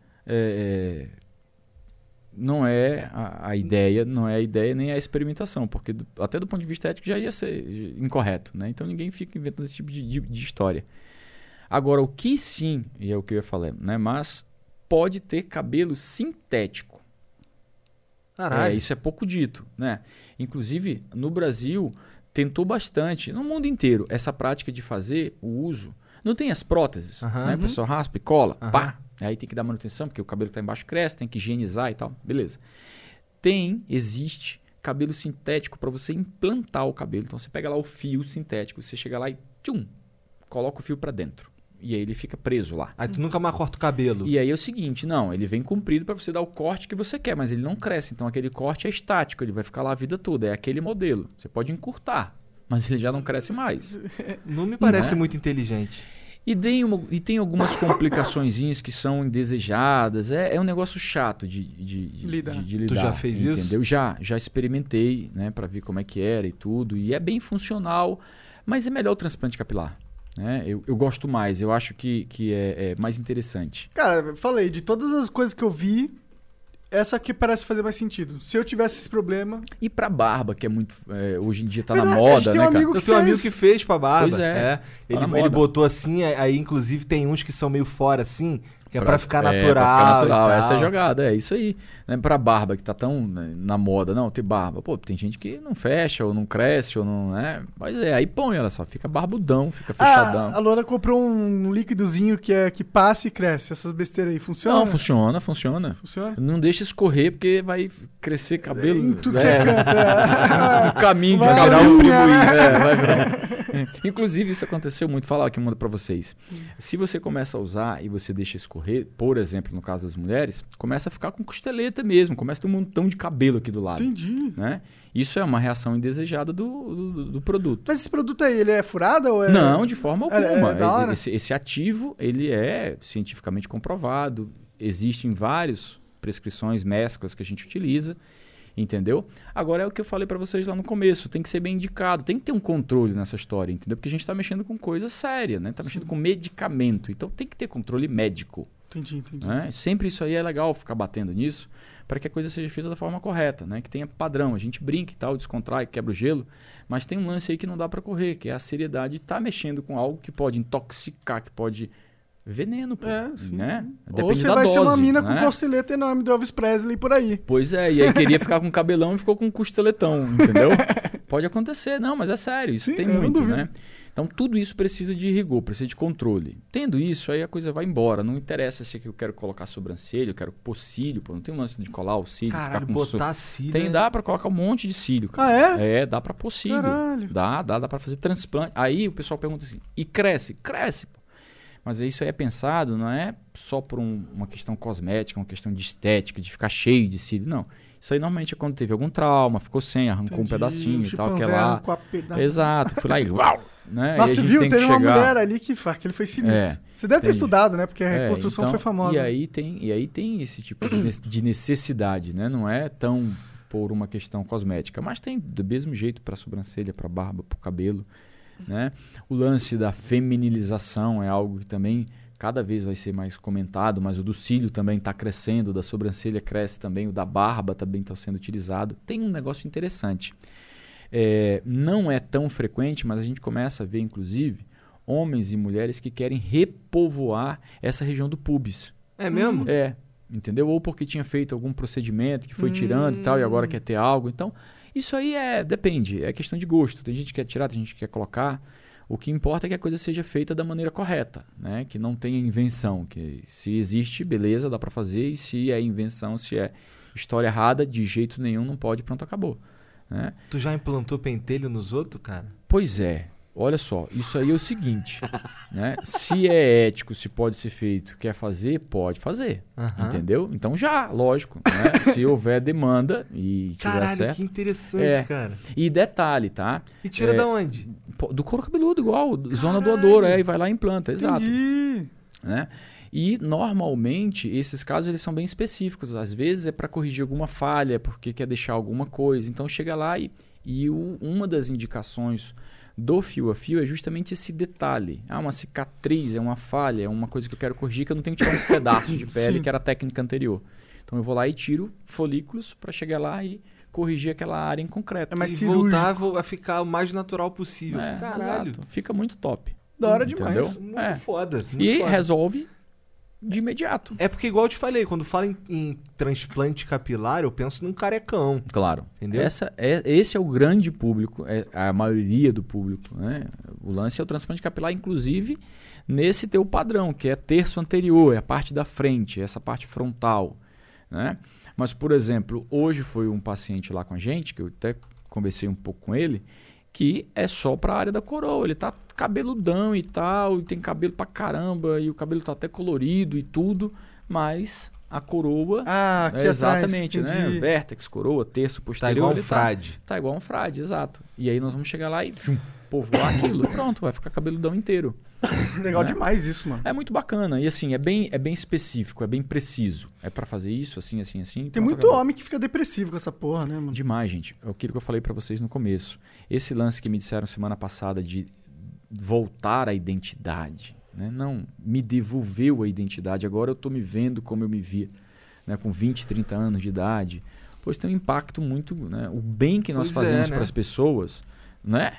não é a ideia, não é a ideia nem a experimentação, porque até do ponto de vista ético já ia ser incorreto, né? Então ninguém fica inventando esse tipo de história. Agora, o que sim, e é o que eu ia falar, né? Mas pode ter cabelo sintético. Caralho. Isso é pouco dito, né? Inclusive, no Brasil, tentou bastante, no mundo inteiro, essa prática de fazer o uso. Não tem as próteses, né? O pessoal raspa e cola, pá. Aí tem que dar manutenção, porque o cabelo que está embaixo cresce, tem que higienizar e tal. Beleza. Existe cabelo sintético para você implantar o cabelo. Então, você pega lá o fio sintético, você chega lá e coloca o fio para dentro. E aí ele fica preso lá. Aí tu nunca mais corta o cabelo. E aí é o seguinte, não, ele vem comprido para você dar o corte que você quer, mas ele não cresce. Então, aquele corte é estático, ele vai ficar lá a vida toda. É aquele modelo. Você pode encurtar, mas ele já não cresce mais. Não me parece Né? muito inteligente. E tem algumas complicaçõezinhas que são indesejadas. É um negócio chato de lidar. Tu já fez isso? Entendeu? Já experimentei, né, para ver como é que era e tudo. E é bem funcional, mas é melhor o transplante capilar. Né? Eu gosto mais, eu acho que é mais interessante. Cara, eu falei, de todas as coisas que eu vi, Essa aqui parece fazer mais sentido. Se eu tivesse esse problema... E pra barba, que é muito... hoje em dia tá Verdade, na a gente moda, tem né, um cara? amigo Eu que tenho um fez. amigo que fez pra barba. Pois é. Tá na Ele moda. botou assim, aí inclusive tem uns que são meio fora assim, que é pra ficar Pra natural. ficar natural. e Essa é a tal. jogada, é isso aí. Né? Pra barba, que tá tão na moda, não, ter barba. Pô, tem gente que não fecha, ou não cresce, ou não, né? Mas aí põe, olha só, fica barbudão, fica fechadão. A Lona comprou um líquidozinho que passa e cresce. Essas besteiras aí, funciona? Não, funciona. Funciona? Não deixa escorrer, porque vai crescer cabelo. Em tudo que é canto. No caminho de Vai cabelo. virar um primo isso. Vai virar. Inclusive, isso aconteceu muito. Falar aqui, manda pra vocês. Se você começa a usar e você deixa escorrer, por exemplo, no caso das mulheres, começa a ficar com costeleta mesmo, começa a ter um montão de cabelo aqui do lado. Entendi. Né? Isso é uma reação indesejada do produto. Mas esse produto aí, ele é furado ou é... Não, de forma alguma. É da hora. Esse ativo, ele é cientificamente comprovado. Existem várias prescrições, mesclas que a gente utiliza, entendeu? Agora é o que eu falei para vocês lá no começo, tem que ser bem indicado, tem que ter um controle nessa história, entendeu? Porque a gente está mexendo com coisa séria, né? Tá mexendo com medicamento, então tem que ter controle médico. Entendi. Né? Sempre isso aí é legal ficar batendo nisso para que a coisa seja feita da forma correta, né? Que tenha padrão. A gente brinca e tal, descontrai, quebra o gelo, mas tem um lance aí que não dá para correr, que é a seriedade de estar mexendo com algo que pode intoxicar, que pode veneno, pô, sim. né? Ou Depende você da vai dose, ser uma mina né? com costeleta enorme do Elvis Presley por aí. Pois é, e aí queria ficar com cabelão e ficou com costeletão, entendeu? Pode acontecer, não, mas é sério, isso Sim, tem eu não muito, duvido. né? Então tudo isso precisa de rigor, precisa de controle. Tendo isso, aí a coisa vai embora. Não interessa se eu quero colocar sobrancelha, eu quero pôr cílio, pô. Não tem um lance de colar o cílio, Caralho, ficar com botar cílio. Dá pra colocar um monte de cílio, cara. Ah, é? É, dá pra pôr cílio. Caralho. Dá pra fazer transplante. Aí o pessoal pergunta assim, e cresce? Cresce, pô. Mas isso aí é pensado, não é só por uma questão cosmética, uma questão de estética, de ficar cheio de cílio, não. Isso aí normalmente é quando teve algum trauma, ficou sem, arrancou um Entendi. pedacinho O e tal, que é chimpanzé lá. arrancou a pedaço. Exato, fui lá e uau! Né? Nossa, e a você gente viu? tem Teve que uma chegar... mulher ali que aquele foi sinistro. É, Você deve ter entendi. estudado, né? Porque a reconstrução então, foi famosa. E aí tem esse tipo de necessidade, né? Não é tão por uma questão cosmética, mas tem do mesmo jeito para sobrancelha, para barba, para o cabelo, né? O lance da feminilização é algo que também cada vez vai ser mais comentado, mas o do cílio também está crescendo, o da sobrancelha cresce também, o da barba também está sendo utilizado. Tem um negócio interessante. Não é tão frequente, mas a gente começa a ver, inclusive, homens e mulheres que querem repovoar essa região do pubis. É mesmo? Entendeu? Ou porque tinha feito algum procedimento que foi tirando e tal, e agora quer ter algo. Então, isso aí depende, é questão de gosto. Tem gente que quer tirar, tem gente que quer colocar. O que importa é que a coisa seja feita da maneira correta, né? Que não tenha invenção. Que se existe, beleza, dá para fazer. E se é invenção, se é história errada, de jeito nenhum, não pode, pronto, acabou. Né? Tu já implantou pentelho nos outros, cara? Pois é. Olha só, isso aí é o seguinte, né? Se é ético, se pode ser feito, quer fazer, pode fazer, entendeu? Então lógico, né? Se houver demanda e tiver Caralho, certo. que interessante, cara. E detalhe, tá? E tira da onde? Do couro cabeludo, igual, zona doadora, e vai lá e implanta, exato. Entendi. Né? E normalmente esses casos eles são bem específicos, às vezes é para corrigir alguma falha, porque quer deixar alguma coisa, então chega lá uma das indicações do fio a fio é justamente esse detalhe. Uma cicatriz, é uma falha, é uma coisa que eu quero corrigir, que eu não tenho que tirar um pedaço de pele, Sim. que era a técnica anterior. Então eu vou lá e tiro folículos para chegar lá e corrigir aquela área em concreto. É mais E cirúrgico. voltar a ficar o mais natural possível. Caralho. Exato. Fica muito top. Da hora Entendeu? demais. Muito foda. Muito E foda. resolve de imediato. É porque, igual eu te falei, quando fala em transplante capilar, eu penso num carecão. Claro. Entendeu? Esse é o grande público, é a maioria do público. Né? O lance é o transplante capilar, inclusive, nesse teu padrão, que é terço anterior, é a parte da frente, essa parte frontal. Né? Mas, por exemplo, hoje foi um paciente lá com a gente, que eu até conversei um pouco com ele, que é só para a área da coroa. Ele tá cabeludão e tal, e tem cabelo pra caramba, e o cabelo tá até colorido e tudo, mas a coroa... Aqui exatamente, atrás, né? entendi. Vértex, coroa, terço Tá posterior. igual um ele frade. Tá igual um frade, exato. E aí nós vamos chegar lá e povoar aquilo. Pronto, vai ficar cabeludão inteiro. Legal Né? demais isso, mano. É muito bacana. E assim, é bem específico, é bem preciso. É pra fazer isso, assim, assim, assim. Tem pronto, muito acabou. homem que fica depressivo com essa porra, né, mano? Demais, gente. É aquilo que eu falei pra vocês no começo. Esse lance que me disseram semana passada de voltar à identidade, né? Não, me devolveu a identidade. Agora eu tô me vendo como eu me via. né, com 20, 30 anos de idade, pois tem um impacto muito, né, o bem que nós Pois é, fazemos né? para as pessoas, né?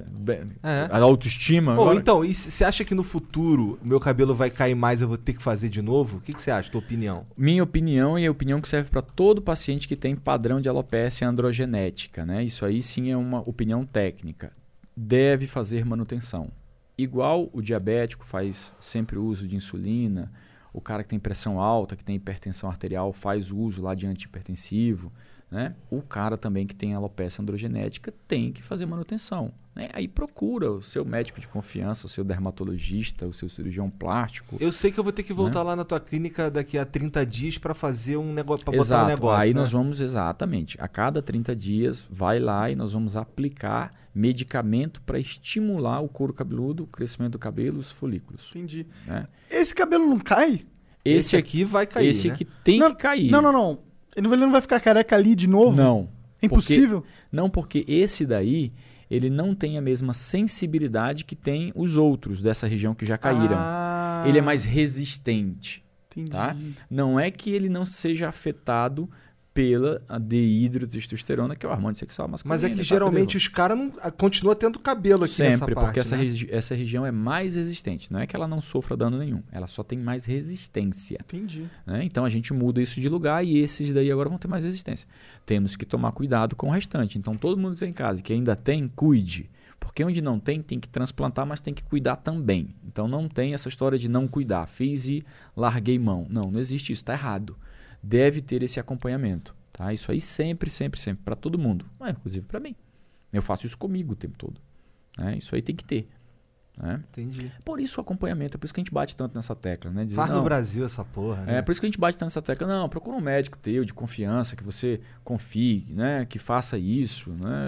A autoestima. Pô, agora- então, e você acha que no futuro o meu cabelo vai cair mais, eu vou ter que fazer de novo? O que você acha, tua opinião? Minha opinião e a opinião que serve para todo paciente que tem padrão de alopecia androgenética, né? Isso aí sim é uma opinião técnica. Deve fazer manutenção. Igual o diabético faz sempre uso de insulina, o cara que tem pressão alta, que tem hipertensão arterial, faz uso lá de antihipertensivo, né? O cara também que tem alopecia androgenética tem que fazer manutenção, né? Aí procura o seu médico de confiança, o seu dermatologista, o seu cirurgião plástico. Eu sei que eu vou ter que voltar lá na tua clínica daqui a 30 dias pra fazer um negócio, pra botar um Exato. negócio, Aí né? nós vamos, exatamente, a cada 30 dias, vai lá e nós vamos aplicar medicamento para estimular o couro cabeludo, o crescimento do cabelo, os folículos. Entendi. Né? Esse cabelo não cai? Esse aqui vai cair, esse né? aqui tem Não, que cair. Não. Ele não vai ficar careca ali de novo? Não. É impossível? Não, porque esse daí, ele não tem a mesma sensibilidade que tem os outros dessa região que já caíram. Ah, Ele é mais resistente. entendi. Tá? Não é que ele não seja afetado pela dehidrotestosterona, que é o hormônio sexual masculino. Mas é que tá? geralmente os caras continuam tendo cabelo aqui nessa Sempre, parte, porque essa, né? essa região é mais resistente. Não é que ela não sofra dano nenhum, ela só tem mais resistência. Entendi. Né? Então a gente muda isso de lugar e esses daí agora vão ter mais resistência. Temos que tomar cuidado com o restante. Então todo mundo que tem em casa que ainda tem, cuide. Porque onde não tem que transplantar, mas tem que cuidar também. Então não tem essa história de não cuidar. Fiz e larguei mão. Não existe isso, está errado. Deve ter esse acompanhamento. Tá? Isso aí sempre, para todo mundo. Inclusive para mim. Eu faço isso comigo o tempo todo. Né? Isso aí tem que ter. Né? Entendi. Por isso o acompanhamento, é por isso que a gente bate tanto nessa tecla. Né? Dizer, Faz no não, Brasil essa porra, né? é por isso que a gente bate tanto nessa tecla. Não, procura um médico teu de confiança, que você confie, né? Que faça isso. Né?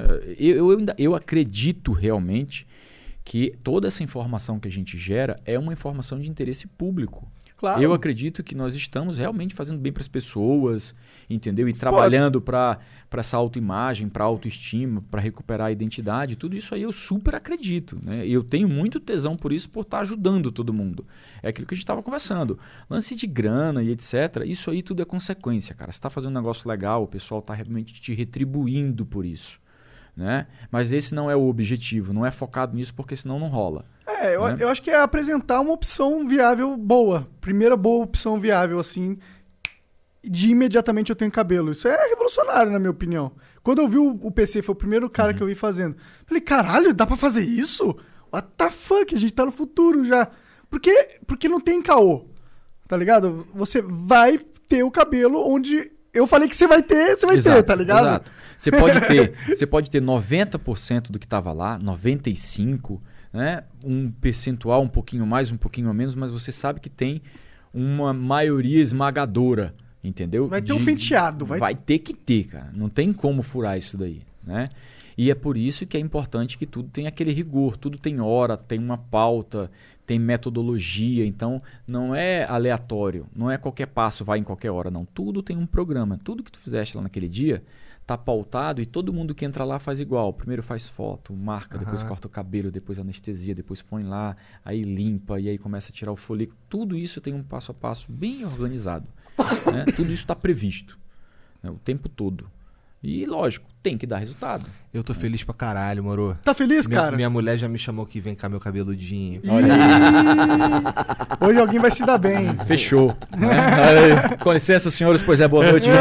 Eu acredito realmente que toda essa informação que a gente gera é uma informação de interesse público. Claro. Eu acredito que nós estamos realmente fazendo bem para as pessoas, entendeu? E trabalhando para essa autoimagem, para autoestima, para recuperar a identidade. Tudo isso aí eu super acredito. Né? E eu tenho muito tesão por isso, por estar ajudando todo mundo. É aquilo que a gente estava conversando. Lance de grana e etc. Isso aí tudo é consequência, cara. Você está fazendo um negócio legal, o pessoal está realmente te retribuindo por isso. Né? Mas esse não é o objetivo. Não é focado nisso, porque senão não rola. Eu acho que é apresentar uma opção viável boa. Primeira boa opção viável, assim, de imediatamente eu tenho cabelo. Isso é revolucionário, na minha opinião. Quando eu vi o PC, foi o primeiro cara que eu vi fazendo. Falei, caralho, dá pra fazer isso? What the fuck? A gente tá no futuro já. Porque não tem caô, tá ligado? Você vai ter o cabelo onde eu falei que você vai ter, tá ligado? Exato. Você pode ter 90% do que estava lá, 95%, né? Um percentual um pouquinho mais, um pouquinho a menos, mas você sabe que tem uma maioria esmagadora, entendeu? Vai ter um penteado. Vai ter que ter, cara. Não tem como furar isso daí, né? E é por isso que é importante que tudo tenha aquele rigor, tudo tem hora, tem uma pauta, tem metodologia, então não é aleatório, não é qualquer passo vai em qualquer hora, não. Tudo tem um programa, tudo que tu fizeste lá naquele dia tá pautado e todo mundo que entra lá faz igual. Primeiro faz foto, marca, depois corta o cabelo, depois anestesia, depois põe lá, aí limpa e aí começa a tirar o folículo. Tudo isso tem um passo a passo bem organizado. Né? Tudo isso está previsto, né? O tempo todo. E lógico, tem que dar resultado. Eu tô feliz pra caralho, moro. Tá feliz, cara? Minha mulher já me chamou que vem cá meu cabeludinho. Olha aí. Hoje alguém vai se dar bem. Fechou. Né? Aí, com licença, senhores, pois é, boa noite.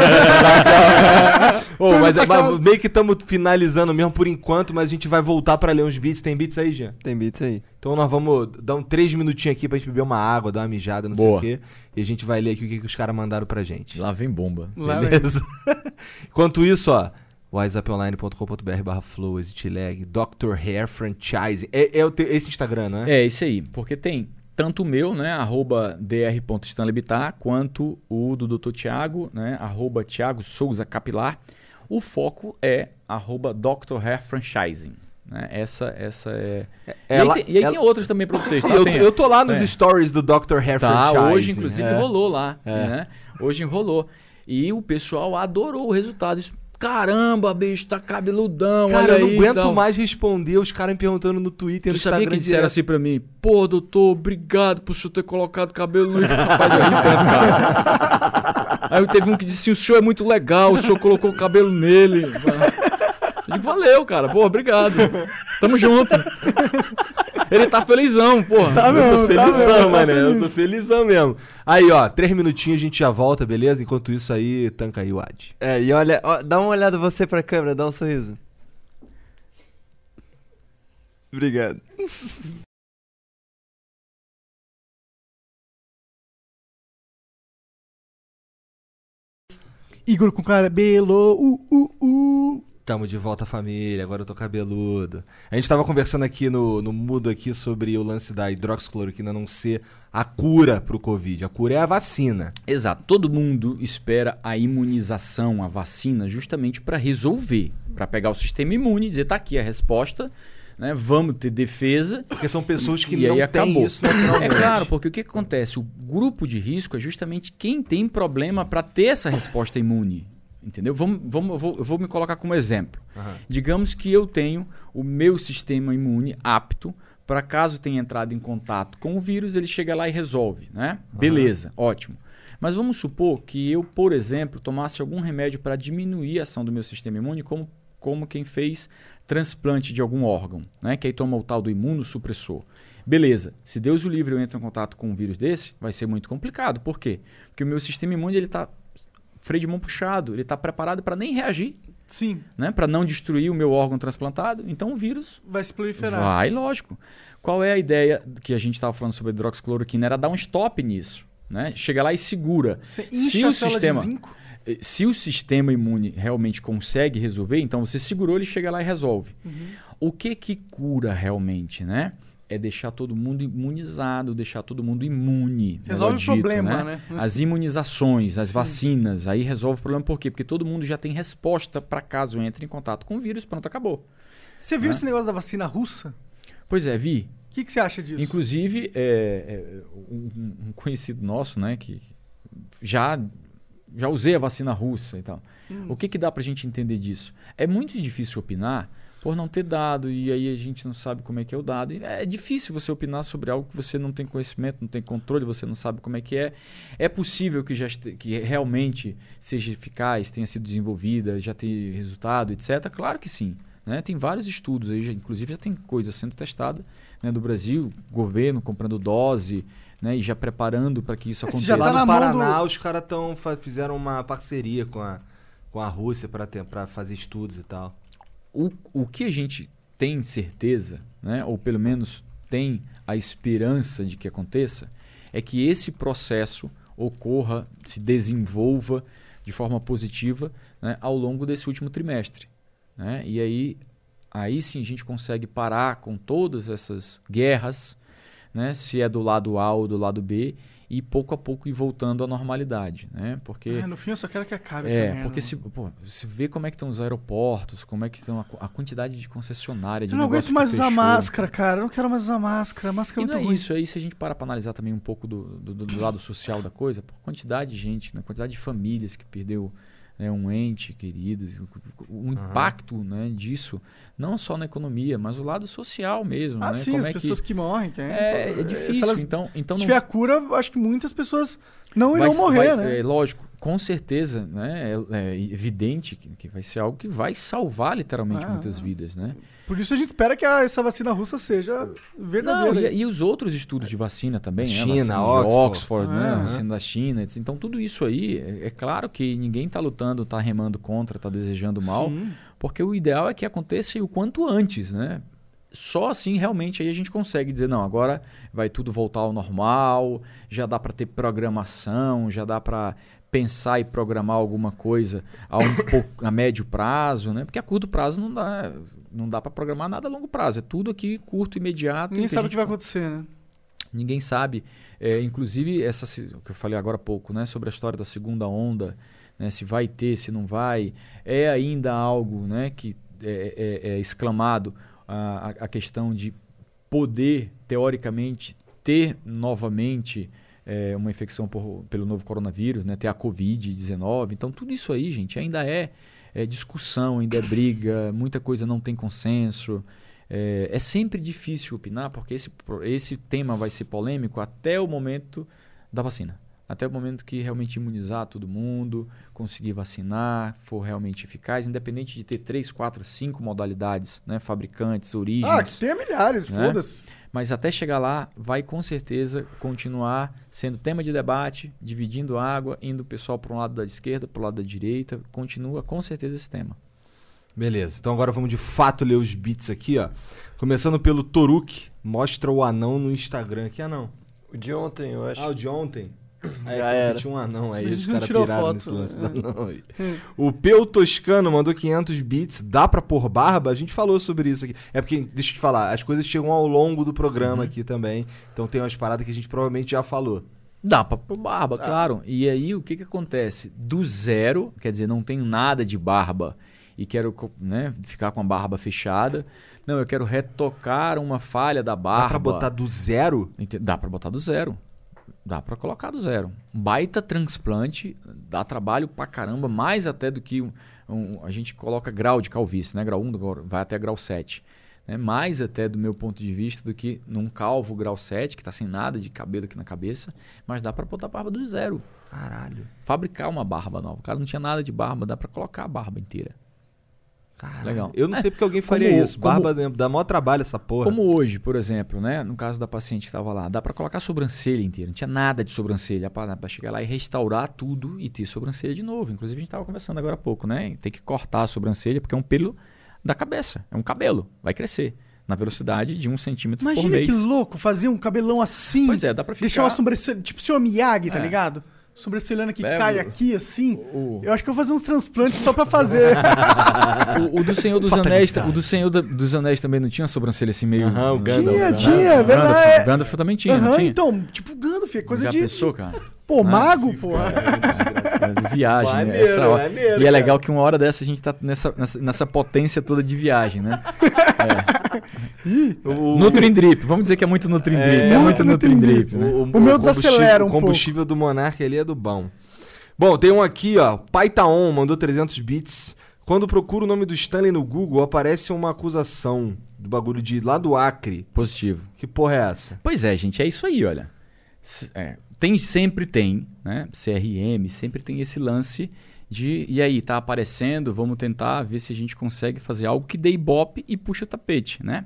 Mas meio que estamos finalizando mesmo por enquanto, mas a gente vai voltar pra ler uns beats. Tem beats aí, Jean? Tem beats aí. Então nós vamos dar 3 minutinhos aqui pra gente beber uma água, dar uma mijada, não Boa. sei o quê. E a gente vai ler aqui o que os caras mandaram pra gente. Lá vem bomba. Beleza? Enquanto isso, ó, wiseuponline.com.br/flow, ExitLag, Dr. Hair Franchising. Esse Instagram, não é? É, isso aí. Porque tem tanto o meu, né, @dr.stanleybitar, quanto o do Dr. Thiago, né, @Thiago Souza Capilar. O foco é @Dr. Hair Franchising. Né? Essa é... E aí tem outros também pra vocês. Tá? Eu tô lá nos stories do Dr. Hair Franchising. Hoje, inclusive, rolou lá. Né? Hoje rolou. E o pessoal adorou o resultado. Isso, Caramba, bicho, tá cabeludão, Cara, olha eu aí. não aguento tal. mais responder os caras me perguntando no Twitter, Tu no sabia Instagram que disseram direto. assim pra mim? Pô, doutor, obrigado por o senhor ter colocado cabelo no... Rapaz, eu ri tanto, cara. Aí teve um que disse assim, o senhor é muito legal, o senhor colocou o cabelo nele. Eu digo, valeu, cara, pô, obrigado. Tamo junto. Ele tá felizão, porra. Tá Eu mesmo, tô felizão, tá mano. Eu feliz. tô felizão mesmo. Aí, ó, 3 minutinhos a gente já volta, beleza? Enquanto isso aí, tanca aí o Ad. E olha, ó, dá uma olhada você pra câmera, dá um sorriso. Obrigado. Igor com cabelo, Tamo de volta, família. Agora eu tô cabeludo. A gente tava conversando aqui no Mudo aqui sobre o lance da hidroxicloroquina não ser a cura pro Covid. A cura é a vacina. Exato. Todo mundo espera a imunização, a vacina, justamente para resolver, para pegar o sistema imune e dizer, tá aqui a resposta, né? Vamos ter defesa. Porque são pessoas que E não aí têm acabou. isso naturalmente. É claro, porque o que acontece? O grupo de risco é justamente quem tem problema para ter essa resposta imune. Entendeu? Eu vou me colocar como exemplo. Digamos que eu tenho o meu sistema imune apto para caso tenha entrado em contato com o vírus, ele chega lá e resolve, né? Beleza, ótimo. Mas vamos supor que eu, por exemplo, tomasse algum remédio para diminuir a ação do meu sistema imune, como quem fez transplante de algum órgão, né? Que aí toma o tal do imunossupressor. Beleza, se Deus o livre eu entro em contato com um vírus desse, vai ser muito complicado. Por quê? Porque o meu sistema imune ele está freio de mão puxado, ele está preparado para nem reagir, sim, né? Para não destruir o meu órgão transplantado. Então o vírus vai se proliferar. vai, lógico. Qual é a ideia que a gente estava falando sobre a hidroxicloroquina? Era dar um stop nisso, né? Chega lá e segura. Você Se incha o a célula sistema- de zinco. Se o sistema imune realmente consegue resolver, então você segurou, ele chega lá e resolve. O que cura realmente, né? É deixar todo mundo imunizado, deixar todo mundo imune. Resolve melhor o problema, né? As imunizações, as vacinas, aí resolve o problema. Por quê? Porque todo mundo já tem resposta para caso entre em contato com o vírus, pronto, acabou. Você viu Né? esse negócio da vacina russa? Pois é, Vi. O que você acha disso? Inclusive, um conhecido nosso, né, que já usei a vacina russa e tal. O que dá pra gente entender disso? É muito difícil opinar por não ter dado, e aí a gente não sabe como é que é o dado. E é difícil você opinar sobre algo que você não tem conhecimento, não tem controle, você não sabe como é que é. É possível que realmente seja eficaz, tenha sido desenvolvida, já tenha resultado, etc. Claro que sim. Né? Tem vários estudos aí, inclusive já tem coisa sendo testada, né, do Brasil, governo comprando dose, né, e já preparando para que isso Esse aconteça. já tá Lá na no mão Paraná, do- os caras fizeram uma parceria com a Rússia pra fazer estudos e tal. O que a gente tem certeza, né, ou pelo menos tem a esperança de que aconteça, é que esse processo ocorra, se desenvolva de forma positiva, né, ao longo desse último trimestre. Né? E aí sim a gente consegue parar com todas essas guerras, né, se é do lado A ou do lado B, e pouco a pouco ir voltando à normalidade. Né? Porque No fim eu só quero que acabe essa merda. porque se vê como é que estão os aeroportos, como é que estão a quantidade de concessionária, de Eu não negócio aguento mais que usar fechou. máscara, cara. Eu não quero mais usar máscara. Máscara E é não muito é ruim. isso, aí se a gente para analisar também um pouco do lado social da coisa, por quantidade de gente, né, quantidade de famílias que perdeu, né, um ente querido, o impacto, né, disso, não só na economia, mas o lado social mesmo. Ah, né? sim, Como as é pessoas que morrem. é difícil. Se elas- Então Se não tiver a cura, eu acho que muitas pessoas não irão morrer, né? lógico, com certeza, né? É evidente que vai ser algo que vai salvar literalmente muitas vidas, né? Por isso a gente espera que essa vacina russa seja verdadeira. Não, e os outros estudos de vacina também, né? China, Vacina de Oxford. Oxford, né? Aham. Vacina da China. Então, tudo isso aí, é claro que ninguém está lutando, está remando contra, está desejando mal, Sim. porque o ideal é que aconteça o quanto antes, né? Só assim realmente aí a gente consegue dizer, não, agora vai tudo voltar ao normal, já dá para ter programação, já dá para pensar e programar alguma coisa a médio prazo, né? Porque a curto prazo não dá para programar nada a longo prazo, é tudo aqui curto, imediato. Ninguém e que sabe a o que gente vai acontecer, né? Ninguém sabe. Inclusive, o que eu falei agora há pouco, né, sobre a história da segunda onda, né, se vai ter, se não vai, é ainda algo, né, que é exclamado a questão de poder, teoricamente, ter novamente uma infecção pelo novo coronavírus, né, ter a Covid-19. Então, tudo isso aí, gente, ainda é discussão, ainda é briga, muita coisa não tem consenso. É sempre difícil opinar, porque esse tema vai ser polêmico até o momento da vacina. Até o momento que realmente imunizar todo mundo, conseguir vacinar, for realmente eficaz, independente de ter 3, 4, 5 modalidades, né? Fabricantes, origens. Que tenha milhares, né? foda-se. Mas até chegar lá, vai com certeza continuar sendo tema de debate, dividindo água, indo o pessoal para um lado da esquerda, para o lado da direita. Continua com certeza esse tema. Beleza, então agora vamos de fato ler os beats aqui, ó. Começando pelo Toruk, mostra o anão no Instagram. Que anão? O de ontem, eu acho. Ah, o de ontem? Aí Já era. tinha um anão aí, A os gente não caras tirou piraram foto, nesse lance né? do anão aí. O Peu Toscano mandou 500 bits. Dá pra pôr barba? A gente falou sobre isso aqui. É porque, deixa eu te falar, as coisas chegam ao longo do programa aqui também. Então tem umas paradas que a gente provavelmente já falou. Dá pra pôr barba, claro. E aí o que acontece? Do zero, quer dizer, não tenho nada de barba e quero, né, ficar com a barba fechada. Não, eu quero retocar uma falha da barba. Dá pra botar do zero? Dá pra botar do zero. Dá pra colocar do zero. Um baita transplante, dá trabalho pra caramba, mais até do que a gente coloca grau de calvície, né? Grau 1 vai até grau 7. Né? Mais até do meu ponto de vista do que num calvo grau 7, que tá sem nada de cabelo aqui na cabeça, mas dá pra botar barba do zero. Caralho. Fabricar uma barba nova. O cara não tinha nada de barba, dá pra colocar a barba inteira. Caralho. Legal. Eu não sei porque alguém faria isso. como- Barba dá maior trabalho essa porra. Como hoje, por exemplo, né? No caso da paciente que estava lá, dá para colocar a sobrancelha inteira. Não tinha nada de sobrancelha. Para chegar lá e restaurar tudo e ter sobrancelha de novo. Inclusive, a gente estava conversando agora há pouco, né? Tem que cortar a sobrancelha porque é um pelo da cabeça. É um cabelo. Vai crescer na velocidade de 1 centímetro por Imagina mês. que louco fazer um cabelão assim. Pois é, dá pra ficar... Deixar uma sobrancelha, tipo o Sr. Miyagi, tá É. ligado? Sobrancelhana que É, cai o- aqui, assim. o- Eu acho que eu vou fazer uns transplantes só pra fazer. O do Senhor dos Anéis, o do Senhor dos Anéis também não tinha sobrancelha assim meio... Aham, o Gandalf. Tinha, é verdade. O Gandalf também tinha, não Aham, tinha? então, tipo Gandalf, é coisa Já de... pensou, cara? Pô, mago, Sim, pô. É, viagem, né? Maneiro, Essa hora. maneiro, E é cara. legal que uma hora dessa a gente tá nessa potência toda de viagem, né? Nutrindrip, vamos dizer que é muito Nutrindrip. É muito Nutrindrip, né? O meu desacelera um O combustível do Monark ali é do bom. Bom, tem um aqui, ó. Paitaon mandou 300 bits. Quando procuro o nome do Stanley no Google, aparece uma acusação do bagulho de lá do Acre. Positivo. Que porra é essa? Pois é, gente, é isso aí, olha. Sempre tem, né? CRM, sempre tem esse lance de... E aí, tá aparecendo, vamos tentar ver se a gente consegue fazer algo que dê ibope e puxa o tapete, né?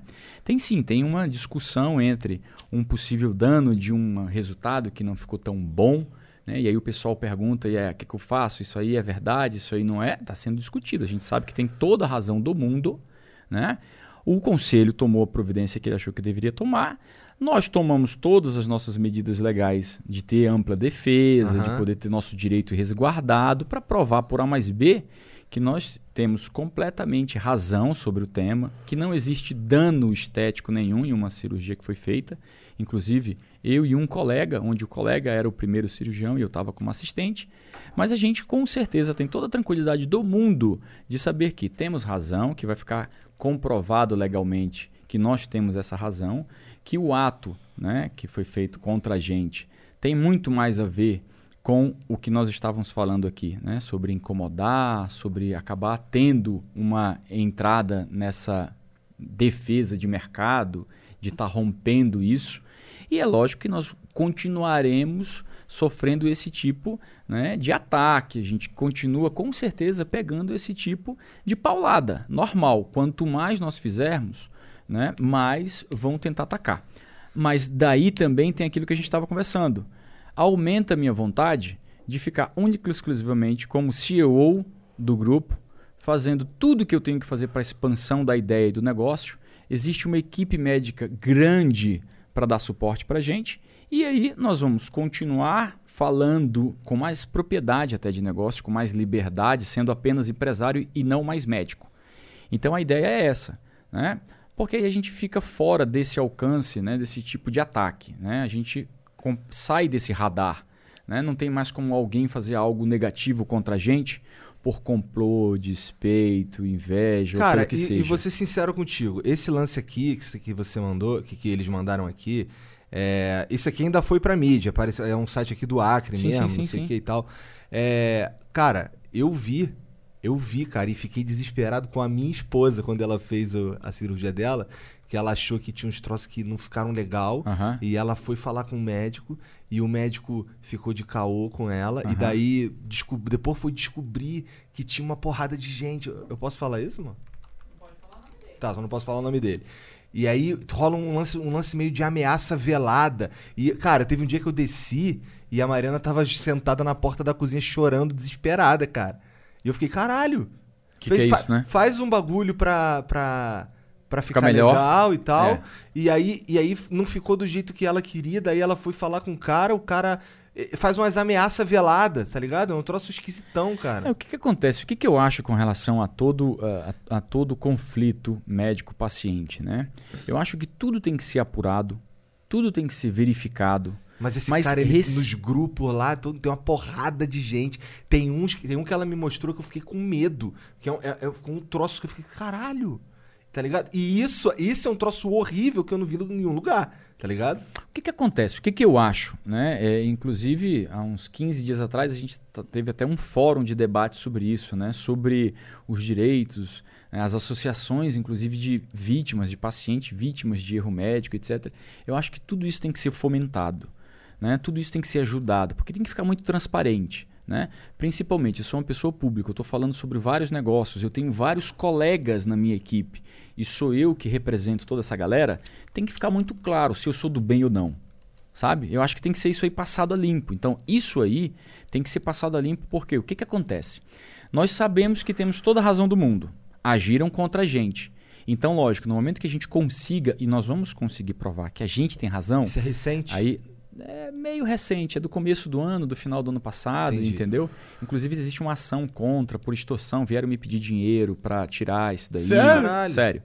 Tem uma discussão entre um possível dano de um resultado que não ficou tão bom, né? E aí o pessoal pergunta, o que eu faço? Isso aí é verdade? Isso aí não é? Está sendo discutido. A gente sabe que tem toda a razão do mundo, né? O conselho tomou a providência que ele achou que deveria tomar. Nós tomamos todas as nossas medidas legais de ter ampla defesa, de poder ter nosso direito resguardado para provar por A mais B que nós temos completamente razão sobre o tema, que não existe dano estético nenhum em uma cirurgia que foi feita. Inclusive, eu e um colega, onde o colega era o primeiro cirurgião e eu estava como assistente, mas a gente com certeza tem toda a tranquilidade do mundo de saber que temos razão, que vai ficar comprovado legalmente que nós temos essa razão, que o ato, né, que foi feito contra a gente tem muito mais a ver com o que nós estávamos falando aqui, né, sobre incomodar, sobre acabar tendo uma entrada nessa defesa de mercado, de estar rompendo isso. E é lógico que nós continuaremos sofrendo esse tipo, né, de ataque. A gente continua com certeza pegando esse tipo de paulada normal. Quanto mais nós fizermos, né, mais vão tentar atacar. Mas daí também tem aquilo que a gente estava conversando. Aumenta a minha vontade de ficar única e exclusivamente como CEO do grupo, fazendo tudo o que eu tenho que fazer para a expansão da ideia e do negócio. Existe uma equipe médica grande para dar suporte para a gente. E aí nós vamos continuar falando com mais propriedade até de negócio, com mais liberdade, sendo apenas empresário e não mais médico. Então a ideia é essa, né? Porque aí a gente fica fora desse alcance, né, desse tipo de ataque, né? A gente sai desse radar, né? Não tem mais como alguém fazer algo negativo contra a gente por complô, despeito, inveja, ou pelo que seja. E vou ser sincero contigo, esse lance aqui que você mandou, que eles mandaram aqui, isso aqui ainda foi pra mídia, é um site aqui do Acre Sim, mesmo, sim, não sei o sim. que e tal. Cara, eu vi Eu vi, cara, e fiquei desesperado com a minha esposa quando ela fez a cirurgia dela, que ela achou que tinha uns troços que não ficaram legal, e ela foi falar com o médico, e o médico ficou de caô com ela, e daí depois foi descobrir que tinha uma porrada de gente. Eu posso falar isso, mano? Não pode falar o nome dele. Tá, só não posso falar o nome dele. E aí rola um lance meio de ameaça velada. E, cara, teve um dia que eu desci e a Mariana tava sentada na porta da cozinha chorando, desesperada, cara. E eu fiquei, caralho. Que é isso, né? Faz um bagulho pra ficar melhor. legal e tal. E aí não ficou do jeito que ela queria. Daí ela foi falar com o cara faz umas ameaças veladas, tá ligado? É um troço esquisitão, cara. O que acontece? O que eu acho com relação a todo conflito médico-paciente, né? Eu acho que tudo tem que ser apurado, tudo tem que ser verificado. Mas esse cara, nos grupos lá, tem uma porrada de gente. Tem um que ela me mostrou que eu fiquei com medo. Que é um troço que eu fiquei, caralho, tá ligado? E isso é um troço horrível que eu não vi em nenhum lugar, tá ligado? O que acontece? O que eu acho? Né? Inclusive, há uns 15 dias atrás, a gente teve até um fórum de debate sobre isso, né? Sobre os direitos, né? As associações, inclusive, de vítimas, de pacientes vítimas de erro médico, etc. Eu acho que tudo isso tem que ser fomentado. Né? Tudo isso tem que ser ajudado, porque tem que ficar muito transparente. Né? Principalmente, eu sou uma pessoa pública, eu estou falando sobre vários negócios, eu tenho vários colegas na minha equipe e sou eu que represento toda essa galera, tem que ficar muito claro se eu sou do bem ou não. Sabe? Eu acho que tem que ser isso aí passado a limpo. Então, isso aí tem que ser passado a limpo porque o que acontece? Nós sabemos que temos toda a razão do mundo. Agiram contra a gente. Então, lógico, no momento que a gente consiga, e nós vamos conseguir provar que a gente tem razão... Isso é recente? Aí... É meio recente, é do começo do ano, do final do ano passado, Entendi. Entendeu? Inclusive existe uma ação contra por extorsão, vieram me pedir dinheiro pra tirar isso daí. Sério? Sério.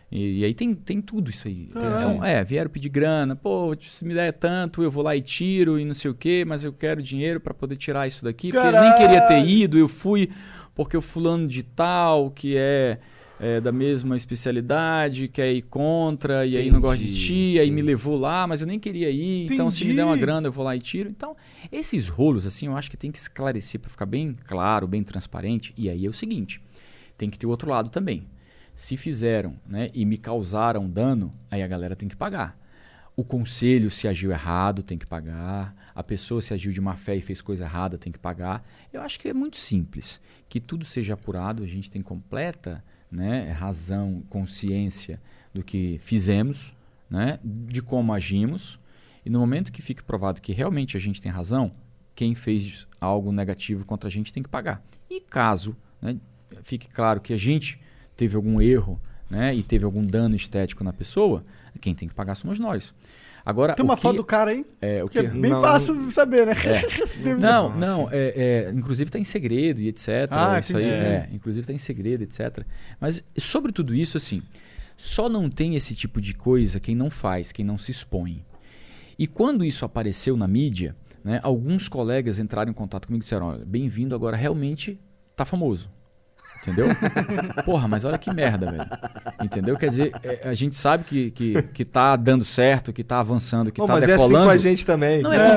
E aí tem tudo isso aí. Caralho. Então, vieram pedir grana, pô, se me der tanto, eu vou lá e tiro e não sei o quê, mas eu quero dinheiro pra poder tirar isso daqui, porque eu nem queria ter ido, eu fui porque o fulano de tal, que é da mesma especialidade, quer ir contra, e aí não gosta de ti, aí me levou lá, mas eu nem queria ir, então se me der uma grana eu vou lá e tiro. Então, esses rolos, assim, eu acho que tem que esclarecer para ficar bem claro, bem transparente, e aí é o seguinte, tem que ter o outro lado também. Se fizeram, né, e me causaram dano, aí a galera tem que pagar. O conselho, se agiu errado, tem que pagar. A pessoa, se agiu de má fé e fez coisa errada, tem que pagar. Eu acho que é muito simples. Que tudo seja apurado, a gente tem completa... Né, razão, consciência do que fizemos, né, de como agimos, e no momento que fique provado que realmente a gente tem razão, quem fez algo negativo contra a gente tem que pagar. E caso, né, fique claro que a gente teve algum erro, né, e teve algum dano estético na pessoa, quem tem que pagar somos nós. Agora, tem uma foto do cara aí? Que é bem fácil saber, né? Inclusive está em segredo e etc. Isso aí, inclusive está em segredo, etc. Mas sobre tudo isso, assim, só não tem esse tipo de coisa quem não faz, quem não se expõe. E quando isso apareceu na mídia, né, alguns colegas entraram em contato comigo e disseram, olha, bem-vindo, agora realmente tá famoso. Entendeu? Porra, mas olha que merda, velho. Entendeu? Quer dizer, a gente sabe que tá dando certo, que tá avançando, que tá mas decolando. É assim com a gente também.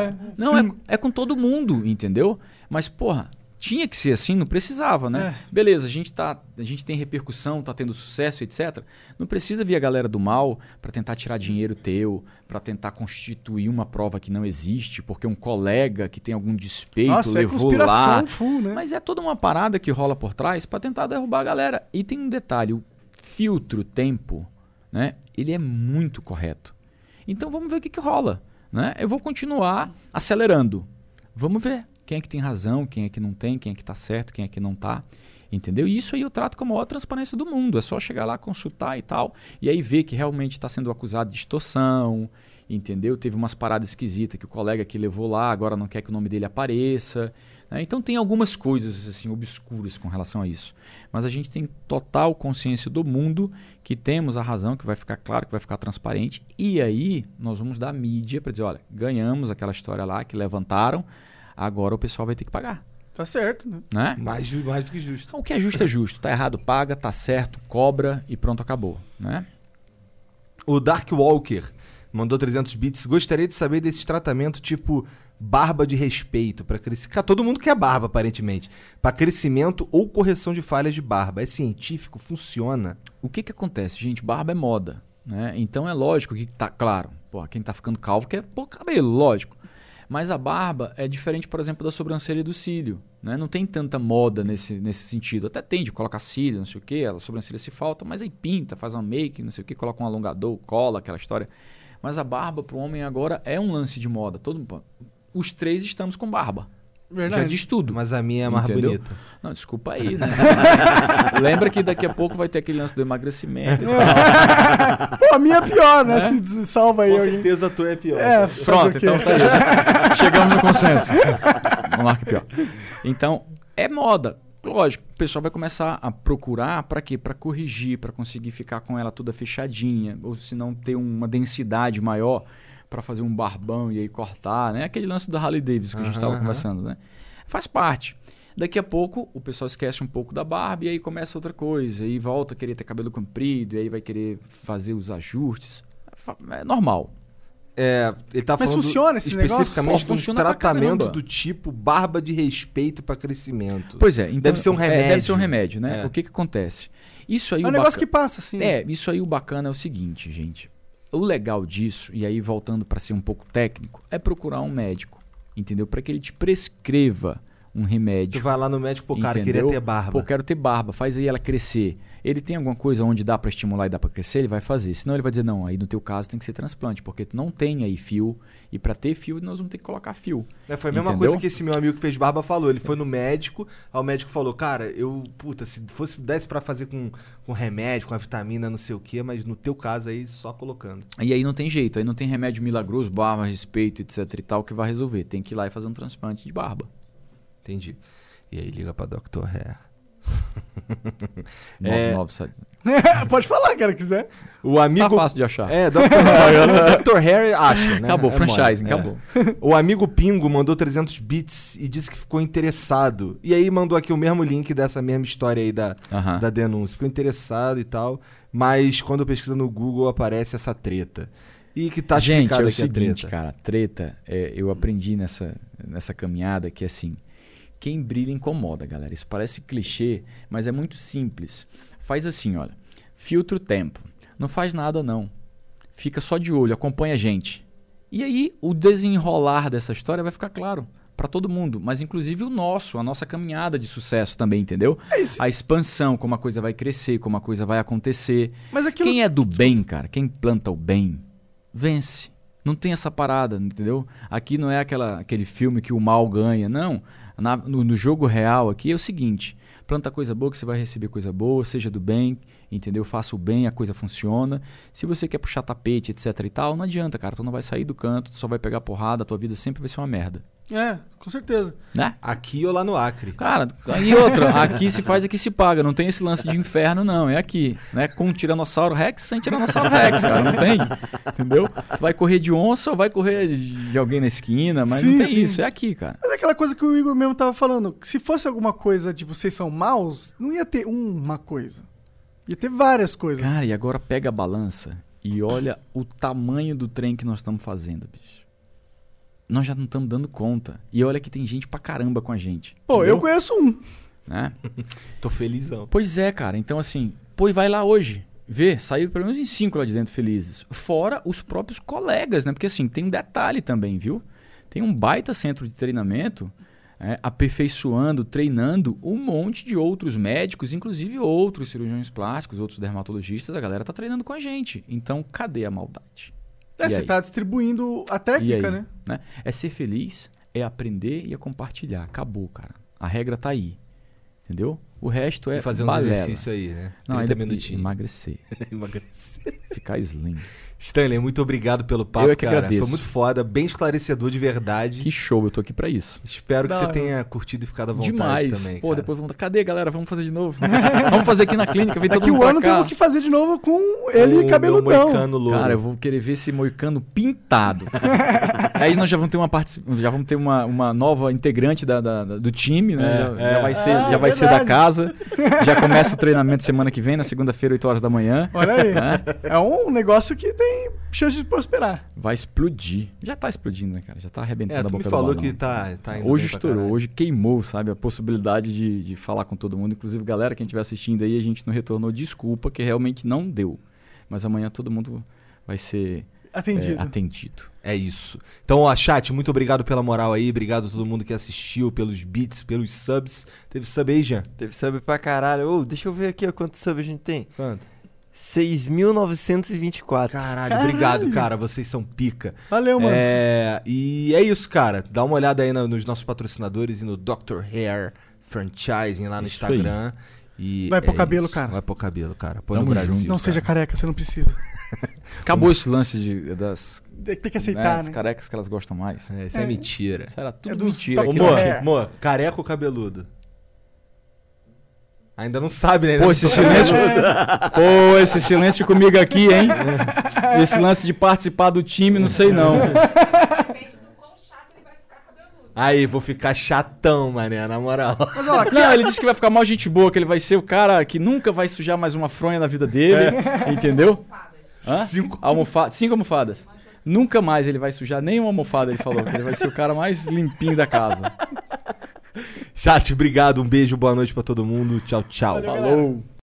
É com todo mundo, entendeu? Mas, porra, tinha que ser assim, não precisava, né? Beleza, a gente tem repercussão, tá tendo sucesso, etc. Não precisa vir a galera do mal para tentar tirar dinheiro teu, para tentar constituir uma prova que não existe, porque um colega que tem algum despeito levou lá. Full, né? Mas é toda uma parada que rola por trás para tentar derrubar a galera. E tem um detalhe, o filtro tempo, né? Ele é muito correto. Então vamos ver o que rola, né? Eu vou continuar acelerando. Vamos ver. Quem é que tem razão, quem é que não tem, quem é que tá certo, quem é que não tá, entendeu? E isso aí eu trato com a maior transparência do mundo, é só chegar lá, consultar e tal, e aí ver que realmente está sendo acusado de extorsão, entendeu? Teve umas paradas esquisitas que o colega que levou lá agora não quer que o nome dele apareça, né? Então tem algumas coisas assim obscuras com relação a isso, mas a gente tem total consciência do mundo que temos a razão, que vai ficar claro, que vai ficar transparente, e aí nós vamos dar mídia para dizer, olha, ganhamos aquela história lá que levantaram, agora o pessoal vai ter que pagar. Tá certo, né? Mais do que justo. Então, o que é justo é justo. Tá errado, paga. Tá certo, cobra e pronto, acabou. Né? O Dark Walker mandou 300 bits. Gostaria de saber desse tratamento tipo barba de respeito para crescer. Cara, todo mundo quer barba, aparentemente. Para crescimento ou correção de falhas de barba. É científico? Funciona? O que acontece, gente? Barba é moda, né? Então é lógico que tá, claro, pô, quem tá ficando calvo quer pôr cabelo, lógico. Mas a barba é diferente, por exemplo, da sobrancelha e do cílio, né? Não tem tanta moda nesse sentido. Até tem de colocar cílio, não sei o quê, a sobrancelha se falta, mas aí pinta, faz uma make, não sei o quê, coloca um alongador, cola, aquela história. Mas a barba pro homem agora é um lance de moda. Os 3 estamos com barba. Verdade. Já diz tudo. Mas a minha é mais Entendeu? bonita. Não, desculpa aí, né? Lembra que daqui a pouco vai ter aquele lance do emagrecimento e tal. Pô, a minha é pior, né? Se salva aí Com alguém. certeza a tua é pior. É, Pronto, então tá aí. Chegamos no consenso. Vamos lá, pior. Então, é moda. Lógico, o pessoal vai começar a procurar para quê? Para corrigir, para conseguir ficar com ela toda fechadinha, ou se não ter uma densidade maior para fazer um barbão e aí cortar, né? Aquele lance da Harley Davidson que a gente estava conversando, né? Faz parte. Daqui a pouco o pessoal esquece um pouco da barba e aí começa outra coisa, aí volta a querer ter cabelo comprido, e aí vai querer fazer os ajustes. É normal. Ele tá Mas falando funciona esse negócio? especificamente de um Funciona pra tratamento caramba. do tipo barba de respeito para crescimento. Pois é, então, Deve ser um remédio. deve ser um remédio, né? É. O que acontece? Isso aí É um negócio que passa, assim. Isso aí o bacana é o seguinte, gente. O legal disso, e aí voltando para ser um pouco técnico, é procurar um médico, entendeu? Para que ele te prescreva um remédio. Tu vai lá no médico, pô, cara, entendeu? queria ter barba. Pô, quero ter barba, faz aí ela crescer. Ele tem alguma coisa onde dá para estimular e dá para crescer, ele vai fazer. Senão ele vai dizer, não, aí no teu caso tem que ser transplante, porque tu não tem aí fio, e para ter fio nós vamos ter que colocar fio. Foi a mesma Entendeu? coisa que esse meu amigo que fez barba falou. Ele foi no médico, aí o médico falou, cara, se desse pra fazer com remédio, com a vitamina, não sei o quê, mas no teu caso aí, só colocando. E aí não tem jeito, aí não tem remédio milagroso, barba, respeito, etc e tal, que vai resolver. Tem que ir lá e fazer um transplante de barba. Entendi. E aí liga pra Dr. Hair. 997. Pode falar, cara, quiser. O amigo... Tá fácil de achar. Dr. Hair acha, né? Acabou, É franchising, mole. acabou. O amigo Pingo mandou 300 bits e disse que ficou interessado. E aí mandou aqui o mesmo link dessa mesma história aí da denúncia. Ficou interessado e tal, mas quando pesquisa no Google aparece essa treta. E que tá Gente, explicado é o aqui seguinte, a treta. cara, treta, eu aprendi nessa caminhada que assim, quem brilha incomoda, galera. Isso parece clichê, mas é muito simples. Faz assim, olha, filtra o tempo. Não faz nada não. Fica só de olho, acompanha a gente. E aí o desenrolar dessa história vai ficar claro para todo mundo, mas inclusive a nossa caminhada de sucesso também, entendeu? A expansão, como a coisa vai crescer, como a coisa vai acontecer. Mas aquilo... Quem é do bem, cara, quem planta o bem, vence. Não tem essa parada, entendeu? Aqui não é aquele filme que o mal ganha, não. No jogo real aqui é o seguinte, planta coisa boa que você vai receber coisa boa, seja do bem, entendeu? Faça o bem, a coisa funciona. Se você quer puxar tapete, etc e tal, não adianta, cara. Tu não vai sair do canto, tu só vai pegar porrada, a tua vida sempre vai ser uma merda. É, com certeza. Né? Aqui ou lá no Acre. Cara, e outra, aqui se faz, aqui se paga. Não tem esse lance de inferno, não. É aqui, né? Com Tiranossauro Rex, sem Tiranossauro Rex, cara. Não tem, entendeu? Tu vai correr de onça ou vai correr de alguém na esquina, mas Sim, não tem sim. isso. É aqui, cara. Mas é aquela coisa que o Igor mesmo tava falando, que se fosse alguma coisa, tipo, vocês são maus, não ia ter uma coisa. Ia ter várias coisas. Cara, e agora pega a balança e olha o tamanho do trem que nós estamos fazendo, bicho. Nós já não estamos dando conta. E olha que tem gente pra caramba com a gente. Pô, entendeu? eu conheço um. Né? Tô felizão. Pois é, cara. Então, assim, pô, e vai lá hoje. Vê, saiu pelo menos em 5 lá de dentro felizes. Fora os próprios colegas, né? Porque, assim, tem um detalhe também, viu? Tem um baita centro de treinamento, aperfeiçoando, treinando um monte de outros médicos, inclusive outros cirurgiões plásticos, outros dermatologistas. A galera tá treinando com a gente. Então, cadê a maldade? E Você aí? tá distribuindo a E técnica, aí, né? É ser feliz, é aprender e é compartilhar. Acabou, cara. A regra tá aí. Entendeu? O resto é E fazer uns balela. exercícios aí, né? Não, 30 ainda minutinhos. emagrecer. Emagrecer. Ficar slim. Stanley, muito obrigado pelo papo, Eu é que cara. agradeço. Foi muito foda, bem esclarecedor de verdade. Que show, eu tô aqui pra isso. Espero que Da você hora. tenha curtido e ficado à vontade Demais. também, Pô, cara. depois vamos... Cadê, galera? Vamos fazer de novo. Vamos fazer aqui na clínica. Vem todo Daqui mundo o pra ano cá. temos que fazer de novo com ele Com o cabeludão. meu moicano louro. Cara, eu vou querer ver esse moicano pintado. Aí nós já vamos ter já vamos ter uma nova integrante do time, né? Já vai ser da verdade. casa. Já começa o treinamento semana que vem, na segunda-feira, 8 horas da manhã. Olha aí. Né? É um negócio que tem chance de prosperar. Vai explodir. Já tá explodindo, né, cara? Já tá arrebentando a Tu boca me do falou balão. que tá indo Hoje bem pra estourou, caralho. hoje queimou, sabe? A possibilidade de falar com todo mundo. Inclusive, galera, quem estiver assistindo aí, a gente não retornou. Desculpa, que realmente não deu. Mas amanhã todo mundo vai ser atendido. É isso. Então, ó, chat, muito obrigado pela moral aí. Obrigado a todo mundo que assistiu, pelos beats, pelos subs. Teve sub aí, Jean? Teve sub pra caralho. Ô, deixa eu ver aqui ó, quantos sub a gente tem. Quanto? 6.924. Caralho, obrigado, cara. Vocês são pica. Valeu, mano. E é isso, cara. Dá uma olhada aí nos nossos patrocinadores e no Dr. Hair Franchising lá no Isso Instagram. E Vai pôr cabelo, isso. cara. Vai pôr cabelo, cara. Põe Tamo no Brasil. junto. Não cara. seja careca, você não precisa. Acabou esse lance das Tem que aceitar, as né? carecas que elas gostam mais. Isso é mentira. Isso era tudo É dos mentira. toque- Ô, aquilo. Mo, É. Mo, careca ou cabeludo? Ainda não sabe, né? Pô, esse silêncio. Pô, esse silêncio comigo aqui, hein? Esse lance de participar do time, não sei não. Depende do quão chato ele vai ficar cabeludo. Aí, vou ficar chatão, mané, na moral. Mas ó, Não, ele disse que vai ficar mal gente boa, que ele vai ser o cara que nunca vai sujar mais uma fronha na vida dele. Entendeu? Hã? 5 almofadas. Nunca mais ele vai sujar nenhuma almofada, ele falou. Que ele vai ser o cara mais limpinho da casa. Chat, obrigado. Um beijo, boa noite pra todo mundo. Tchau, tchau. Valeu, galera. Falou.